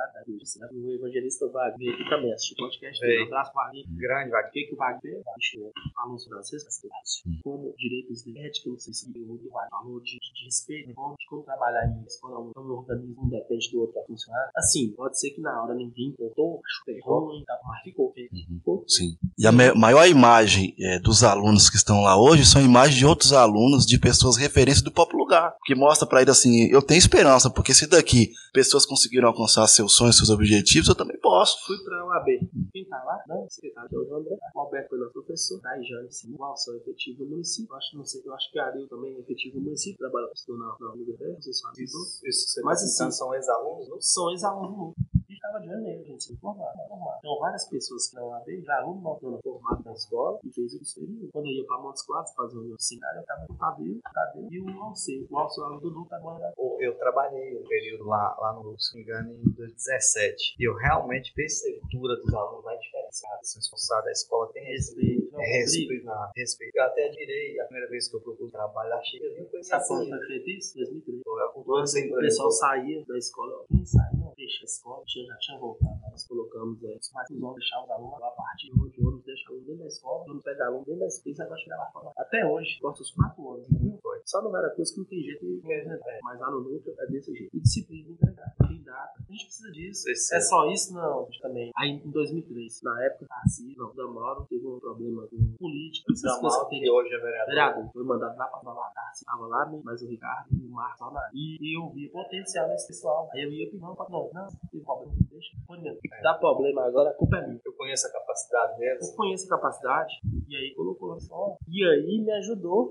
Speaker 3: o evangelista Wagner, aqui também assistiu o podcast. Um abraço, Wagner.
Speaker 4: Grande, Wagner.
Speaker 3: O que o Wagner falou sobre as responsabilidades, como direitos de ética, não sei se o Wagner falou de respeito, de como trabalhar em escola, um organismo um depende do outro para funcionar. Assim, pode ser que na hora ninguém contou, acho que ruim, mas ficou.
Speaker 2: Sim. E a maior imagem dos alunos que estão lá hoje são imagens de outros alunos, de pessoas referências do próprio lugar, que mostra para ele assim, eu tenho esperança, porque se daqui pessoas conseguiram alcançar seus sonhos, seus objetivos, eu também posso.
Speaker 3: Fui para a UAB. Quem tá lá? Não, secretário do André. O Alberto foi nosso professor. A Jane, sim. O Alson é efetivo no município. Eu acho que a Ariel também é efetivo no município. Trabalha na UNIBR. Vocês sabem disso.
Speaker 4: Mas assim, são ex-alunos? Não
Speaker 3: são ex-alunos. E ficava de olho nele, gente. Se informar. Então, várias pessoas que não UAB, já aluno noturno formado na escola e fez o experimento. Quando eu ia para Montes Claros fazer o seminário, eu estava com o Tadeu e o Alceu. O Alceu era do Dudu, tá agora.
Speaker 4: Eu trabalhei um período lá no, se não me engano, em 2017. E eu realmente percebi a cultura dos alunos lá diferenciada. São esforçados, a escola tem respeito. Respeito. Eu até admirei a primeira vez que eu procurei trabalho, achei que eu nem conhecia.
Speaker 3: Sabe quando foi feito isso? 2003.
Speaker 4: O
Speaker 3: pessoal saía da escola, quem sai, não, deixa a escola, já tinha voltado. Nós colocamos mas nós vamos deixar os alunos lá a partir de hoje, vamos deixar aluno dentro da escola, vamos pegar aluno dentro da escola e vai chegar lá fora. Até hoje, gosto dos 4 anos. Só no Veracruz que não tem jeito de mas lá no núcleo é desse jeito. E disciplina de entregar, tem data. A gente precisa disso. É só isso? Não, também. Aí em 2003, na época, o Damaro teve um problema com política.
Speaker 4: Damaro, que hoje é vereador.
Speaker 3: Foi mandado lá pra lá. Estava lá, mas o Ricardo e o Marcos lá na. E eu via potencial nesse pessoal. Aí eu ia pedir, não, tem problema, deixa. Foi mesmo. Dá problema agora, a culpa é minha.
Speaker 4: Eu conheço a capacidade deles.
Speaker 3: Eu conheço a capacidade. E aí colocou lá só. E aí me ajudou.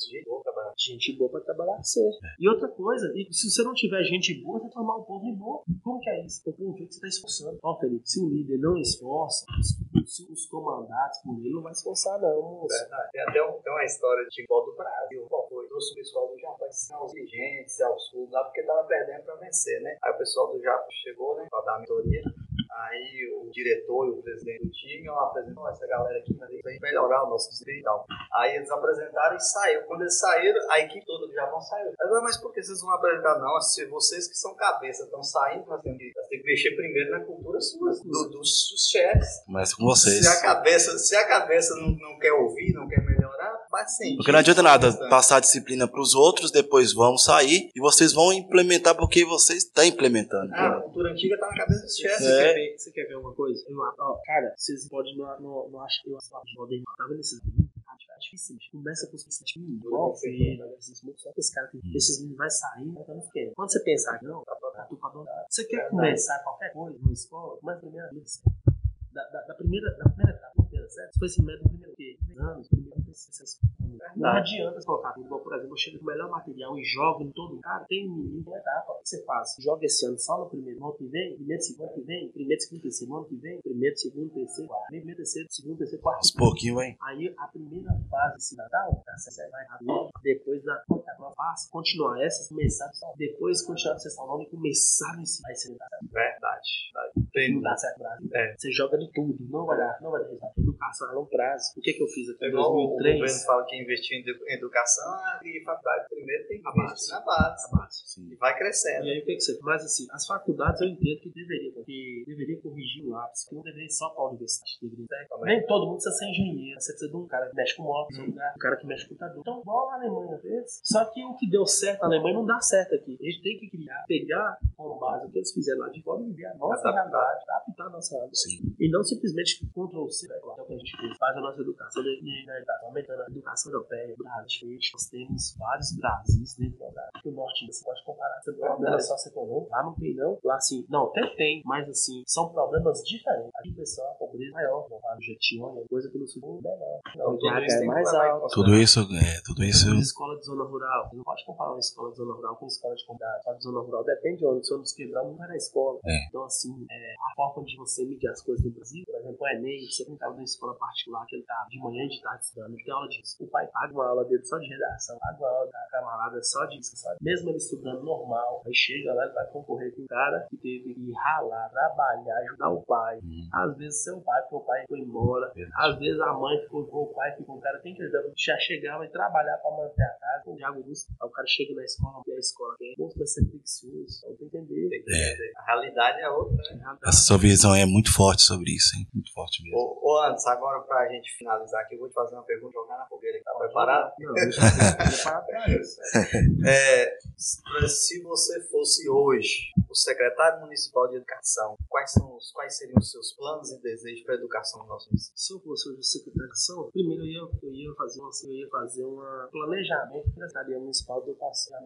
Speaker 3: Gente boa pra trabalhar com você. E outra coisa, se você não tiver gente boa, você vai formar um povo de boa. Como que é isso? O povo vê que você tá esforçando. Ó, Felipe, se o líder não esforça, os comandados por ele não vai esforçar, não, moço.
Speaker 4: Verdade. Tem uma história de futebol do Brasil. Trouxe o pessoal do Japão, aos dirigentes, aos clubes lá, porque tava perdendo pra vencer, né? Aí o pessoal do Japão chegou, né, pra dar a mentoria. Aí o diretor e o presidente do time apresentou essa galera aqui pra melhorar o nosso desempenho e tal. Aí eles apresentaram e saiu. Quando eles saíram, a equipe toda do Japão saiu. Mas por que vocês vão apresentar? Não, se vocês que são cabeça estão saindo, nós temos que mexer primeiro na cultura sua, dos chefes.
Speaker 2: Mas com vocês.
Speaker 4: Se a cabeça não quer ouvir, não quer melhorar, faz sim.
Speaker 2: Porque não adianta nada passar a disciplina para os outros, depois vão sair e vocês vão implementar porque vocês estão implementando.
Speaker 4: A cultura antiga tá na cabeça dos chefes.
Speaker 3: Você quer ver uma coisa? Cara, vocês podem não achar que eu podem tá vendo esses é difícil. Começa com os meninos, igual só que esse cara tem esses meninos vai sair, mas não quer. Quando você pensar que não, você quer começar qualquer coisa numa escola, começa primeiro da primeira etapa, certo? Se for esse método, primeiro que anos, primeiro não adianta colocar tudo, igual, por exemplo, eu chego com o melhor material e jogo em todo cara, tem uma etapa, o que você faz? Joga esse ano só no primeiro, no ano que vem, primeiro, segundo que vem, primeiro, segundo, terceiro, no ano que vem, primeiro, segundo, terceiro, quarto, primeiro, terceiro, segundo, terceiro, quarto.
Speaker 2: Uns pouquinho, hein?
Speaker 3: Aí a primeira fase de Natal, você vai rápido, depois da fase, continuar essa, começar, depois continuar a sessão nova e começar a ensinar esse
Speaker 4: Verdade.
Speaker 3: Não dá certo, Brasil. Você joga de tudo, não vai dar resultado. Educação a longo prazo. O que eu fiz aqui em 2003?
Speaker 4: O governo fala que investir em educação e faculdade primeiro tem que investir na base. E vai crescendo.
Speaker 3: E aí o que você faz? Mas assim, as faculdades eu entendo que deveria corrigir o lápis, que não deveria só para a universidade. Nem todo mundo precisa ser engenheiro. Você precisa de um cara que mexe com móveis, um cara que mexe com computador. Então, igual a Alemanha fez. Só que o que deu certo na Alemanha não dá certo aqui. A gente tem que pegar como base o que eles fizeram lá de fora e enviar a nossa realidade, adaptar a nossa realidade. E não simplesmente Ctrl-C, é o que a gente faz a nossa educação aumentando a educação europeia, Brasil. Nós temos vários Brasis dentro da o norte, você pode comparar. Você problema socioeconômico, lá não tem não. Lá assim, não, até tem, mas assim, são problemas diferentes. Aqui o pessoal, a pobreza é maior, não vai no Jequitinhonha, coisa que no sul é menor. Não, o IDH é mais alto.
Speaker 2: Tudo isso.
Speaker 3: Escola de zona rural, você não pode comparar uma escola de zona rural com uma escola de comunidade. A escola de zona rural depende de onde, se eu nos quebrar, não vai na escola. Então assim, a forma de você medir as coisas no Brasil, por exemplo, o Enem, você não tá numa escola particular que ele tá de manhã e de tarde estudando, ele tem aula disso. O pai paga uma aula dele só de redação, paga uma aula da camarada só disso, sabe? Mesmo ele estudando normal, aí chega lá, ele vai concorrer com um cara que teve que ralar, trabalhar, ajudar o pai. Às vezes seu pai, porque o pai foi embora, às vezes a mãe ficou com o pai, ficou com o cara, tem que já chegava e trabalhar pra manter a casa, com o diabo disso. Aí o cara chega na escola, e a escola quer, moço, vai ser preguiçoso, então tem que entender.
Speaker 4: A realidade é outra, né?
Speaker 2: Essa sua visão é muito forte sobre isso, hein? Muito forte mesmo.
Speaker 4: Ô Anderson, agora pra gente finalizar aqui, eu vou te fazer uma pergunta, jogar na fogueira. Tá preparado?
Speaker 3: Não, deixa eu preparado pra isso.
Speaker 4: Se você fosse hoje o secretário municipal de educação, quais seriam os seus planos e desejos para a educação do nosso município?
Speaker 3: Se eu fosse hoje o secretário de educação, primeiro eu ia fazer um planejamento da Secretaria Municipal de Educação.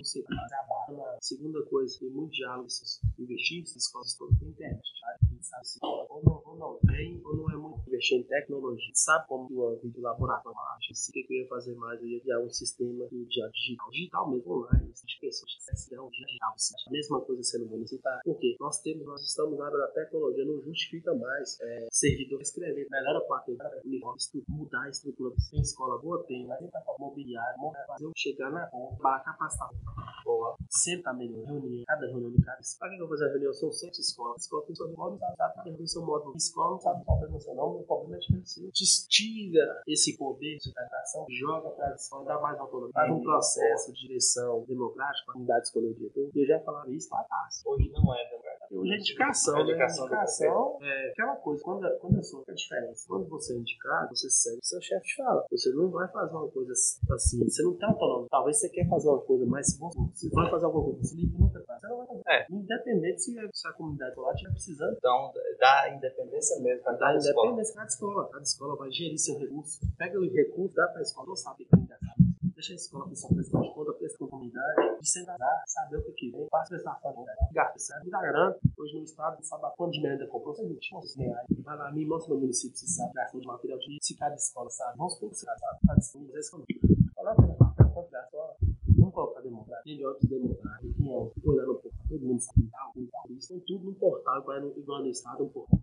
Speaker 3: A segunda coisa, tem muito diálogo, investir nessas escolas todas pela internet. A gente sabe se ou não tem, ou não é muito investir em tecnologia. A gente sabe como o laboratório acha. O que eu ia fazer mais? Eu ia criar um sistema digital mesmo online. De pessoas que criar um digital. A mesma coisa sendo municipal. Por quê? Nós estamos na área da tecnologia, não justifica mais servidor escrever, melhora a parte mudar a estrutura. Tem escola boa, tem, mas tentar mobiliário, fazer chegar na ponta, para capacitar. Boa. Sempre tá melhor. Reunião, cada reunião de cada escola. Para que eu vou fazer a reunião? São 7 escolas. A escola tem seu modo, tem seu modo. A escola não sabe o problema seu não, o problema é diferencial. Tira esse poder de educação, joga para a escola, dá mais autonomia. Faz um processo de direção democrática, a comunidade escolher o diretor. E eu já falava isso lá atrás.
Speaker 4: Hoje não é democrático.
Speaker 3: Hoje é indicação, né? Indicação é aquela coisa, quando eu sou a diferença. Quando você é indicado, você segue o que seu chefe te fala. Você não vai fazer uma coisa assim, você não tem autonomia. Talvez você quer fazer uma coisa, mas se você vai fazer alguma coisa, você nunca faz, você não vai fazer. Independente se a comunidade lá estiver precisando.
Speaker 4: Então, dá independência mesmo para cada escola. Dá independência
Speaker 3: cada escola. Cada escola vai gerir seu recurso. Pega o recurso, dá para a escola, não sabe o que é deixa a escola com sua prestação de conta, prestação de comunidade, descentralizar, saber o que vem, faz prestação de conta, gasta, certo? Dá grana, hoje no estado, sabe quanto de merda comprou, você reais. Vai lá, me mostra no município, se sabe, gasta de material de se cada escola, sabe? Vamos supor que você sabe, tá disponível, coloca quanto gasta, vamos colocar democrático, melhor que democrático, quem é, olhando um pouco, todo mundo sabe, isso tem tudo no portal, igual no estado, um portal.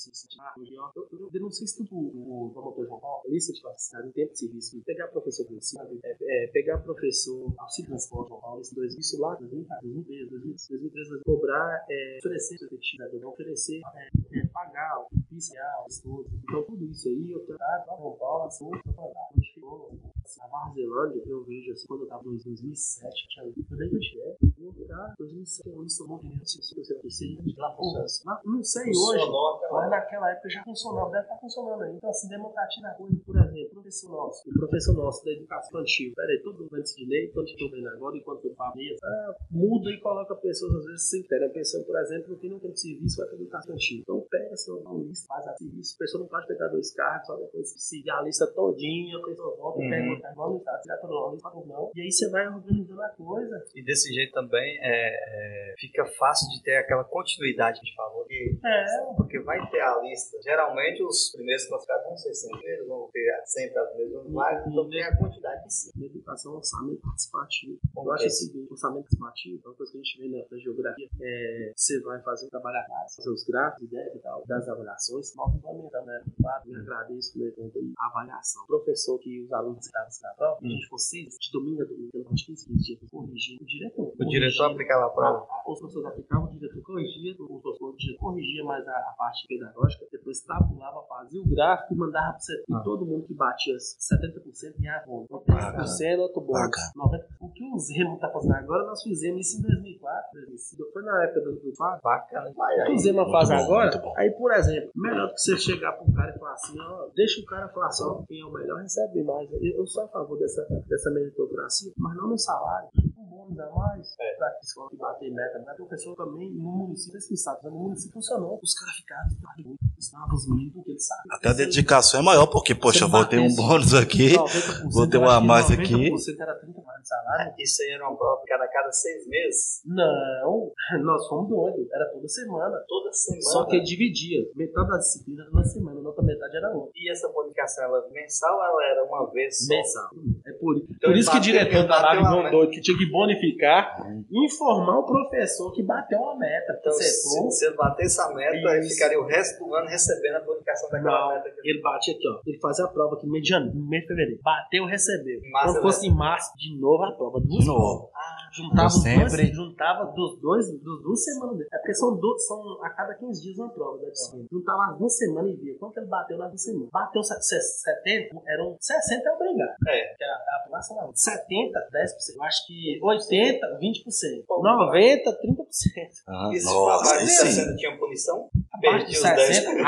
Speaker 3: Eu não sei se o promotor João Paulo, lista de classificado em tempo de serviço, pegar professor conhecido, pegar professor auxílio transporte João Paulo, isso lá, 2013, cobrar, oferecer oferecer, pagar, oficial, estudo. Então tudo isso aí, eu tenho João Paulo, onde ficou a Varzelândia, eu vejo assim, quando eu estava em 2007, tinha daí que eu tiver, 2007, eu isso tomou dinheiro, não sei hoje, mas naquela época já funcionava, deve estar funcionando aí. Então, assim, democratiza a coisa, por exemplo, o professor nosso da educação infantil, peraí, todo mundo antes de lei, quando estou vendo agora, enquanto eu falo mesmo, muda e coloca pessoas, às vezes, sem ter. A pessoa, por exemplo, que não tem serviço, vai ter educação infantil. Então, pega essa lista, faz a serviço, a pessoa não pode pegar 2 cargos, só depois seguir a lista todinha, a pessoa volta, pega o cargo, não está, tirar todo o não. E aí você vai organizando a coisa.
Speaker 4: E desse jeito também fica fácil de ter aquela continuidade que a gente falou, porque vai ter a lista. Geralmente os primeiros classificados vão ser sempre, eles vão ter sempre as mesmas vagas, então tem a quantidade de si.
Speaker 3: Educação, orçamento participativo. Eu acho o seguinte, orçamento participativo, é uma coisa que a gente vê na geografia, você vai trabalhar fazer os gráficos, ideias e tal, das avaliações, nós implementamos, né? Claro, eu agradeço a avaliação. O professor que os alunos estavam na prova, a gente fosse 6 de domingo a domingo, então, acho que 15 dias, corrigindo o diretor.
Speaker 4: O diretor aplicava a prova.
Speaker 3: Os professores aplicavam, o diretor corrigia, o professor corrigia mais a parte pedagógica, depois tabulava, fazia o gráfico e mandava para você. E todo mundo que batia 70% ganhava bom. 80% outro bom. 90%. O que o Zemo está fazendo agora, nós fizemos isso em 2004, 2005. Foi na época do Fábio.
Speaker 4: Bacana.
Speaker 3: O que o Zemo faz agora, aí, por exemplo, melhor do que você chegar para um cara e falar assim, deixa o cara falar só quem é o melhor, recebe mais. Eu sou a favor dessa meritocracia, mas não no salário. Um bônus a mais. para escola que bater meta, mas professor também no município, você sabe, no município funcionou. Os caras ficaram ensinavam os meninos porque eles sabem.
Speaker 2: Até a dedicação é maior, porque, poxa, vou ter um bônus aqui, vou ter uma a mais aqui.
Speaker 3: 90% era 30 mais de salário.
Speaker 4: Isso aí era uma prova a cada 6 meses?
Speaker 3: Não, nós fomos doidos. Era toda semana.
Speaker 4: Toda semana?
Speaker 3: Só que dividia. Metade da disciplina era uma semana, a outra metade era outra.
Speaker 4: E essa bonificação, ela é mensal ou ela era uma vez só?
Speaker 3: Mensal. É por
Speaker 4: Então,
Speaker 3: isso que o diretor da área igual doido, que tinha que bonificar, informar o professor que bateu a meta.
Speaker 4: Então, se ele batesse a meta, ele ficaria o resto do ano recebendo a bonificação daquela meta.
Speaker 3: Ele bate aqui, ó. Ele fazia a prova aqui no mês de janeiro, no mês de fevereiro. Bateu, recebeu. Quando fosse em março, de novo a prova.
Speaker 2: De novo.
Speaker 3: Juntava dos duas semanas dele. É porque são a cada 15 dias uma prova da disciplina. Juntava as 2 semanas e via quanto ele bateu nas 2 semanas. Bateu 70, eram 60 é obrigado. Que a aprovação era 70, 10%. Eu acho que 80, 20%. 90, 30%.
Speaker 4: E se for abaixo de 60 tinha punição?
Speaker 3: Abaixo de 60,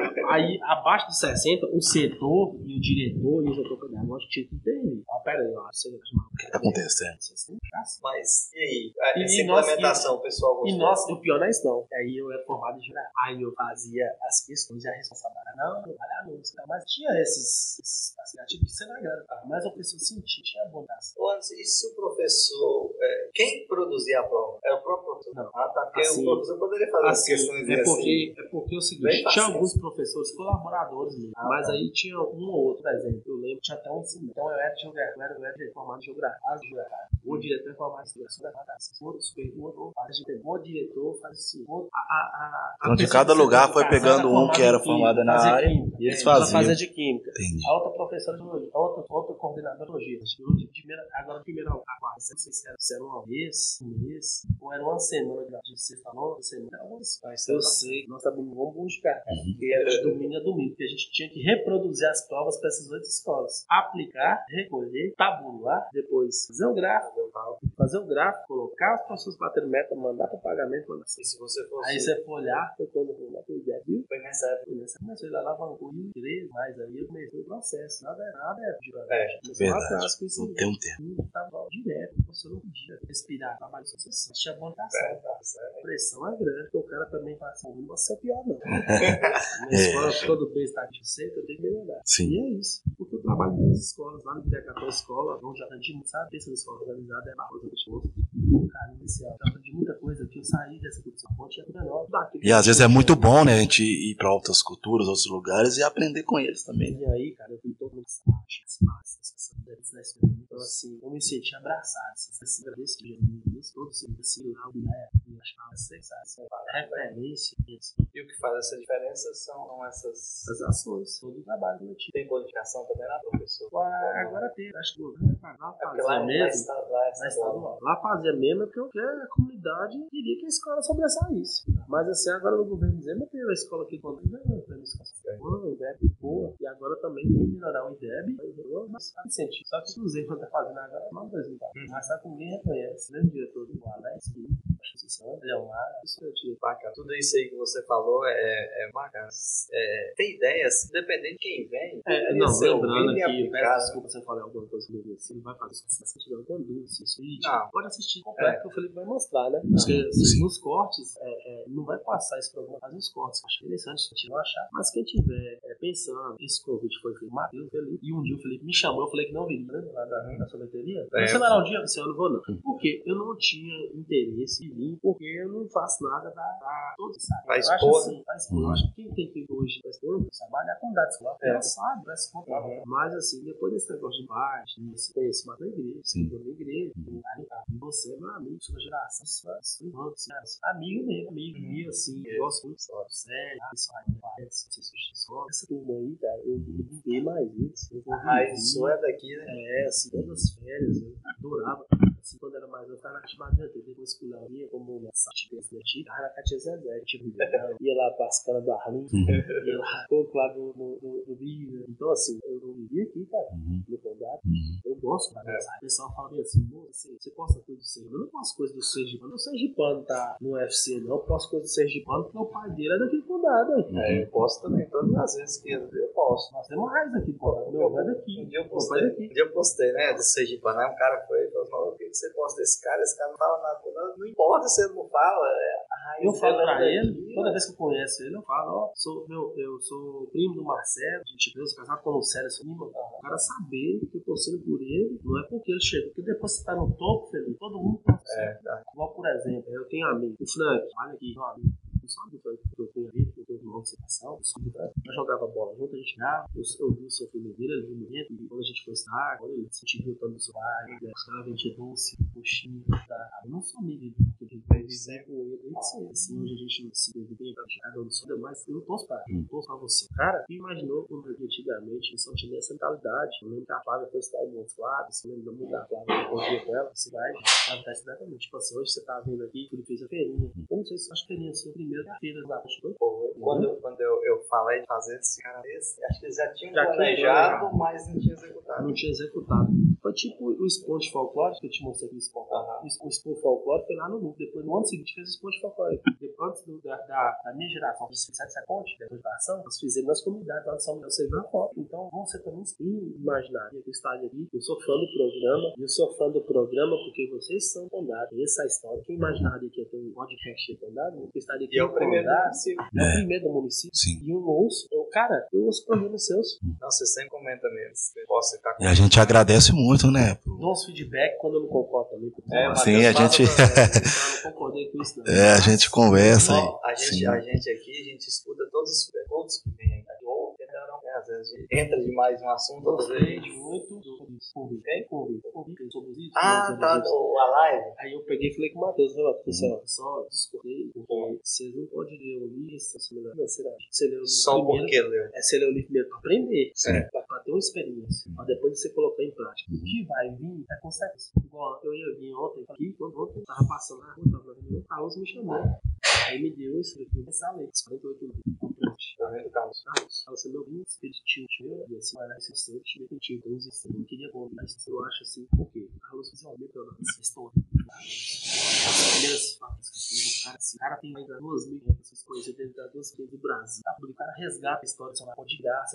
Speaker 3: aí abaixo de 60, o setor e o diretor e o setor pedagógico tinham que intervir. Pera aí, ó. O
Speaker 2: que está acontecendo?
Speaker 4: Mas, e aí? Essa implementação, o pessoal gostou?
Speaker 3: E nós, o pior não é isso, não. Aí eu era formado em geral. Aí eu fazia as questões e a responsabilidade. Não trabalhar mas tinha esses tive que ser na grana, tá? Mas a pessoa sentia, tinha bondade.
Speaker 4: E se o professor... quem produzia a prova? Era o próprio professor?
Speaker 3: Não.
Speaker 4: Porque o professor poderia fazer as questões assim.
Speaker 3: É porque é o seguinte, tinha alguns professores colaboradores mesmo, mas aí tinha um ou outro, por exemplo, eu lembro, tinha até um ensino. Então eu era formado em geografia, o diretor formado em geografia, o supervisor faz o diretor faz assim.
Speaker 2: Então de cada lugar foi pegando um que era formado na área e eles faziam.
Speaker 3: Ela fazia de química.
Speaker 2: Entendi.
Speaker 3: A outra professora de biologia, outra coordenadora de biologia. Agora a primeira a quarta, não sei se era um mês, ou era uma semana de sexta a nova, semana. Eu sei, nós também vamos buscar. Porque era de domingo a domingo, porque a gente tinha que reproduzir as provas para essas 8 escolas. Aplicar, recolher, tabular, depois fazer o gráfico, colocar as pessoas batendo meta, mandar para pagamento, mandar.
Speaker 4: E se você fosse...
Speaker 3: Aí você for olhar, foi quando eu fui viu?
Speaker 4: Foi nessa época.
Speaker 3: Mas ele alavancou em 3, mas aí eu comecei o processo. Nada é de
Speaker 2: verdade. Não tem um tempo.
Speaker 3: Tava direto, você não podia respirar, trabalho de sucessão. Tinha vontade. A pressão é grande, porque o cara também fala assim, não vai ser o pior, não. Minha escola, todo mês está de seco, eu tenho que melhorar.
Speaker 2: Sim.
Speaker 3: E é isso. Porque eu trabalho nas escolas, lá no Bidecatou Escola, onde já aprendi, sabe? Essa escola organizada é barrosa do esforço. Cara, inicial. Eu aprendi muita coisa que eu saí dessa cultura. Ponte é tudo nova.
Speaker 2: E às vezes é muito bom, né, a gente ir para outras culturas, outros lugares e aprender com eles também.
Speaker 3: E aí, cara, eu fui todo mundo então, assim, eu me senti abraçado. Assim, agradeço todos assim, lá, referência.
Speaker 4: E o que faz essa diferença são essas
Speaker 3: ações, todo o trabalho que eu tive.
Speaker 4: Tem bonificação também lá, professor?
Speaker 3: Agora tem, acho que lá fazia mesmo. Lá fazia mesmo, porque a comunidade queria que a escola sobressaísse. Mas assim, agora no governo dizendo que a escola aqui quando o IDEB boa, e agora também tem que melhorar o IDEB, mas sabe sentido. Só que os erros que tá fazendo agora não é 2004. Mas sabe que ninguém reconhece, né? O diretor do Alex,
Speaker 4: tudo isso aí que você falou é bacana. Tem ideias, independente de quem vem.
Speaker 3: Não, lembrando aqui, desculpa se eu falar alguma coisa que eu disse, ele vai fazer isso. Se tiver alguma dúvida, pode assistir completo, que o Felipe vai mostrar, né? Porque nos cortes, não vai passar esse programa, faz nos cortes. Acho interessante, a gente não achar. Mas quem tiver pensando, esse convite foi feito, Matheus, Felipe, e um dia o Felipe me chamou, eu falei que não viria, né? Lá da sorveteria. Você vai lá um dia, você eu não vou, não. Porque eu não tinha interesse em vir, porque eu não faço nada pra todos, sabe?
Speaker 4: Vai expor.
Speaker 3: Assim, eu acho que quem tem que ir hoje pra trabalho é a comunidade escolar. Ela sabe, vai se contar. Mas assim, depois desse negócio de parte, você conhece mais na igreja, na igreja, você é meu amigo, sua geração, amigo mesmo, e assim, eu gosto muito de história, sério, essa turma aí, cara, eu vivi mais isso.
Speaker 4: Isso é daqui, né?
Speaker 3: Assim, todas as férias, eu adorava. Assim, quando era mais, eu ficava na Atimadinha, depois que eu ia como nessa atividade, tava na Catia Zezé, ia lá pra escala do Arlindo, ia lá, lá do Rio. Então, assim, eu vivi aqui, cara, no condado. Eu gosto da mensagem. O pessoal fala assim, você posta coisa do Sergipano? Eu não posto coisa do Sergipano. O Sergipano tá no UFC, não. Eu posto coisa do Sergipano porque o pai dele é daquele condado, aí.
Speaker 4: Eu posto também, todas as vezes que eu posto.
Speaker 3: Nós temos raiz aqui do condado. Meu pai é daqui.
Speaker 4: Um dia eu postei, né, do Sergipano. Aí um cara foi e falou, o que você posta desse cara? cara, esse cara não fala nada. Não importa se ele não fala.
Speaker 3: Eu falo pra ele, toda vez que eu conheço ele, eu falo, eu sou primo do Marcelo, a gente veio casado com o Célio Lima. O cara saber que eu tô sendo por ele, não é porque ele chegou, porque depois você tá no topo, Felipe, todo mundo tá certo. Igual, por exemplo, eu tenho um amigo, o Frank, olha aqui, meu amigo. Não sabe do Frank que eu tenho ali, que eu tenho uma observação, eu jogava bola junto, a gente jogava, eu vi o sofrimento dele, ele viu o momento, e quando a gente foi estar, quando ele se sentiu tanto do seu pai, a gente doce, coxinha, tá? Eu não sou amigo dele, porque ele vai viver com ele, assim, hoje a gente não se deve bem pra chegar no sol, mas eu torço pra você. Cara, tu imaginou quando antigamente eles só tinham essa mentalidade? Eu lembro que a Flávia foi estar em Montes Claros, você lembra muito da Flávia, eu convia com ela, você vai, Flávia tá exatamente, tipo assim, hoje você tá vendo aqui que ele fez a feirinha. Eu não sei se eu acho que feirinha assim, a primeira feira da
Speaker 4: Quando eu falei de fazer esse cara desse, acho que eles já tinham planejado, mas não tinha executado.
Speaker 3: Não tinha executado. Foi tipo o Esponte Folclórico, que eu te mostrei aqui o Esponte. O Esponte Folclórico foi lá no Louvre. Depois, no ano seguinte, fez o Esponte Folclórico. Depois da minha geração, de 7 Ponte, da geração, nós fizemos nas comunidades lá de São Miguel, você viu a foto. Então, você também imaginar que está ali. Eu sou fã do programa, e eu sou fã do programa porque vocês são condados. Essa é a história. Quem imaginaria que ia ter um podcast de condado? Que estaria aqui no condado. É o primeiro do município.
Speaker 2: Sim.
Speaker 3: E eu ouço, eu ouço programas seus.
Speaker 4: Não, você sempre comenta mesmo. Posso citar
Speaker 2: E a gente agradece muito, né?
Speaker 3: Dou uns feedback quando eu não concordo também.
Speaker 2: Sim, a gente.
Speaker 3: Eu não concordei com isso, não.
Speaker 2: A gente conversa.
Speaker 4: A gente aqui, a gente escuta todos que vêm aqui. Às vezes entra demais no assunto.
Speaker 3: Eu gostei muito sobre isso.
Speaker 4: A live.
Speaker 3: Aí eu peguei e falei com o Matheus, só discordei, porque vocês não podem ler o livro, você leu o livro
Speaker 4: só
Speaker 3: primeiro,
Speaker 4: porque leu.
Speaker 3: Você leu o livro primeiro pra aprender, pra ter uma experiência, pra depois você colocar em prática. O que vai vir é consequência. Igual eu ia vir ontem aqui, quando ontem eu tava passando na rua, tava na reunião, o Carlos me chamou. Aí me deu isso, eu comecei a ler, 48 livros. Carlos, você meu vinho expeditivo, e assim, vai lá esse centro, expeditivo, então eu não queria bom, mas eu acho assim, por quê? Carlos visualmente eu não sei história. As primeiras fatos que eu tive, o cara tem ainda 2.500 coisas dentro das 2.500 do Brasil. O cara resgata a história, só vai de graça,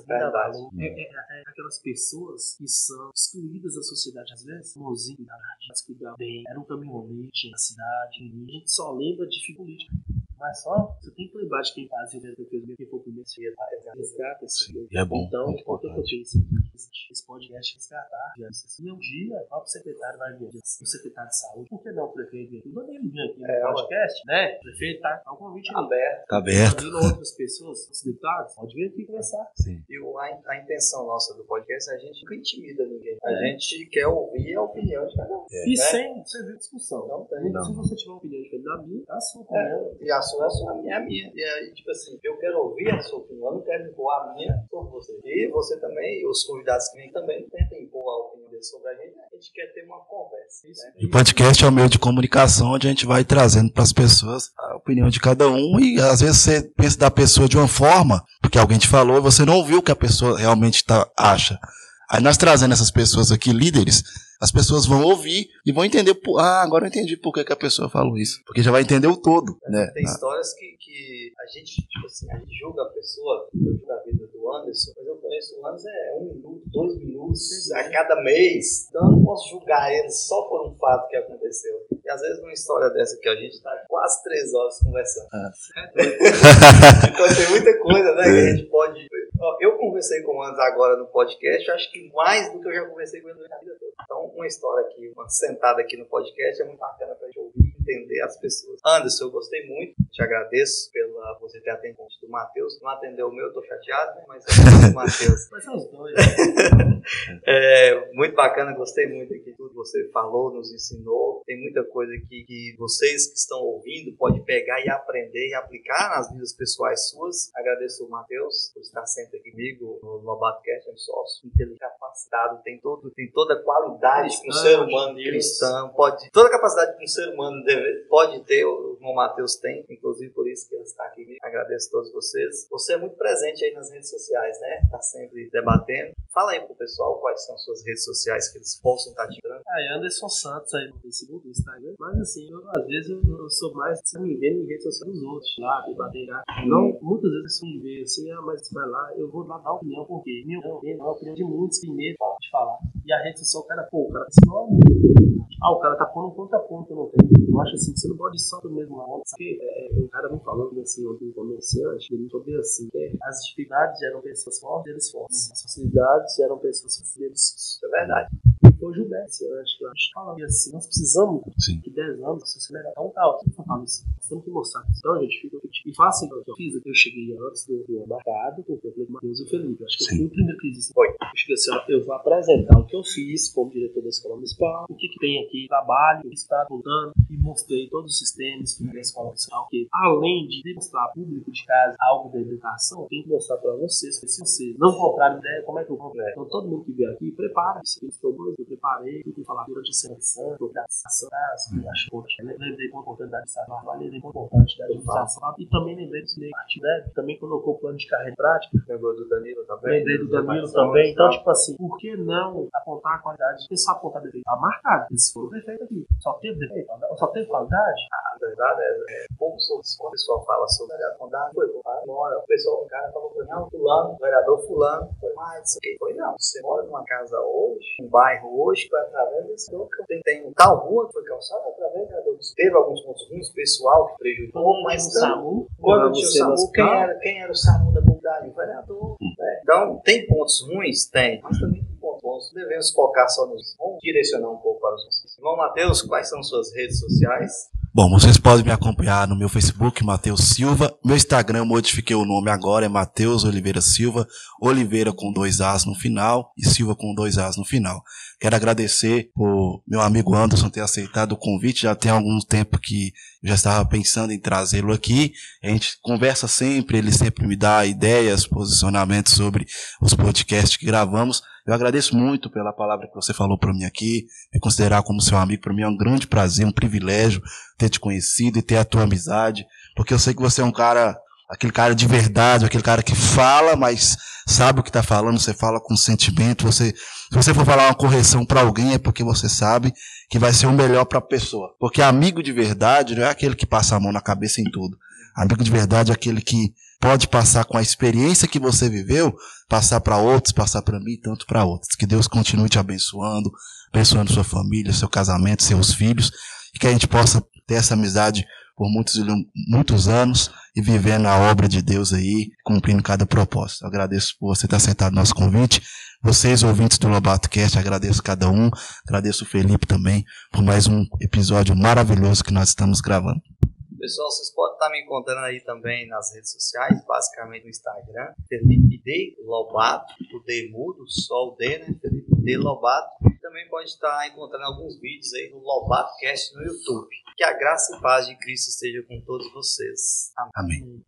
Speaker 3: é aquelas pessoas que são excluídas da sociedade, às vezes, mozinho, se cuidar bem, era um caminhonete na cidade, a gente só lembra de figura política. Mas só, você tem que lembrar de quem fazia o mesmo que quem foi o primeiro resgata esse coisa.
Speaker 2: É bom.
Speaker 3: Então, o que eu penso aqui, esse podcast resgatar, e um dia, o próprio secretário vai vir, o secretário de saúde, por que não o prefeito vir aqui? Não ele vir aqui no podcast, né? O prefeito tá com o convite
Speaker 4: aberto.
Speaker 2: Tá aberto.
Speaker 3: Vindo outras pessoas, os deputados, pode vir aqui conversar.
Speaker 2: Sim.
Speaker 4: E a intenção nossa do podcast é a gente não intimida ninguém. A gente quer ouvir a opinião de cada um.
Speaker 3: E sem você ver discussão.
Speaker 4: Não tem.
Speaker 3: Se você tiver uma opinião diferente da minha, a sua opinião.
Speaker 4: E a sua, a minha é a minha. E aí, tipo assim, eu quero ouvir a sua opinião, eu não quero impor a minha sobre você. E você também, e os convidados que vêm também, não tentam impor a opinião deles sobre a gente quer ter uma conversa.
Speaker 2: O podcast é um meio de comunicação onde a gente vai trazendo para as pessoas a opinião de cada um e às vezes você pensa da pessoa de uma forma, porque alguém te falou e você não ouviu o que a pessoa realmente acha. Aí nós trazendo essas pessoas aqui, líderes, as pessoas vão ouvir e vão entender, agora eu entendi por que a pessoa falou isso. Porque já vai entender o todo, né?
Speaker 4: Tem histórias que a gente, tipo assim, a gente julga a pessoa, eu julgo a vida do Anderson, mas eu conheço o Anderson 1 minuto, 2 minutos a cada mês. Então eu não posso julgar ele só por um fato que aconteceu. E às vezes uma história dessa que a gente tá quase 3 horas conversando. Então tem muita coisa, né, que a gente pode... Eu conversei com o Anderson agora no podcast, acho que mais do que eu já conversei com ele na vida toda. Então, uma história aqui, uma sentada aqui no podcast é muito bacana pra gente ouvir e entender as pessoas. Anderson, eu gostei muito, te agradeço pela você ter atendido o do Matheus. Não atendeu o meu, eu tô chateado, né? Mas é o Matheus.
Speaker 3: Mas são os dois.
Speaker 4: Muito bacana, gostei muito aqui de tudo que você falou, nos ensinou. Tem muita coisa aqui que vocês que estão ouvindo podem pegar e aprender e aplicar nas vidas pessoais suas. Agradeço o Matheus por estar sempre aqui comigo no LobadoCast, é um sócio inteligente, capacitado, tem toda a qualidade que um ser humano cristão pode, toda a capacidade que um ser humano pode ter, o irmão Matheus tem, inclusive por isso que ele está aqui comigo. Agradeço a todos vocês. Você é muito presente aí nas redes sociais, né? Tá sempre debatendo. Fala aí pro pessoal quais são suas redes sociais que eles possam estar te dando.
Speaker 3: Anderson Santos aí no Facebook, no Instagram. Mas assim, às vezes eu sou mais de me ver em redes sociais dos outros, lá, debater lá. Não, muitas vezes eu me vejo assim, mas vai lá, eu vou lá dar opinião, porque minha opinião é a opinião de muitos que medo de falar. E a rede social, o cara o cara tá pondo um contraponto, eu não tenho. Eu acho assim, que você não pode só do mesmo lado. Porque o cara me falando assim, ontem, comerciante, ele falou assim, que as dificuldades geram pessoas fortes, eles fortes. As facilidades geram pessoas fortes, eles. Isso é verdade. Foi o Gilberto, eu acho que a gente fala assim, nós precisamos que 10 anos a sociedade tá um caos. Nós temos que mostrar. Então, gente, fica e faça então o que eu fiz. Eu cheguei antes do embarcado, porque eu falei com o Matheus e o Felipe. Eu acho que eu fui o primeiro que fiz isso. Eu cheguei assim, eu vou apresentar o que eu fiz como diretor da escola municipal, o que tem aqui, trabalho, o que está mudando, e mostrei todos os sistemas que tem na escola municipal, que além de demonstrar ao público de casa algo da educação, tem que mostrar para vocês, que se vocês não comprarem ideia, como é que eu vou? Então, todo mundo que vier aqui, prepara-se. Eu preparei, eu fui falar durante a Semana Santa, da ação, eu acho que lembrei com a oportunidade de trabalho, lembrei com a importante da educação, e também lembrei do Cine Partidário, também colocou o plano de carreira prática.
Speaker 4: Lembrou do Danilo também?
Speaker 3: Lembrei do Danilo também. Então, tipo assim, por que não apontar a qualidade? Porque só apontar defeito. Tá marcado. Eles foram defeitos aqui. Só teve defeito? Só teve qualidade?
Speaker 4: A verdade é pouco sobre quando o pessoal fala sobre a qualidade. O pessoal, o cara falou pra mim, fulano, o vereador fulano, foi mais, isso aqui. Foi não. Você mora numa casa hoje, um bairro hoje, que através desse que tem tal rua que foi calçada, através da teve alguns pontos ruins, pessoal que prejudicou, mas quando tinha o SAMU, quem era o SAMU da comunidade? O vereador. Né? Então, tem pontos ruins? Tem, mas também tem pontos bons. Devemos focar só nos. Vamos direcionar um pouco para os nossos. Irmão Matheus, quais são suas redes sociais?
Speaker 2: Bom, vocês podem me acompanhar no meu Facebook, Matheus Silva. Meu Instagram, eu modifiquei o nome agora, é Matheus Oliveira Silva. Oliveira com 2 As no final e Silva com 2 As no final. Quero agradecer por meu amigo Anderson ter aceitado o convite. Já tem algum tempo que eu já estava pensando em trazê-lo aqui. A gente conversa sempre, ele sempre me dá ideias, posicionamentos sobre os podcasts que gravamos. Eu agradeço muito pela palavra que você falou para mim aqui, me considerar como seu amigo. Para mim é um grande prazer, um privilégio ter te conhecido e ter a tua amizade, porque eu sei que você é um cara, aquele cara de verdade, aquele cara que fala, mas sabe o que está falando, você fala com sentimento. Se você for falar uma correção para alguém, é porque você sabe que vai ser o melhor para a pessoa. Porque amigo de verdade não é aquele que passa a mão na cabeça em tudo. Amigo de verdade é aquele que pode passar com a experiência que você viveu, passar para outros, passar para mim, tanto para outros. Que Deus continue te abençoando, abençoando sua família, seu casamento, seus filhos, e que a gente possa ter essa amizade por muitos anos e vivendo a obra de Deus aí, cumprindo cada propósito. Eu agradeço por você ter aceitado o nosso convite. Vocês, ouvintes do Lobato Cast, agradeço cada um, agradeço o Felipe também por mais um episódio maravilhoso que nós estamos gravando.
Speaker 4: Pessoal, vocês podem estar me encontrando aí também nas redes sociais, basicamente no Instagram, Felipe D. Lobato, o D mudo, só o D, né? Felipe D. Lobato. Também pode estar encontrando alguns vídeos aí no Lobato Cast no YouTube. Que a graça e paz de Cristo esteja com todos vocês.
Speaker 2: Amém.